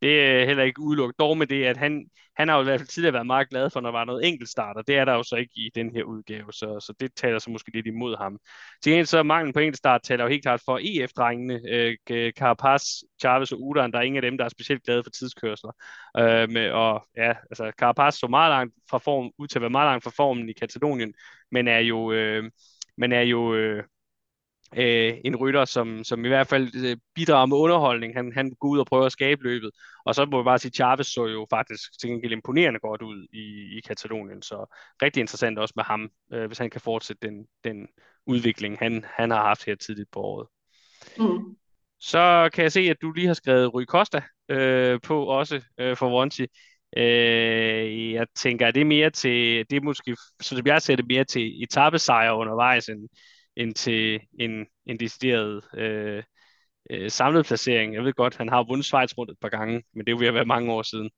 Speaker 1: Det er heller ikke udelukket. Dog med det, at han, han har jo i hvert fald tidligere været meget glad for, når der var noget enkeltstarter. Det er der jo så ikke i den her udgave, så, så det taler så måske lidt imod ham. Til gengæld så er manglen på enkeltstart taler jo helt klart for E F-drengene. Øh, Carapaz, Chavez og Udan, der er ingen af dem, der er specielt glade for tidskørsler. Øh, med, og ja, altså Carapaz så meget langt fra form, ud til at være meget langt fra formen i Katalonien, men er jo, øh, men er jo øh, øh, en rytter, som, som i hvert fald øh, bidrager med underholdning. Han, han går ud og prøver at skabe løbet. Og så må vi bare sige, at Chavez så jo faktisk til gengæld imponerende godt ud i, i Katalonien. Så rigtig interessant også med ham, øh, hvis han kan fortsætte den, den udvikling, han, han har haft her tidligt på året.
Speaker 2: Mm.
Speaker 1: Så kan jeg se, at du lige har skrevet Rui Costa øh, på også øh, for Vonti. Øh, jeg tænker, at det er mere til, det er måske, så det jeg ser det mere til etapesejre undervejs, end, end til en, en decideret øh, øh, samlet placering. Jeg ved godt, han har vundet Schweiz rundt et par gange, men det er jo ved at være mange år siden.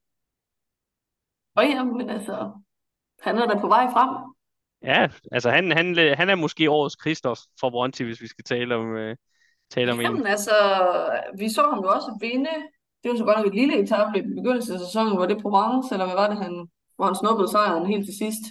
Speaker 2: Og ja, men altså, han er da på vej frem.
Speaker 1: Ja, altså han, han, han er måske årets Christoph for Vonti, hvis vi skal tale om, øh, tale om en.
Speaker 2: Jamen altså, vi så ham jo også vinde. Det var så godt nok et lille etape i begyndelsen af sæsonen, hvor det Provence, eller hvad var det, han, hvor han snuppede sejren helt til sidst.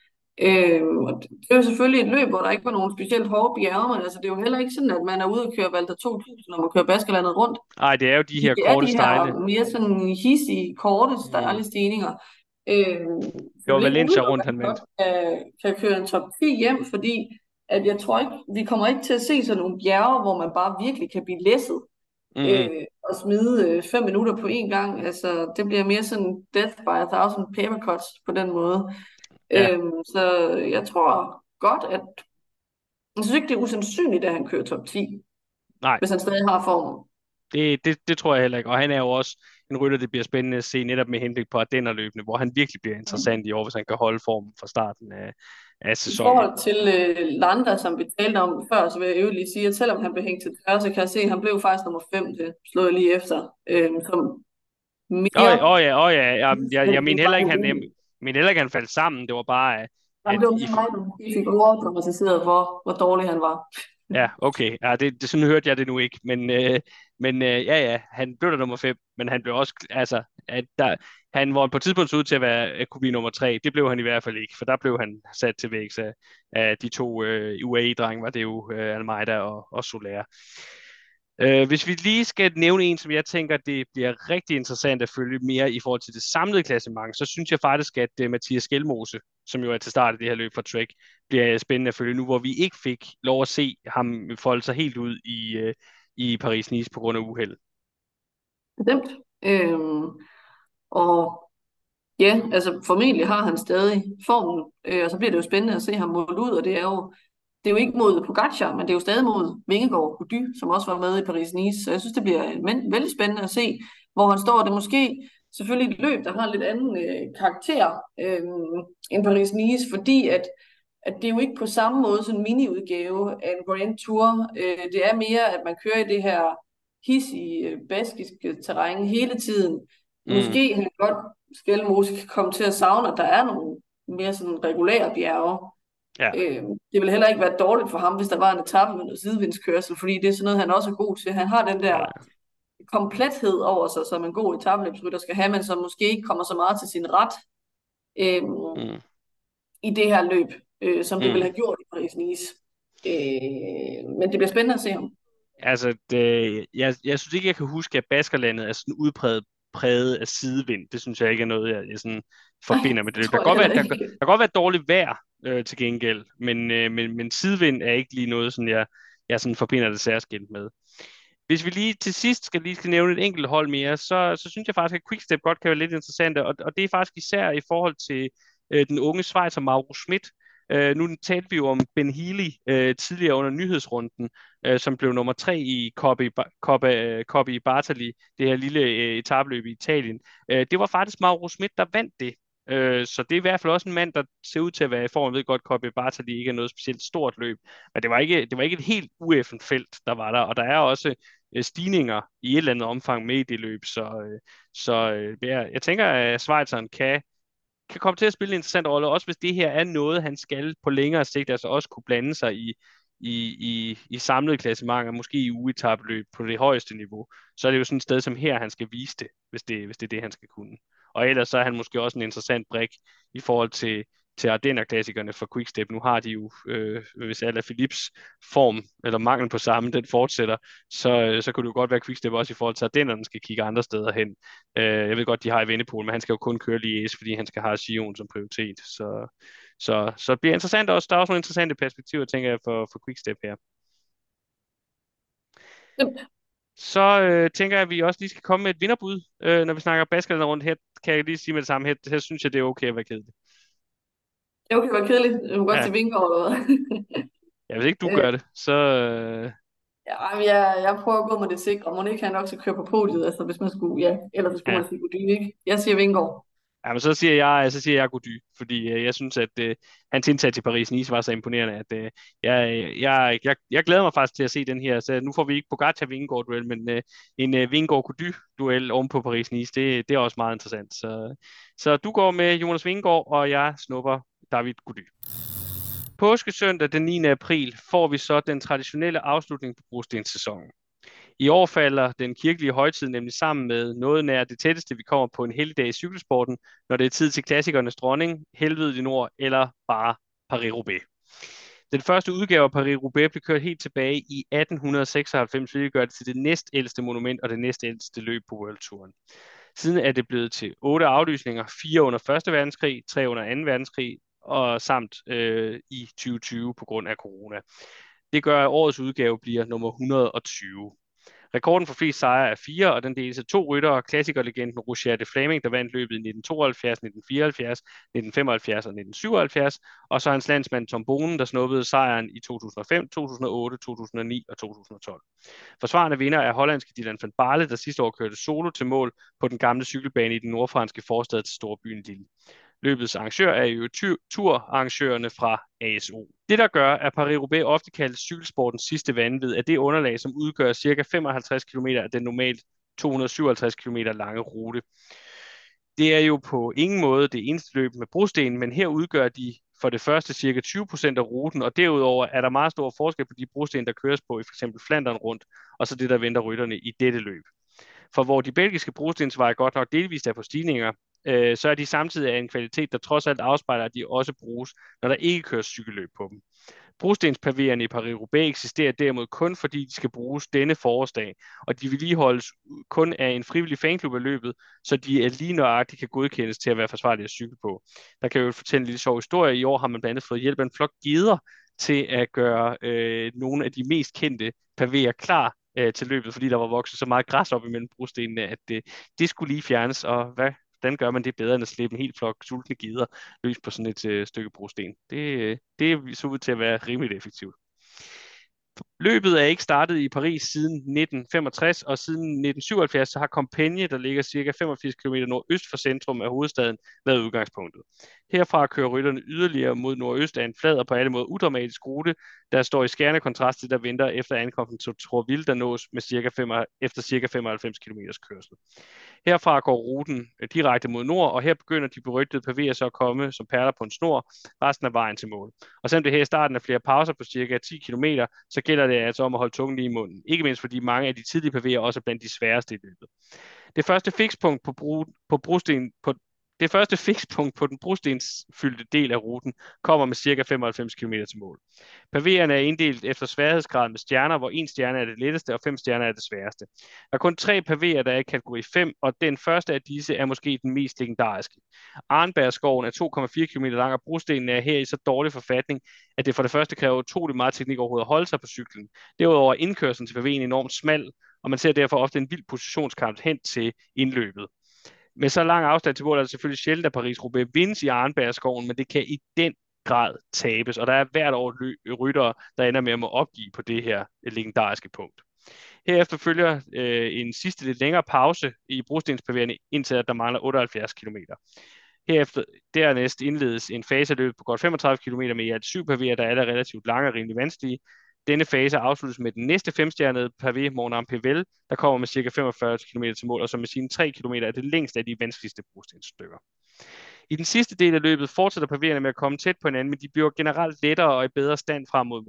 Speaker 2: Øhm, og det er jo selvfølgelig et løb, hvor der ikke var nogen specielt hårde bjerge, men altså, det er jo heller ikke sådan, at man er ude og køre Valter to tusind, når man kører Baskerlandet rundt.
Speaker 1: Nej, det er jo de
Speaker 2: Det
Speaker 1: her
Speaker 2: er
Speaker 1: korte
Speaker 2: de
Speaker 1: stejle.
Speaker 2: her mere sådan hissige, korte,
Speaker 1: Mm.
Speaker 2: stejle stigninger. Øhm,
Speaker 1: Det
Speaker 2: jeg
Speaker 1: var
Speaker 2: vil ikke
Speaker 1: Valencia
Speaker 2: udelukke,
Speaker 1: rundt,
Speaker 2: at
Speaker 1: han
Speaker 2: han
Speaker 1: vandt.
Speaker 2: godt kan, kan køre en top ti hjem, fordi at jeg tror ikke, vi kommer ikke til at se sådan nogle bjerge, hvor man bare virkelig kan blive læsset
Speaker 1: Mm-hmm.
Speaker 2: øh, og smide øh, fem minutter på én gang. Altså, det bliver mere sådan death by a thousand paper cuts på den måde.
Speaker 1: Ja,
Speaker 2: Øhm, så jeg tror godt, at jeg synes ikke, det er usandsynligt, at han kører top ti,
Speaker 1: nej.
Speaker 2: hvis han stadig har formen.
Speaker 1: Det, det, det tror jeg heller ikke. Og han er jo også en rytter, det bliver spændende at se netop med henblik på Ardennerløbene, hvor han virkelig bliver interessant i år, hvis han kan holde formen fra starten af, af
Speaker 2: I
Speaker 1: sæsonen.
Speaker 2: forhold til øh, Landa, som vi talte om før, så vil jeg jo lige sige, at selvom han blev hængt til tørre, så kan jeg se, at han blev faktisk nummer fem, det slår jeg lige efter, øh, som
Speaker 1: Åh
Speaker 2: mere
Speaker 1: oh, ja, oh, ja. Jeg, jeg, jeg mener
Speaker 2: end
Speaker 1: heller ikke, han, jeg
Speaker 2: Bayern.
Speaker 1: mener heller ikke, han faldt sammen. Det var bare, at,
Speaker 2: Jamen,
Speaker 1: at
Speaker 2: det var
Speaker 1: i,
Speaker 2: lige mig, der måske fik overdramatiseret, hvor, hvor dårlig han var.
Speaker 1: ja, okay. Ja, det, det, sådan hørte jeg det nu ikke. Men, øh, men øh, ja, ja, han blev der nummer fem, men han blev også, altså, at der, han var på et tidspunkt så ud til at, være, at kunne blive nummer tre. Det blev han i hvert fald ikke, for der blev han sat til vægs af, af de to øh, U A E-drenge, var det jo øh, Almeida og, og Soler. Øh, hvis vi lige skal nævne en, som jeg tænker, det bliver rigtig interessant at følge mere i forhold til det samlede klassement, så synes jeg faktisk, at uh, Mathias Skelmose, som jo er til start af det her løb for Trek, bliver spændende at følge nu, hvor vi ikke fik lov at se ham folde sig helt ud i, uh, i Paris-Nice på grund af uheld.
Speaker 2: Bestemt. Øhm, og ja, altså formentlig har han stadig formen, øh, og så bliver det jo spændende at se ham målt ud, og det er jo, det er jo ikke mod Pogacar, men det er jo stadig mod Vingegaard Gody, som også var med i Paris-Nice, så jeg synes, det bliver men, vældig spændende at se, hvor han står. Det er måske selvfølgelig et løb, der har en lidt anden øh, karakter øh, end Paris-Nice, fordi at, at det er jo ikke på samme måde sådan en mini-udgave af en Grand Tour. Øh, det er mere, at man kører i det her hissige, øh, baskiske terræn hele tiden.
Speaker 1: Mm,
Speaker 2: Måske han godt Skelmose kan komme til at savne, at der er nogle mere sådan regulære bjerge.
Speaker 1: ja,
Speaker 2: Øh, det ville heller ikke være dårligt for ham, hvis der var en etape med noget sidevindskørsel, fordi det er sådan noget, han også er god til. Han har den der
Speaker 1: ja,
Speaker 2: komplethed over sig, som en god etapeløbsrytter skal have, men som måske ikke kommer så meget til sin ret øh,
Speaker 1: mm,
Speaker 2: i det her løb, øh, som det ville
Speaker 1: mm.
Speaker 2: have gjort i Paris-Nice. Øh, men det bliver spændende at se ham.
Speaker 1: Altså, det, jeg, jeg synes ikke, jeg kan huske, at Baskerlandet er sådan udpræget præget af sidevind. Det synes jeg ikke er noget, jeg, jeg sådan
Speaker 2: Nej,
Speaker 1: forbinder med det
Speaker 2: det
Speaker 1: løb. Der
Speaker 2: tror
Speaker 1: kan
Speaker 2: jeg
Speaker 1: godt være,
Speaker 2: heller
Speaker 1: der, der
Speaker 2: ikke.
Speaker 1: kan godt være dårligt vejr øh, til gengæld, men, øh, men, men sidevind er ikke lige noget, sådan jeg, jeg sådan forbinder det særskilt med. Hvis vi lige til sidst skal lige skal nævne et enkelt hold mere, så, så synes jeg faktisk, at Quickstep godt kan være lidt interessant, og, og det er faktisk især i forhold til øh, den unge Schweizer Mauro Schmidt. Øh, nu talte vi jo om Ben Healy øh, tidligere under nyhedsrunden, øh, som blev nummer tre i Coppi, Coppi, Coppi Bartali, det her lille øh, etabløb i Italien. Øh, det var faktisk Mauro Schmidt, der vandt det. Øh, så det er i hvert fald også en mand, der ser ud til at være i form. Jeg ved godt, Coppi Bartali ikke er noget specielt stort løb, men det var ikke, det var ikke et helt ueffent felt, der var der, og der er også øh, stigninger i et eller andet omfang med i det løb, så, øh, så øh, jeg, jeg tænker, at Schweizeren kan kan komme til at spille en interessant rolle, også hvis det her er noget, han skal på længere sigt, altså også kunne blande sig i, i, i, i samlede klassementer, måske i ugetabeløb på det højeste niveau, så er det jo sådan et sted som her, han skal vise det, hvis det, hvis det er det, han skal kunne. Og ellers så er han måske også en interessant brik i forhold til, til Ardenner-klassikerne for Quickstep. Nu har de jo, øh, hvis Alaphilippes form, eller mangel på samme, den fortsætter, så, øh, så kunne det jo godt være Quickstep også i forhold til Ardennerne skal kigge andre steder hen. Øh, jeg ved godt, de har i Vennepol, men han skal jo kun køre Liège, fordi han skal have Sion som prioritet. Så, så, så det bliver interessant også. Der er også nogle interessante perspektiver, tænker jeg, for, for Quickstep her. Så øh, tænker jeg, at vi også lige skal komme med et vinderbud. Øh, når vi snakker basketball rundt her, kan jeg lige sige med det samme. Her, her synes jeg, det er okay at være kedelig.
Speaker 2: Det er okay, det var kedeligt. Du må godt
Speaker 1: Ja,
Speaker 2: til Vingård eller hvad?
Speaker 1: ja, hvis ikke du
Speaker 2: Øh,
Speaker 1: gør det, så... Øh,
Speaker 2: ja, men jeg, jeg prøver at gå med det sikre. Må ikke han nok skal køre på podiet, altså hvis man skulle, ja, eller så skulle
Speaker 1: ja.
Speaker 2: man sige Gody, ikke? Jeg siger Vingård.
Speaker 1: Ja, men så siger jeg, så siger jeg Gody, fordi øh, jeg synes, at øh, hans indsats i Paris-Nice var så imponerende, at øh, jeg, jeg, jeg, jeg glæder mig faktisk til at se den her. Så nu får vi ikke Pogacar-Vingegaard-duel, men øh, en øh, Vingegaard-Gody-duel oven på Paris-Nice, det, det er også meget interessant. Så, så du går med Jonas Vingegaard, og jeg snupper David Gody. Påskesøndag den niende april får vi så den traditionelle afslutning på brostenssæsonen. I år falder den kirkelige højtid nemlig sammen med noget nær det tætteste, vi kommer på en helligdag i cykelsporten, når det er tid til klassikernes dronning, Helvede i Nord eller bare Paris-Roubaix. Den første udgave af Paris-Roubaix blev kørt helt tilbage i atten seksoghalvfems, hvilket gør det til det næstældste monument og det næstældste løb på World Touren. Siden er det blevet til otte aflysninger, fire under første verdenskrig, tre under anden verdenskrig og samt øh, i tyve tyve på grund af corona. Det gør, at årets udgave bliver nummer et hundrede og tyve. Rekorden for flest sejre er fire, og den deles af to ryttere, klassikerlegenden Roger de Flaming, der vandt løbet i nitten tooghalvfjerds, nitten fireoghalvfjerds, nitten femoghalvfjerds og nitten syvoghalvfjerds, og så hans landsmand Tom Bonen, der snuppede sejren i to tusind og fem, to tusind og otte, to tusind og ni og to tusind og tolv. Forsvarende vinder er hollandske Dylan van Baarle, der sidste år kørte solo til mål på den gamle cykelbane i den nordfranske forstad til storbyen Lille. Løbets arrangør er jo turarrangørerne fra A S O. Det, der gør, at Paris-Roubaix ofte kaldes cykelsportens sidste vanvid, er det underlag, som udgør ca. femoghalvtreds kilometer af den normalt to hundrede og syvoghalvtreds kilometer lange rute. Det er jo på ingen måde det eneste løb med brosten, men her udgør de for det første ca. tyve procent af ruten, og derudover er der meget stor forskel på de brosten, der køres på i f.eks. Flandern rundt, og så det, der venter rytterne i dette løb. For hvor de belgiske brostensveje godt nok delvist er på stigninger, øh, så er de samtidig af en kvalitet, der trods alt afspejler, at de også bruges, når der ikke køres cykelløb på dem. Brostenspavéerne i Paris-Roubaix eksisterer derimod kun fordi de skal bruges denne forårsdag, og de vedligeholdes kun af en frivillig fanklub af løbet, så de er lige nøjagtigt kan godkendes til at være forsvarlige at cykle på. Der kan jeg jo fortælle en lille sjov historie. I år har man blandt andet fået hjælp af en flok geder til at gøre øh, nogle af de mest kendte pavéer klar øh, til løbet, fordi der var vokset så meget græs op imellem brostenene, at øh, det skulle lige fjernes, og hvad hvordan gør man det bedre end at slippe en helt flok sultne gider løs på sådan et øh, stykke brosten? Det, øh, det så ud til at være rimelig effektivt. Løbet er ikke startet i Paris siden nitten femogtres, og siden nitten syvoghalvfjerds så har Compiègne, der ligger ca. femogfirs kilometer nordøst for centrum af hovedstaden, været udgangspunktet. Herfra kører rytterne yderligere mod nordøst af en flad og på alle måder udramatisk rute, der står i skærende kontrast til, der venter efter ankomsten til Trouville, der nås med cirka fem, efter ca. femoghalvfems kilometers kørsel. Herfra går ruten direkte mod nord, og her begynder de berygtede pavéer så at komme som perler på en snor resten af vejen til mål. Og selvom det her i starten er flere pauser på cirka ti kilometer, så gælder det altså om at holde tungen lige i munden. Ikke mindst fordi mange af de tidlige pavéer også er blandt de sværeste i løbet. Det første fikspunkt på, bro, på brosten på det første fikspunkt på den brostensfyldte del af ruten kommer med ca. femoghalvfems kilometer til mål. Pavéerne er inddelt efter sværhedsgrad med stjerner, hvor en stjerne er det letteste, og fem stjerner er det sværeste. Der er kun tre pavéer, der er i kategori fem, og den første af disse er måske den mest legendariske. Arnbergskoven er to komma fire kilometer lang, og brostenen er her i så dårlig forfatning, at det for det første kræver utrolig meget teknik overhovedet at holde sig på cyklen. Derudover er indkørslen til pavéen enormt smal, og man ser derfor ofte en vild positionskamp hen til indløbet. Med så lang afstand til mål er det selvfølgelig sjældent, at Paris-Roubaix vindes i Arnbergskoven, men det kan i den grad tabes, og der er hvert år ryttere, der ender med at må opgive på det her legendariske punkt. Herefter følger øh, en sidste lidt længere pause i brostenspavéerne, indtil at der mangler otteoghalvfjerds kilometer. Herefter dernæst indledes en fase af løbet på godt femogtredive kilometer med i alt syv pavéer, der er relativt lange og rimelig vanskelige. Denne fase afsluttes med den næste femstjernede pavé, Mont Ampével, der kommer med ca. femogfyrre kilometer til mål, og som med sine tre kilometer er det længste af de vanskeligste brostenstykker. I den sidste del af løbet fortsætter pavéerne med at komme tæt på hinanden, men de bliver generelt lettere og i bedre stand frem mod mål.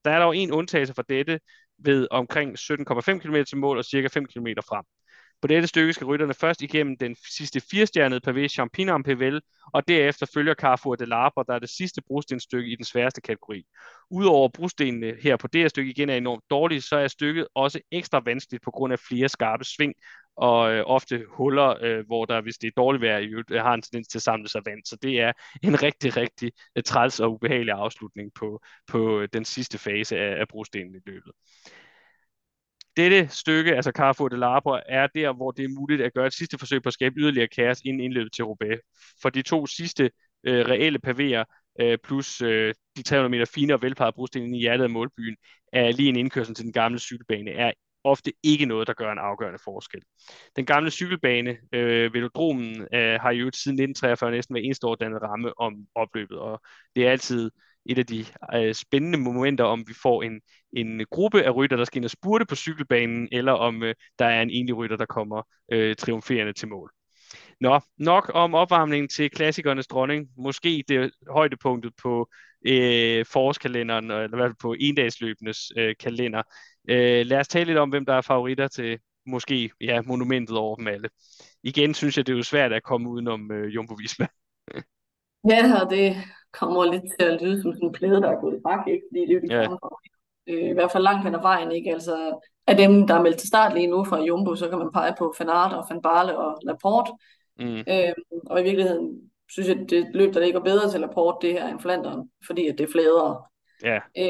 Speaker 1: Der er dog en undtagelse fra dette ved omkring sytten komma fem kilometer til mål og cirka fem kilometer frem. På dette stykke skal rytterne først igennem den sidste firestjernede pavé Champigny-en-Pévèle, og derefter følger Carrefour de l'Arbre, der er det sidste brostenstykke i den sværeste kategori. Udover brostenene her på det her stykke igen er enormt dårlige, så er stykket også ekstra vanskeligt på grund af flere skarpe sving, og øh, ofte huller, øh, hvor der, hvis det er dårligt vejr, øh, har en tendens til at samle sig vand. Så det er en rigtig, rigtig øh, træls og ubehagelig afslutning på, på øh, den sidste fase af, af brostenen i løbet. Dette stykke, altså Carrefour de l'Arbre, er der, hvor det er muligt at gøre et sidste forsøg på at skabe yderligere kaos inden indløbet til Roubaix. For de to sidste øh, reelle pavéer, øh, plus øh, de tre hundrede meter fine og velparrede brosten i hjertet af målbyen, er lige en indkørsel til den gamle cykelbane, er ofte ikke noget, der gør en afgørende forskel. Den gamle cykelbane, øh, Velodromen, øh, har jo siden nitten treogfyrre næsten hver eneste år dannet ramme om opløbet, og det er altid et af de øh, spændende momenter, om vi får en, en gruppe af rytter, der skal ind og spurte på cykelbanen, eller om øh, der er en enlig rytter, der kommer øh, triumferende til mål. Nå, nok om opvarmningen til klassikernes dronning. Måske det højdepunktet på øh, forårskalenderen, eller i hvert fald på endagsløbenes øh, kalender. Øh, lad os tale lidt om, hvem der er favoritter til måske ja, monumentet over dem alle. Igen synes jeg, det er jo svært at komme udenom øh, Jumbo Visma.
Speaker 2: Ja, og det kommer lidt til at lyde som sådan en plade, der er gået i bak, ikke? Fordi det er jo de
Speaker 1: Ja.
Speaker 2: samme favoritter. Øh, I hvert fald langt hen ad vejen, ikke? Altså, af dem, der er meldt til start lige nu fra Jumbo, så kan man pege på Van Aert og Van Baarle og Laporte.
Speaker 1: Mm.
Speaker 2: Øh, og i virkeligheden synes jeg, det løb, der ligger bedre til Laporte, det her end Flandern, fordi at det er fladere.
Speaker 1: Ja.
Speaker 2: Øh,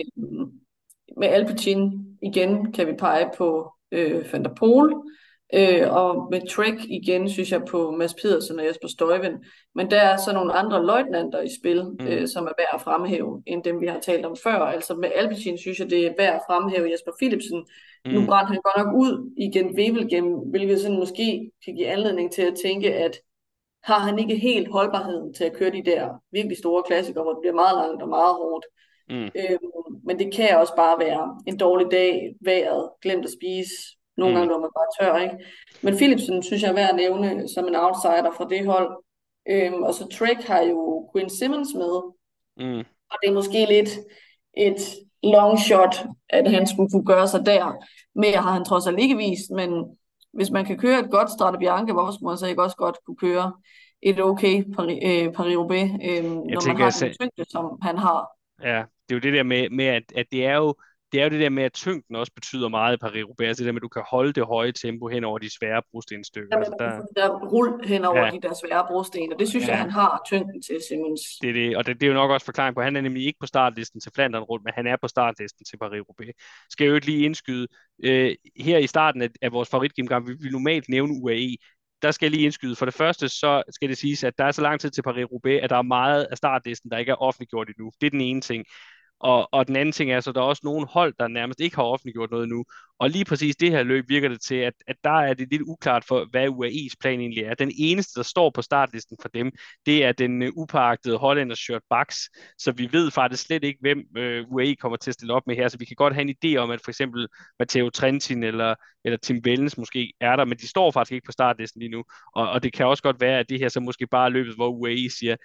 Speaker 2: med Alpecin igen kan vi pege på øh, Van der Poel, øh, og med Trek igen synes jeg på Mads Pedersen og Jesper Stuyven, men der er så nogle andre løjtnanter i spil,
Speaker 1: Mm.
Speaker 2: øh, som er værd at fremhæve, end dem vi har talt om før. Altså med Alpecin synes jeg, det er værd at fremhæve Jesper Philipsen.
Speaker 1: Mm.
Speaker 2: Nu brændte han godt nok ud igen Wevelgem, hvilket sådan måske kan give anledning til at tænke, at har han ikke helt holdbarheden til at køre de der virkelig store klassikere, hvor det bliver meget langt og meget hårdt.
Speaker 1: Mm.
Speaker 2: Øhm, men det kan også bare være en dårlig dag, vejret, glemt at spise, nogle
Speaker 1: Mm.
Speaker 2: gange når man bare tør, ikke? Men Philipsen synes jeg er værd at nævne som en outsider fra det hold. Øhm, og så Trek har jo Quinn Simmons med,
Speaker 1: Mm.
Speaker 2: og det er måske lidt et long shot, at han skulle kunne gøre sig der. Mere har han trods alt ikke vist, men hvis man kan køre et godt Strade Bianche, hvorfor skulle man så ikke også godt kunne køre et okay Paris, øh, Paris-Roubaix, øh, når
Speaker 1: tænker,
Speaker 2: man har
Speaker 1: jeg
Speaker 2: den
Speaker 1: selv-
Speaker 2: tyngde, som han har.
Speaker 1: Ja, det er jo det der med, med at, at det er jo det er jo det der med, at tyngden også betyder meget i Paris-Roubaix. Altså det der med, at du kan holde det høje tempo hen over de svære brostenstykker.
Speaker 2: Jamen,
Speaker 1: Altså der,
Speaker 2: der rul hen over
Speaker 1: Ja.
Speaker 2: de der svære brosten, og det synes
Speaker 1: Ja.
Speaker 2: jeg, han har tyngden til, Simmons.
Speaker 1: det er det, og det, det er jo nok også forklaring på, at han er nemlig ikke på startlisten til Flandern rundt, men han er på startlisten til Paris-Roubaix. Skal jeg jo ikke lige indskyde, øh, her i starten af, af vores favoritgennemgang, vi vil normalt nævne U A E, der skal jeg lige indskyde. For det første, så skal det siges, at der er så lang tid til Paris-Roubaix, at der er meget af startlisten, der ikke er offentliggjort endnu. Det er den ene ting. Og, og den anden ting er, så der er også nogle hold, der nærmest ikke har offentliggjort noget nu. Og lige præcis det her løb virker det til, at, at der er det lidt uklart for, hvad U A E's plan egentlig er. Den eneste, der står på startlisten for dem, det er den uh, upåagtede hollænder Sjørt Baks. Så vi ved faktisk slet ikke, hvem uh, U A E kommer til at stille op med her. Så vi kan godt have en idé om, at for eksempel Matteo Trentin eller, eller Tim Wellens måske er der, men de står faktisk ikke på startlisten lige nu. Og, og det kan også godt være, at det her så måske bare er løbet, hvor U A E siger,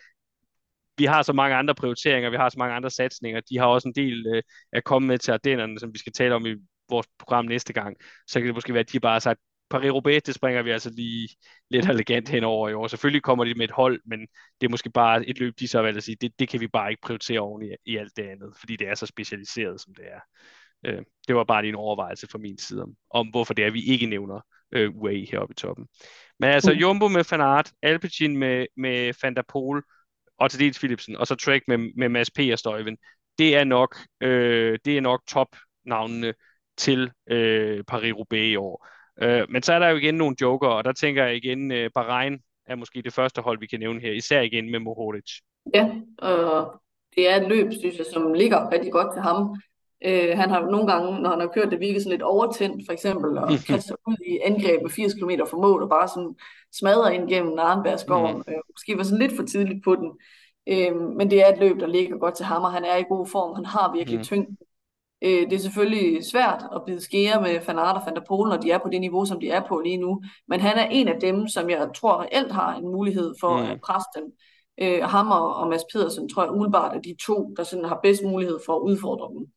Speaker 1: vi har så mange andre prioriteringer, vi har så mange andre satsninger. De har også en del øh, at komme med til Ardennerne, som vi skal tale om i vores program næste gang. Så kan det måske være, at de bare har sagt, Paris-Roubaix, det springer vi altså lige lidt elegant henover i år. Selvfølgelig kommer de med et hold, men det er måske bare et løb, de så har valgt at sige, det, det kan vi bare ikke prioritere oven i, i alt det andet, fordi det er så specialiseret, som det er. Øh, det var bare lige en overvejelse fra min side om, om hvorfor det er, at vi ikke nævner øh, U A E heroppe i toppen. Men altså, Jumbo med Van Aert, Alpecin med, med Van der Poel, og til dels Philipsen, og så Trek med, med Mads P. og Stuyven. Det er nok, øh, det er nok top-navnene til øh, Paris-Roubaix i år. Øh, men så er der jo igen nogle joker, og der tænker jeg igen, øh, Bahrain er måske det første hold, vi kan nævne her, især igen med Mohoric.
Speaker 2: Ja, og det er et løb, synes jeg, som ligger rigtig godt til ham. Øh, han har nogle gange, når han har kørt, det virket sådan lidt overtændt, for eksempel, og kaster ud i angreb med firs kilometer fra mål, og bare sådan smadrer ind gennem Arnbergskoven. Mm. Øh, måske var sådan lidt for tidligt på den. Øh, men det er et løb, der ligger godt til ham, og han er i god form. Han har virkelig mm. tyngden. Øh, det er selvfølgelig svært at bide skære med Van Aert og Van der Poel, når de er på det niveau, som de er på lige nu. Men han er en af dem, som jeg tror reelt har en mulighed for mm. at presse dem. Øh, ham og, og Mads Pedersen tror jeg umiddelbart er de to, der sådan har bedst mulighed for at udfordre dem.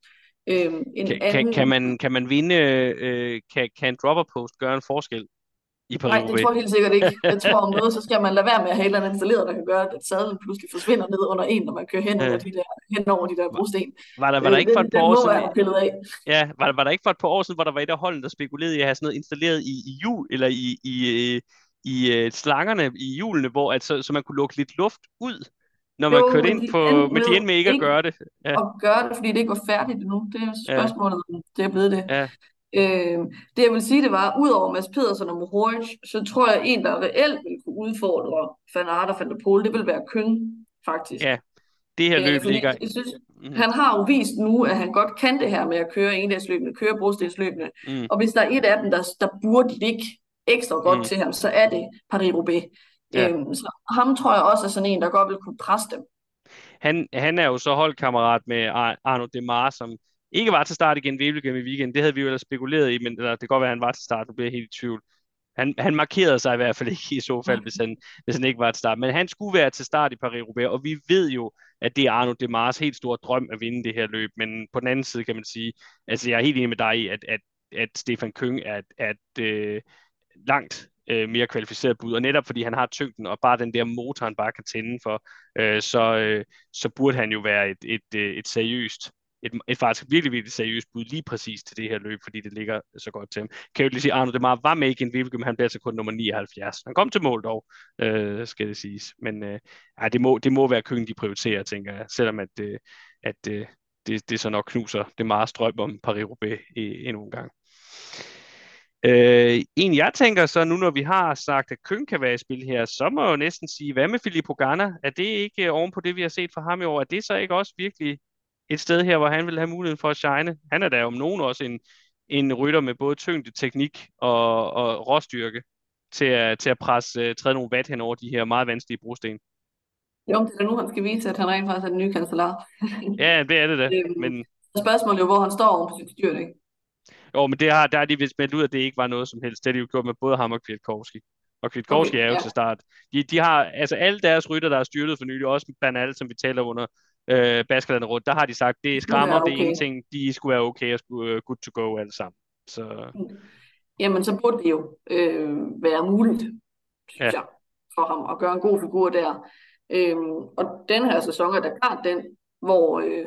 Speaker 2: Øhm, en
Speaker 1: Kan, kan, kan
Speaker 2: anden
Speaker 1: man, kan man vinde, øh, kan, kan en dropper post gøre en forskel i
Speaker 2: Nej, det tror
Speaker 1: Paris-Roubaix?
Speaker 2: jeg helt sikkert ikke. Jeg tror om noget, så skal man lade være med at have et eller andet installeret, der kan gøre, at sadlen pludselig forsvinder ned under en, når man kører hen, under
Speaker 1: Øh,
Speaker 2: de der, hen over de der
Speaker 1: var,
Speaker 2: brosten.
Speaker 1: var der, var der
Speaker 2: Øh,
Speaker 1: ikke for
Speaker 2: den,
Speaker 1: et par
Speaker 2: den
Speaker 1: år
Speaker 2: må
Speaker 1: siden,
Speaker 2: være pillet af.
Speaker 1: ja, var, var der ikke for et par år siden, hvor der var et af holdene, der spekulerede i at have sådan noget installeret i, i hjul, eller i, i, øh, i øh, slangerne i hjulene, hvor at, så, så man kunne lukke lidt luft ud, når man
Speaker 2: Jo,
Speaker 1: kørte
Speaker 2: men
Speaker 1: ind
Speaker 2: de
Speaker 1: på,
Speaker 2: endte
Speaker 1: men de
Speaker 2: med
Speaker 1: endte med ikke at
Speaker 2: ikke
Speaker 1: gøre det. Ja,
Speaker 2: at gøre det, fordi det ikke var færdigt endnu. Det er jo
Speaker 1: ja,
Speaker 2: spørgsmålet, om det er blevet det.
Speaker 1: ja,
Speaker 2: Øh, det jeg vil sige, det var, udover Mads Pedersen og Mohoric, så tror jeg, en, der reelt vil kunne udfordre Van Aert og Van der Poel, det vil være Køn, faktisk.
Speaker 1: ja, det her
Speaker 2: Øh,
Speaker 1: løb
Speaker 2: fordi
Speaker 1: ligger,
Speaker 2: jeg synes,
Speaker 1: mm,
Speaker 2: han har jo vist nu, at han godt kan det her med at køre endagsløbende, køre brostensløbende.
Speaker 1: mm,
Speaker 2: Og hvis der er et af dem, der, der burde ligge ekstra godt
Speaker 1: mm,
Speaker 2: til ham, så er det Paris-Roubaix.
Speaker 1: ja.
Speaker 2: Øh, så ham tror jeg også er sådan en, der godt vil kunne presse dem.
Speaker 1: Han, han er jo så holdkammerat med Ar- Arno Demar, som ikke var til start igen ved Wevelgem i weekenden. Det havde vi jo ellers spekuleret i, men eller, det kan godt være, at han var til start. Nu bliver jeg helt i tvivl. Han, han markerede sig i hvert fald ikke i så fald, hvis han, hvis han ikke var til start. Men han skulle være til start i Paris-Roubaix, og vi ved jo, at det er Arno Demars helt store drøm at vinde det her løb. Men på den anden side kan man sige, altså jeg er helt enig med dig i, at, at, at Stefan Küng er, er et øh, langt øh, mere kvalificeret bud, og netop fordi han har tyngden, og bare den der motor, han bare kan tænde for, øh, så, øh, så burde han jo være et, et, et, et seriøst et, et faktisk virkelig, virkelig seriøst bud lige præcis til det her løb, fordi det ligger så godt til ham. Kan jeg jo lige sige, Arno Demar var med igen i men han blev altså kun nummer nioghalvfjerds. Han kom til mål dog, øh, skal det siges. Men øh, ja, det, må, det må være Køen, de prioriterer, tænker jeg, selvom at, øh, at øh, det, det så nok knuser det meget strøm om Paris-Roubaix endnu en gang. Øh, en jeg tænker så nu, når vi har sagt, at Køn kan være i spil her, så må jeg jo næsten sige, hvad med Filippo Ganna? Er det ikke oven på det, vi har set fra ham i år? Er det så ikke også virkelig et sted her, hvor han vil have muligheden for at shine? Han er da om nogen også en, en rytter med både tyngde, teknik og, og råstyrke til at, til at presse, uh, træde nogle vat hen over de her meget vanskelige brosten.
Speaker 2: Jo, det er nu, han skal vise, at han rent faktisk er den nye kancelar.
Speaker 1: Ja, det er det da.
Speaker 2: Øhm,
Speaker 1: Men,
Speaker 2: spørgsmålet er jo, hvor han står oven på sit styr, ikke?
Speaker 1: jo, men det har, der er de vist meldt ud, at det ikke var noget som helst. Det har de jo gjort med både ham og Kwiatkowski. Og Kwiatkowski
Speaker 2: Okay,
Speaker 1: er jo
Speaker 2: ja.
Speaker 1: til start. De, de har, altså alle deres rytter, der er styrtet for nylig, også Bernal, som vi taler under øh, Baskerlandet rundt, der har de sagt, det er
Speaker 2: Nu
Speaker 1: skrammer,
Speaker 2: er
Speaker 1: det er
Speaker 2: okay.
Speaker 1: ingenting, de skulle være okay og skulle uh, good to go alle sammen. Så
Speaker 2: Jamen, så burde det jo øh, være muligt, synes
Speaker 1: ja,
Speaker 2: jeg, for ham at gøre en god figur der. Øhm, og den her sæson er da klart den, hvor øh,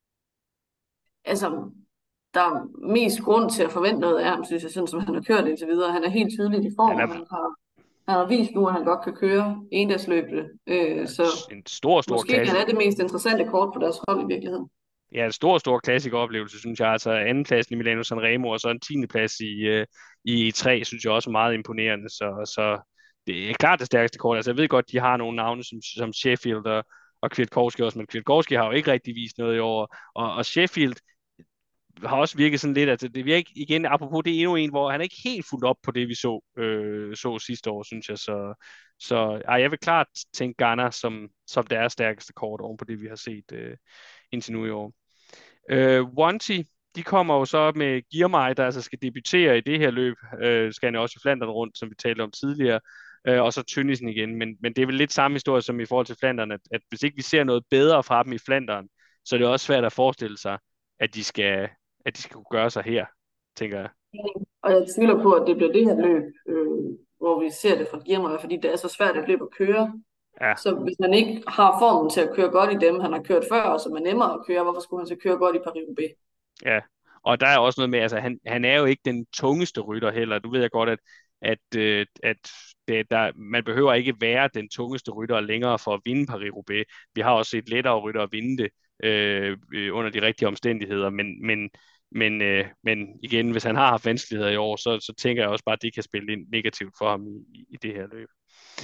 Speaker 2: altså, der er mest grund til at forvente noget af ham, synes jeg, sådan som han har kørt indtil videre. Han er helt tydeligt i form,
Speaker 1: han
Speaker 2: og
Speaker 1: er
Speaker 2: han har, han har vist nu, at han godt kan køre endagsløbet. Øh, så
Speaker 1: en stor, stor
Speaker 2: måske han
Speaker 1: klasse.
Speaker 2: er det mest interessante kort på deres hold i virkeligheden.
Speaker 1: Ja, en stor, stor klassikeroplevelse, synes jeg. Altså andenpladsen i Milano Sanremo, og så en tiende plads i, uh, i E tre, synes jeg også er meget imponerende. Så, så det er klart det stærkeste kort. Altså jeg ved godt, de har nogle navne som, som Sheffield og, og Kwiatkowski også, men Kwiatkowski har jo ikke rigtig vist noget i år. Og, og Sheffield har også virket sådan lidt, at det virker igen, apropos det er endnu en, hvor han ikke helt fuldt op på det, vi så, øh, så sidste år, synes jeg. Så, så ej, jeg vil klart tænke Ghana som, som deres stærkeste kort oven på det, vi har set øh, indtil nu i år. Øh, Wanty, de kommer jo så med Girmay, der altså skal debutere i det her løb. Øh, skal han også i Flandern rundt, som vi talte om tidligere. Øh, og så Tønnesen igen. Men, men det er vel lidt samme historie som i forhold til Flandern, at, at hvis ikke vi ser noget bedre fra dem i Flandern, så er det også svært at forestille sig, at de skal, at de skal kunne gøre sig her, tænker jeg.
Speaker 2: Og jeg tvivler på, at det bliver det her løb, øh, hvor vi ser det fra Girmay, fordi det er så svært et løb at køre.
Speaker 1: Ja,
Speaker 2: Så hvis han ikke har formen til at køre godt i dem, han har kørt før, som er nemmere at køre, hvorfor skulle han så køre godt i Paris-Roubaix?
Speaker 1: ja. Og der er også noget med, altså han, han er jo ikke den tungeste rytter heller. Du ved jeg godt, at, at, øh, at det, der, man behøver ikke være den tungeste rytter længere for at vinde Paris-Roubaix. Vi har også set lettere rytter vinde det øh, øh, under de rigtige omstændigheder, men, men, men, øh, men igen, hvis han har haft vanskeligheder i år, så, så tænker jeg også bare, at det kan spille ind negativt for ham i, i, i det her løb.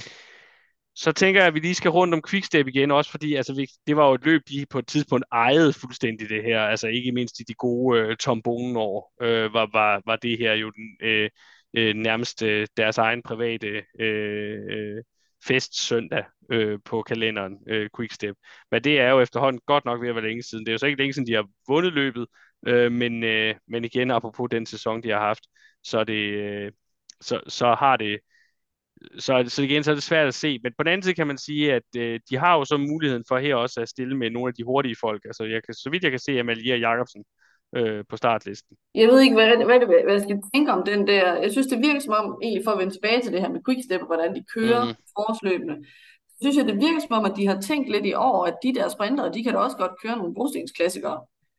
Speaker 1: Så tænker jeg, at vi lige skal rundt om Quickstep igen, også fordi altså, vi, det var jo et løb, de på et tidspunkt ejede fuldstændig det her. Altså ikke mindst i de gode øh, Tom Bonen-år, øh, var, var, var det her jo den, øh, øh, nærmest øh, deres egen private øh, øh, fest søndag øh, på kalenderen, øh, Quickstep. Men det er jo efterhånden godt nok ved at være længe siden. Det er jo så ikke længe siden, de har vundet løbet, øh, men, øh, men igen, apropos den sæson, de har haft, så, er det, øh, så, så har det så, så igen, så er det svært at se. Men på den anden side kan man sige, at øh, de har jo så muligheden for her også at stille med nogle af de hurtige folk. Altså, jeg kan, så vidt jeg kan se, Amalia Jacobsen øh, på startlisten.
Speaker 2: Jeg ved ikke, hvad, hvad, det, hvad jeg skal tænke om den der. Jeg synes, det virker som om, egentlig for at vende tilbage til det her med quickstep og hvordan de kører
Speaker 1: Mm,
Speaker 2: forårsløbende, så synes jeg, det virker som om, at de har tænkt lidt i år, at de der sprintere, de kan da også godt køre nogle brostensklassikere.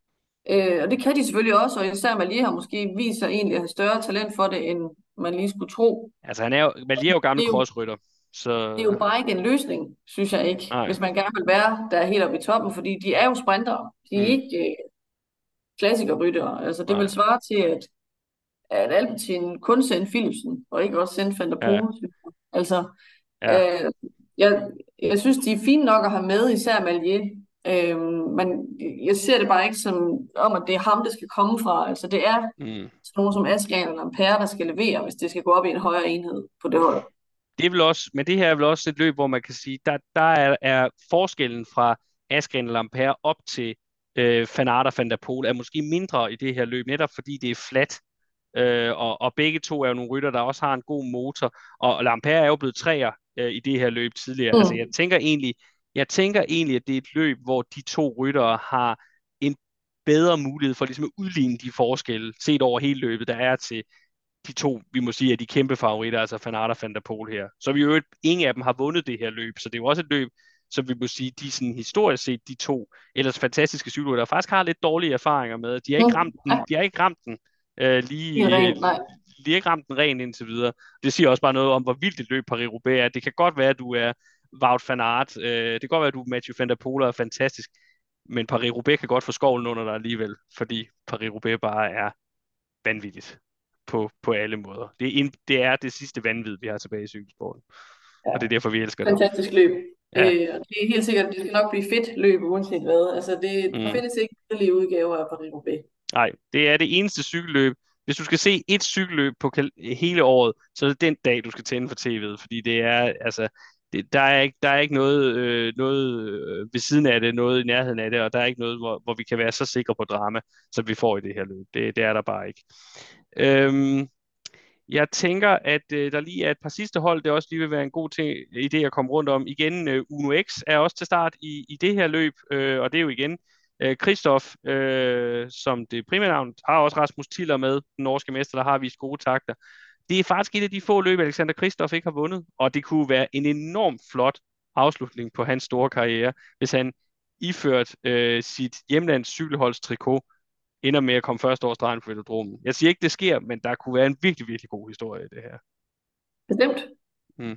Speaker 2: Øh, og det kan de selvfølgelig også, og især Malie har måske vist sig egentlig at have større talent for det, end man lige skulle tro.
Speaker 1: altså han er jo, Valier er jo gammel
Speaker 2: Det er jo,
Speaker 1: crossrytter, så
Speaker 2: det er jo bare ikke en løsning, synes jeg ikke,
Speaker 1: nej.
Speaker 2: hvis man gerne vil være der helt oppe i toppen, fordi de er jo sprintere. De er
Speaker 1: Mm,
Speaker 2: ikke øh, klassikerryttere. Altså det vil
Speaker 1: nej.
Speaker 2: svare til, at at Alpecin kun sendte Philipsen, og ikke også sendte Van der
Speaker 1: Ja,
Speaker 2: Poel. Altså,
Speaker 1: ja.
Speaker 2: øh, jeg, jeg synes, de er fine nok at have med, især Malier. Øh, men jeg ser det bare ikke som om, at det er ham, det skal komme fra. Altså, det er
Speaker 1: Mm.
Speaker 2: sådan nogen som Askren eller Ampere, der skal levere, hvis det skal gå op i en højere enhed på det hold.
Speaker 1: Det er vel også, men det her er vel også et løb, hvor man kan sige, der, der er, er forskellen fra Askren og Lampere op til øh, Van Aert og Van der Poel er måske mindre i det her løb, netop fordi det er fladt. Øh, og, og begge to er jo nogle rytter, der også har en god motor. Og Lampere er jo blevet træer øh, i det her løb tidligere. Altså jeg
Speaker 2: Mm.
Speaker 1: tænker egentlig, jeg tænker egentlig, at det er et løb, hvor de to ryttere har en bedre mulighed for ligesom at udligne de forskelle, set over hele løbet, der er til de to, vi må sige, er de kæmpe favoritter, altså Van Aert og Van der Poel her. Så vi jo ingen af dem har vundet det her løb, så det er jo også et løb, som vi må sige, de sådan historisk set, de to ellers fantastiske cykelryttere, der faktisk har lidt dårlige erfaringer med. De har ikke
Speaker 2: Mm.
Speaker 1: ramt den,
Speaker 2: Ja,
Speaker 1: de har ikke ramt den øh,
Speaker 2: det er
Speaker 1: lige, øh,
Speaker 2: rent. Nej.
Speaker 1: de har ikke ramt den ren indtil videre. Det siger også bare noget om, hvor vildt et løb Paris-Roubaix er. Det kan godt være, at du er Wout van Aert, øh, det kan godt være, at du er Mathieu van der Poel er fantastisk, men Paris-Roubaix kan godt få skovlen under dig alligevel, fordi Paris-Roubaix bare er vanvittigt på, på alle måder. Det er, en, det er det sidste vanvid, vi har tilbage i cykelsporten.
Speaker 2: Ja.
Speaker 1: Og det er derfor, vi elsker det.
Speaker 2: Fantastisk løb.
Speaker 1: Ja.
Speaker 2: Øh, og det er helt sikkert, at det skal nok blive fedt løb, uanset hvad. Altså, det, der
Speaker 1: Mm.
Speaker 2: findes ikke yderligere udgaver af Paris-Roubaix.
Speaker 1: Nej, det er det eneste cykelløb. Hvis du skal se et cykelløb på kal- hele året, så er det den dag, du skal tænde for T V'et, fordi det er, altså, det, der er ikke, der er ikke noget, øh, noget øh, ved siden af det, noget i nærheden af det, og der er ikke noget, hvor, hvor vi kan være så sikre på drama, som vi får i det her løb. Det, det er der bare ikke. Øhm, Jeg tænker, at øh, der lige er et par sidste hold, det også lige vil være en god ting, idé at komme rundt om. Igen, øh, Uno X er også til start i, i det her løb, øh, og det er jo igen øh, Christoph, øh, som det primære navn, har også Rasmus Tiller med, den norske mester, der har vist gode takter. Det er faktisk et af de få løb, Alexander Christoph ikke har vundet, og det kunne være en enormt flot afslutning på hans store karriere, hvis han iført øh, sit hjemlands cykelholds trikot ender med at komme første over stregen på velodromen. Jeg siger ikke, det sker, men der kunne være en virkelig, virkelig god historie i det her.
Speaker 2: Bestemt.
Speaker 1: Mm.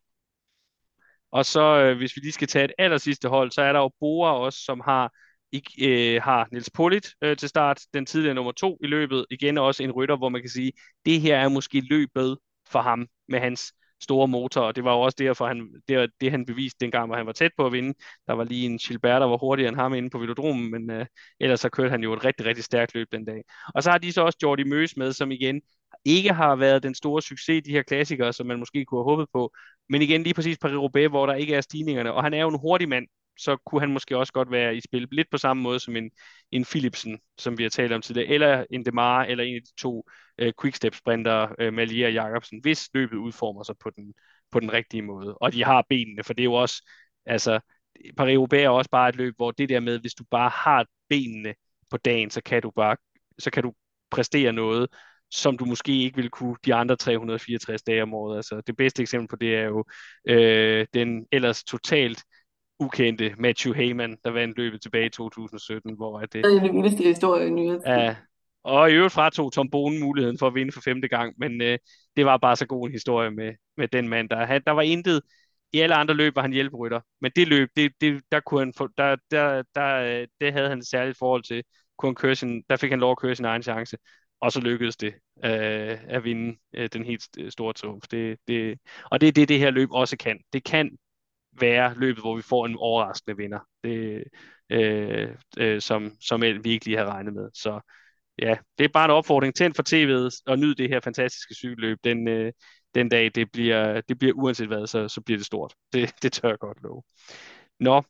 Speaker 1: Og så, øh, hvis vi lige skal tage et aller sidste hold, så er der jo Bora også, som har, ikke, øh, har Niels Pollitt øh, til start, den tidligere nummer to i løbet. Igen også en rytter, hvor man kan sige, det her er måske løbet for ham med hans store motor, og det var jo også derfor, han, det, var det, han beviste dengang, hvor han var tæt på at vinde. Der var lige en Gilbert, der var hurtigere end ham inde på velodromen, men øh, ellers så kørte han jo et rigtig, rigtig stærkt løb den dag. Og så har de så også Jordi Møs med, som igen ikke har været den store succes i de her klassikere, som man måske kunne have håbet på. Men igen lige præcis Paris-Roubaix, hvor der ikke er stigningerne, og han er jo en hurtig mand, så kunne han måske også godt være i spil lidt på samme måde som en, en Philipsen, som vi har talt om tidligere, eller en Demar, eller en af de to øh, quickstep-sprinter, øh, Malier og Jacobsen, hvis løbet udformer sig på den, på den rigtige måde. Og de har benene, for det er jo også, altså, Paris-Roubaix er også bare et løb, hvor det der med, hvis du bare har benene på dagen, så kan du bare, så kan du præstere noget, som du måske ikke ville kunne de andre tre hundrede og fireogtres dage om året. Altså, det bedste eksempel på det er jo øh, den ellers totalt ukendte Matthew Hayman, der vandt løbet tilbage i to tusind og sytten, hvor at det
Speaker 2: Det er den vildeste historie i nyhedstid.
Speaker 1: er... Og i øvrigt fratog Tom Bonen muligheden for at vinde for femte gang, men øh, det var bare så god en historie med, med den mand. Der, han, der var intet, i alle andre løb var han hjælperytter, men det løb, det, det, der, kunne han få, der, der, der, øh, det havde han et særligt forhold til. Kunne han køre sin, der fik han lov at køre sin egen chance, og så lykkedes det øh, at vinde øh, den helt store triumf. Det, det, og det er det, det her løb også kan. Det kan være løbet, hvor vi får en overraskende vinder, det, øh, øh, som, som vi ikke lige havde regnet med. Så ja, det er bare en opfordring. Tænd for T V'et og nyd det her fantastiske cykelløb. Den, øh, den dag, det bliver, det bliver uanset hvad, så, så bliver det stort. Det, det tør jeg godt love. Nå,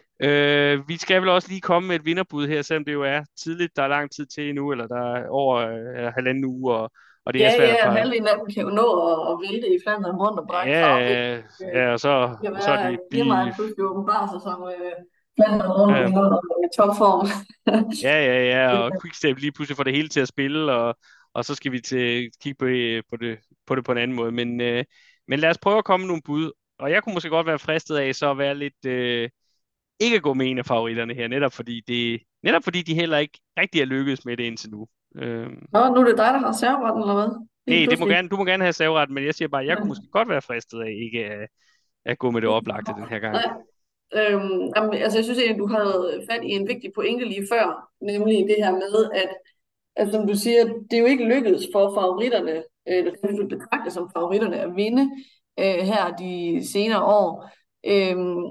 Speaker 1: øh, vi skal vel også lige komme med et vinderbud her, selvom det jo er tidligt. Der er lang tid til endnu, eller der er over øh, halvanden uge, og, og det er
Speaker 2: Ja,
Speaker 1: svært at
Speaker 2: ja,
Speaker 1: pege.
Speaker 2: halvdelen af dem kan jo nå at, at vælte i Flandern rundt og brække farve.
Speaker 1: Ja,
Speaker 2: Øh,
Speaker 1: ja, og så,
Speaker 2: Det kan
Speaker 1: så er
Speaker 2: være,
Speaker 1: de,
Speaker 2: at
Speaker 1: de
Speaker 2: Irma pludselig åbenbarer sig som øh, Men rundt i
Speaker 1: Øh,
Speaker 2: noget i topform.
Speaker 1: ja, ja, ja, og Quickstep lige pludselig får det hele til at spille, og, og så skal vi til kigge på, det- på det på det på en anden måde. Men, øh, men lad os prøve at komme med nogle bud. Og jeg kunne måske godt være fristet af så at være lidt øh, ikke at gå med en af favoritterne her, netop fordi det netop fordi de heller ikke rigtig er lykkedes med det indtil nu. Øh,
Speaker 2: Nå, nu er det dig, der har serveretten, eller hvad? Lige
Speaker 1: nej, det må
Speaker 2: pludselig.
Speaker 1: gerne, du må gerne have serveret, men jeg siger bare, at jeg kunne
Speaker 2: Ja.
Speaker 1: måske godt være fristet af ikke at, at gå med det oplagte den her gang.
Speaker 2: Nej, øhm, jamen, altså jeg synes egentlig, du havde fat i en vigtig pointe lige før, nemlig det her med, at, at som du siger, det er jo ikke lykkedes for favoritterne, øh, eller det du betragter som favoritterne, at vinde øh, her de senere år. Øhm,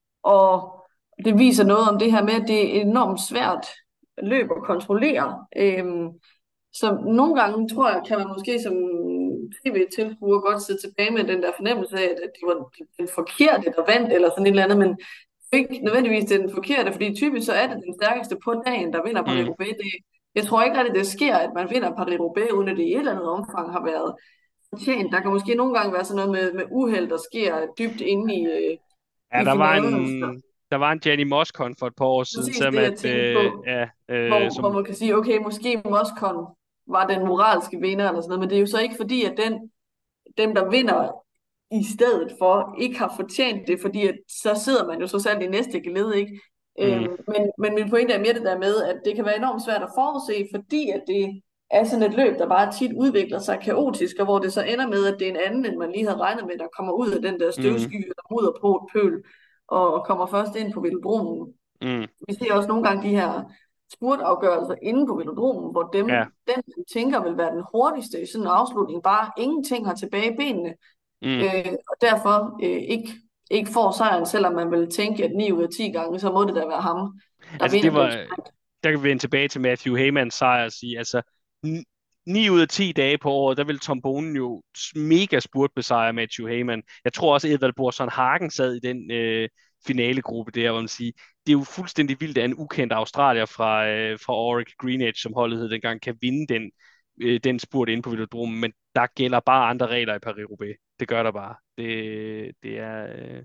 Speaker 2: og det viser noget om det her med, at det er enormt svært løb at kontrollere. Øhm, så nogle gange, tror jeg, kan man måske som tv-tilskuer godt sidde tilbage med den der fornemmelse af, at det var den forkerte, der vandt, eller sådan et eller andet, men det er ikke nødvendigvis det er den forkerte, fordi typisk så er det den stærkeste på dagen, der vinder
Speaker 1: Mm,
Speaker 2: Paris-Roubaix. Det, jeg tror ikke rigtig, det sker, at man vinder Paris-Roubaix, uden at det i et eller andet omfang har været fortjent. Der kan måske nogle gange være sådan noget med, med uheld, der sker dybt inde i, øh,
Speaker 1: ja,
Speaker 2: i
Speaker 1: der var
Speaker 2: finalen.
Speaker 1: en der var en Gianni Moscon for et par år siden,
Speaker 2: Præcis
Speaker 1: som
Speaker 2: det, jeg
Speaker 1: at
Speaker 2: tænkte
Speaker 1: øh,
Speaker 2: på,
Speaker 1: ja, øh,
Speaker 2: hvor, hvor
Speaker 1: som
Speaker 2: man kan sige, okay, måske Moscon var den moralske vinder, eller sådan noget, men det er jo så ikke fordi, at den, dem, der vinder i stedet for, ikke har fortjent det, fordi at, så sidder man jo så selv i næste geled, ikke?
Speaker 1: mm,
Speaker 2: Øhm, men, men min pointe er mere det der med, at det kan være enormt svært at forudse, fordi at det er sådan et løb, der bare tit udvikler sig kaotisk, og hvor det så ender med, at det er en anden, end man lige havde regnet med, der kommer ud af den der
Speaker 1: mm,
Speaker 2: støvsky eller mudderpøl, og, og kommer først ind på velodromen.
Speaker 1: mm,
Speaker 2: Vi ser også nogle gange de her spurtafgørelser inde på velodromen, hvor dem,
Speaker 1: ja,
Speaker 2: den man tænker vil være den hurtigste i sådan en afslutning, bare ingenting har tilbage i benene,
Speaker 1: mm.
Speaker 2: øh, og derfor øh, ikke, ikke får sejren, selvom man vil tænke, at ni ud af ti gange, så må det da være ham, der
Speaker 1: Altså
Speaker 2: vinder
Speaker 1: det
Speaker 2: den
Speaker 1: var,
Speaker 2: sprint.
Speaker 1: der kan vi vende tilbage til Matthew Haymans sejr og sige, altså ni ni ud af ti dage på året, der vil Tom Bonen jo mega spurt besejre Matthew Hayman. Jeg tror også, Edvald Boasson Hagen sad i den øh, finalegruppe der, hvor man siger, det er jo fuldstændig vildt, at en ukendt australier fra, øh, fra Auric Greenedge, som holdet hed dengang, kan vinde den, øh, den spurt inde på velodromen, men der gælder bare andre regler i Paris-Roubaix. Det gør der bare. Det, det er... Øh,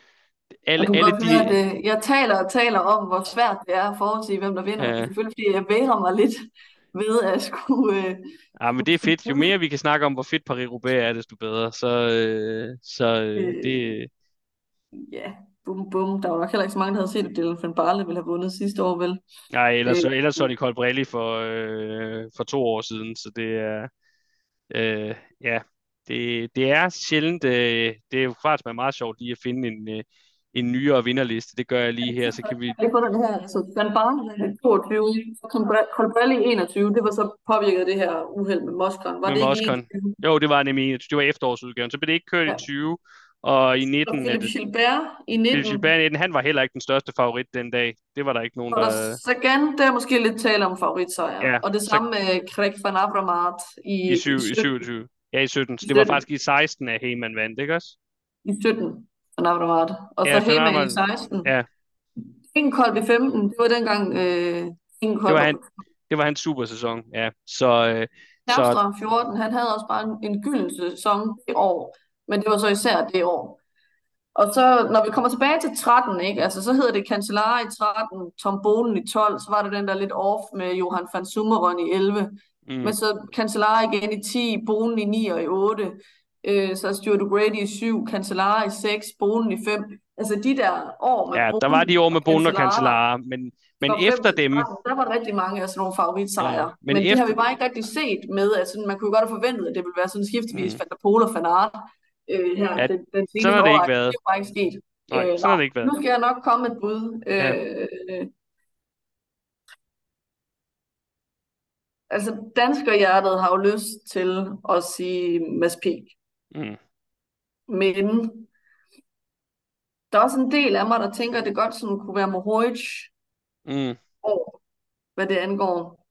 Speaker 2: Og
Speaker 1: alle,
Speaker 2: du kan
Speaker 1: alle
Speaker 2: godt høre,
Speaker 1: de...
Speaker 2: at øh, jeg taler og taler om, hvor svært det er at forudsige, hvem der vinder. Det er
Speaker 1: Øh,
Speaker 2: selvfølgelig, fordi jeg væger mig lidt ved at skulle, øh,
Speaker 1: Ja, men
Speaker 2: skulle
Speaker 1: det er
Speaker 2: give
Speaker 1: fedt. Jo
Speaker 2: bud.
Speaker 1: mere vi kan snakke om, hvor fedt Paris-Roubaix er, desto bedre. Så, øh, så øh,
Speaker 2: Øh,
Speaker 1: det...
Speaker 2: ja, bum bum. Der var nok heller ikke så mange, der havde set, at Dylan van Barle ville have vundet sidste år, vel?
Speaker 1: Nej, ellers,
Speaker 2: Øh,
Speaker 1: så- ellers så de Colbrelli for, øh, for to år siden, så det er... Øh, ja, det, det er sjældent... Øh, det er jo faktisk meget sjovt lige at finde en, øh, en nyere vinderliste. Det gør jeg lige her, så kan vi...
Speaker 2: Jeg på den her, altså Van Barle er toogtyve, så kom Bre- Colbrelli enogtyve, det var så påvirket af det her uheld med Moscon. Var
Speaker 1: Med
Speaker 2: det ikke
Speaker 1: Moscon.
Speaker 2: enogtyve?
Speaker 1: Jo, det var nemlig enogtyve. Det var efterårsudgaven. Så blev det ikke kørt i
Speaker 2: Ja.
Speaker 1: tyve, og i
Speaker 2: Og
Speaker 1: nitten er
Speaker 2: Philip
Speaker 1: det...
Speaker 2: Gilbert i
Speaker 1: Philip
Speaker 2: nitten.
Speaker 1: Gilbert i nitten, han var heller ikke den største favorit den dag. Det var der ikke nogen,
Speaker 2: Og der
Speaker 1: der...
Speaker 2: Sagan, der er måske lidt tale om favoritsejr.
Speaker 1: Ja,
Speaker 2: Og det
Speaker 1: så
Speaker 2: samme med Craig van Avermaet
Speaker 1: I,
Speaker 2: i, i
Speaker 1: syv, i
Speaker 2: sytten.
Speaker 1: syvogtyve. Ja, i sytten. Så
Speaker 2: I
Speaker 1: det var
Speaker 2: sytten.
Speaker 1: faktisk i seksten, at Heyman vandt, ikke også?
Speaker 2: I sytten. Van Avermaet. Og så
Speaker 1: Ja, Van
Speaker 2: Heyman i
Speaker 1: Aert,
Speaker 2: seksten.
Speaker 1: ja,
Speaker 2: Ingenkolb i femten. Det var dengang øh,
Speaker 1: det
Speaker 2: Ingenkolb
Speaker 1: var
Speaker 2: var
Speaker 1: han,
Speaker 2: på.
Speaker 1: det var hans supersæson, ja. Så, øh, så
Speaker 2: Terpstra fjorten. Han havde også bare en, en gylden sæson det år. Men det var så især det år. Og så, når vi kommer tilbage til tretten, ikke? Altså, så hedder det Cancellara i tretten, Tom Bonen i tolv, så var det den der lidt off med Johan van Summeren i elleve. Men
Speaker 1: mm,
Speaker 2: så Cancellara igen i ti, Bonen i ni og i otte. Øh, så Stuart O'Grady i syv, Cancellara i seks, Bonen i fem. Altså de der år med
Speaker 1: ja, der var de
Speaker 2: Bonen
Speaker 1: år
Speaker 2: og
Speaker 1: med Bono og
Speaker 2: Cancellara
Speaker 1: Cancellara, men, men
Speaker 2: fra fem
Speaker 1: efter
Speaker 2: til
Speaker 1: dem,
Speaker 2: tretten, der var rigtig mange af sådan nogle
Speaker 1: ja,
Speaker 2: favoritsejre.
Speaker 1: men
Speaker 2: Men det har
Speaker 1: efter,
Speaker 2: vi bare ikke rigtig set med, at sådan, man kunne jo godt have forventet, at det ville være sådan skiftevis
Speaker 1: mm,
Speaker 2: Van der Poel og Van Aert øh, her
Speaker 1: ja,
Speaker 2: den, den
Speaker 1: sådan
Speaker 2: seneste
Speaker 1: har det
Speaker 2: år.
Speaker 1: ikke
Speaker 2: Det
Speaker 1: været.
Speaker 2: er jo bare ikke sket.
Speaker 1: Nej,
Speaker 2: Øh,
Speaker 1: sådan
Speaker 2: nå,
Speaker 1: har det ikke
Speaker 2: nu
Speaker 1: været.
Speaker 2: skal jeg nok komme med et bud.
Speaker 1: Ja,
Speaker 2: Øh, altså, danskerhjertet har jo lyst til at sige Mads P.
Speaker 1: mm,
Speaker 2: Men der er også en del af mig, der tænker, at det godt sådan kunne være Mohoric
Speaker 1: mm,
Speaker 2: år, hvad det angår.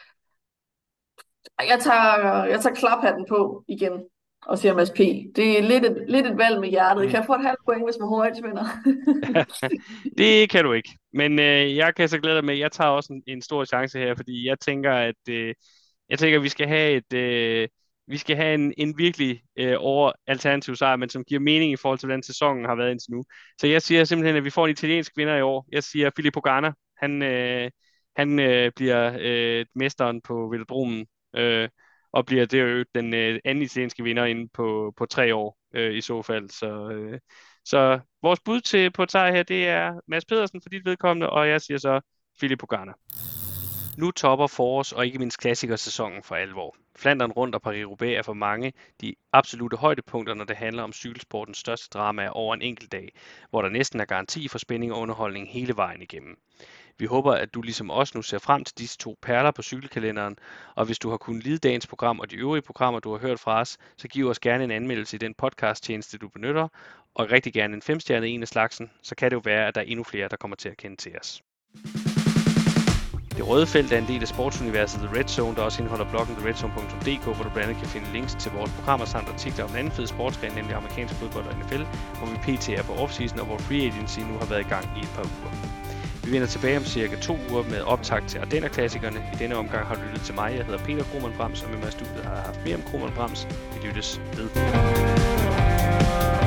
Speaker 2: Jeg tager, jeg tager klaphatten på igen og siger Mads P. Det er lidt et, lidt et valg med hjertet.
Speaker 1: mm.
Speaker 2: Kan jeg få et halvt point, hvis Mohoric vinder?
Speaker 1: Det kan du ikke. Men øh, jeg kan så glæde dig med, jeg tager også en, en stor chance her, fordi jeg tænker, at øh, jeg tænker, at vi skal have et, øh, vi skal have en, en virkelig øh, over alternativ sejr, men som giver mening i forhold til, hvordan sæsonen har været indtil nu. Så jeg siger simpelthen, at vi får en italiensk vinder i år. Jeg siger Filippo Ganna. Han, øh, han øh, bliver øh, mesteren på velodromen, øh, og bliver det jo den øh, anden italienske vinder inden på, på tre år øh, i så fald. Så, øh, så vores bud til på sejr her, det er Mads Pedersen for dit vedkommende, og jeg siger så Filippo Ganna. Nu topper forårs- og ikke mindst klassikersæsonen for alvor. Flandern rundt og Paris-Roubaix er for mange de absolute højdepunkter, når det handler om cykelsportens største drama over en enkelt dag, hvor der næsten er garanti for spænding og underholdning hele vejen igennem. Vi håber, at du ligesom os nu ser frem til disse to perler på cykelkalenderen, og hvis du har kunnet lide dagens program og de øvrige programmer, du har hørt fra os, så giv os gerne en anmeldelse i den podcasttjeneste, du benytter, og rigtig gerne en femstjernet en af slagsen, så kan det jo være, at der er endnu flere, der kommer til at kende til os. Det røde felt er en del af sportsuniverset The Red Zone, der også indeholder bloggen the red zone punktum d k, hvor du blandt andet kan finde links til vores programmer samt artikler om en anden fed sportsgren, nemlig amerikansk fodbold og N F L, hvor vi pt. Er på offseason, og hvor free agency nu har været i gang i et par uger. Vi vender tilbage om cirka to uger med optakt til Ardenner-klassikerne. I denne omgang har du lyttet til mig. Jeg hedder Peter Krohmann Brams, og med mig i studiet har jeg haft mere om Krohmann Brams. Vi lyttes ved.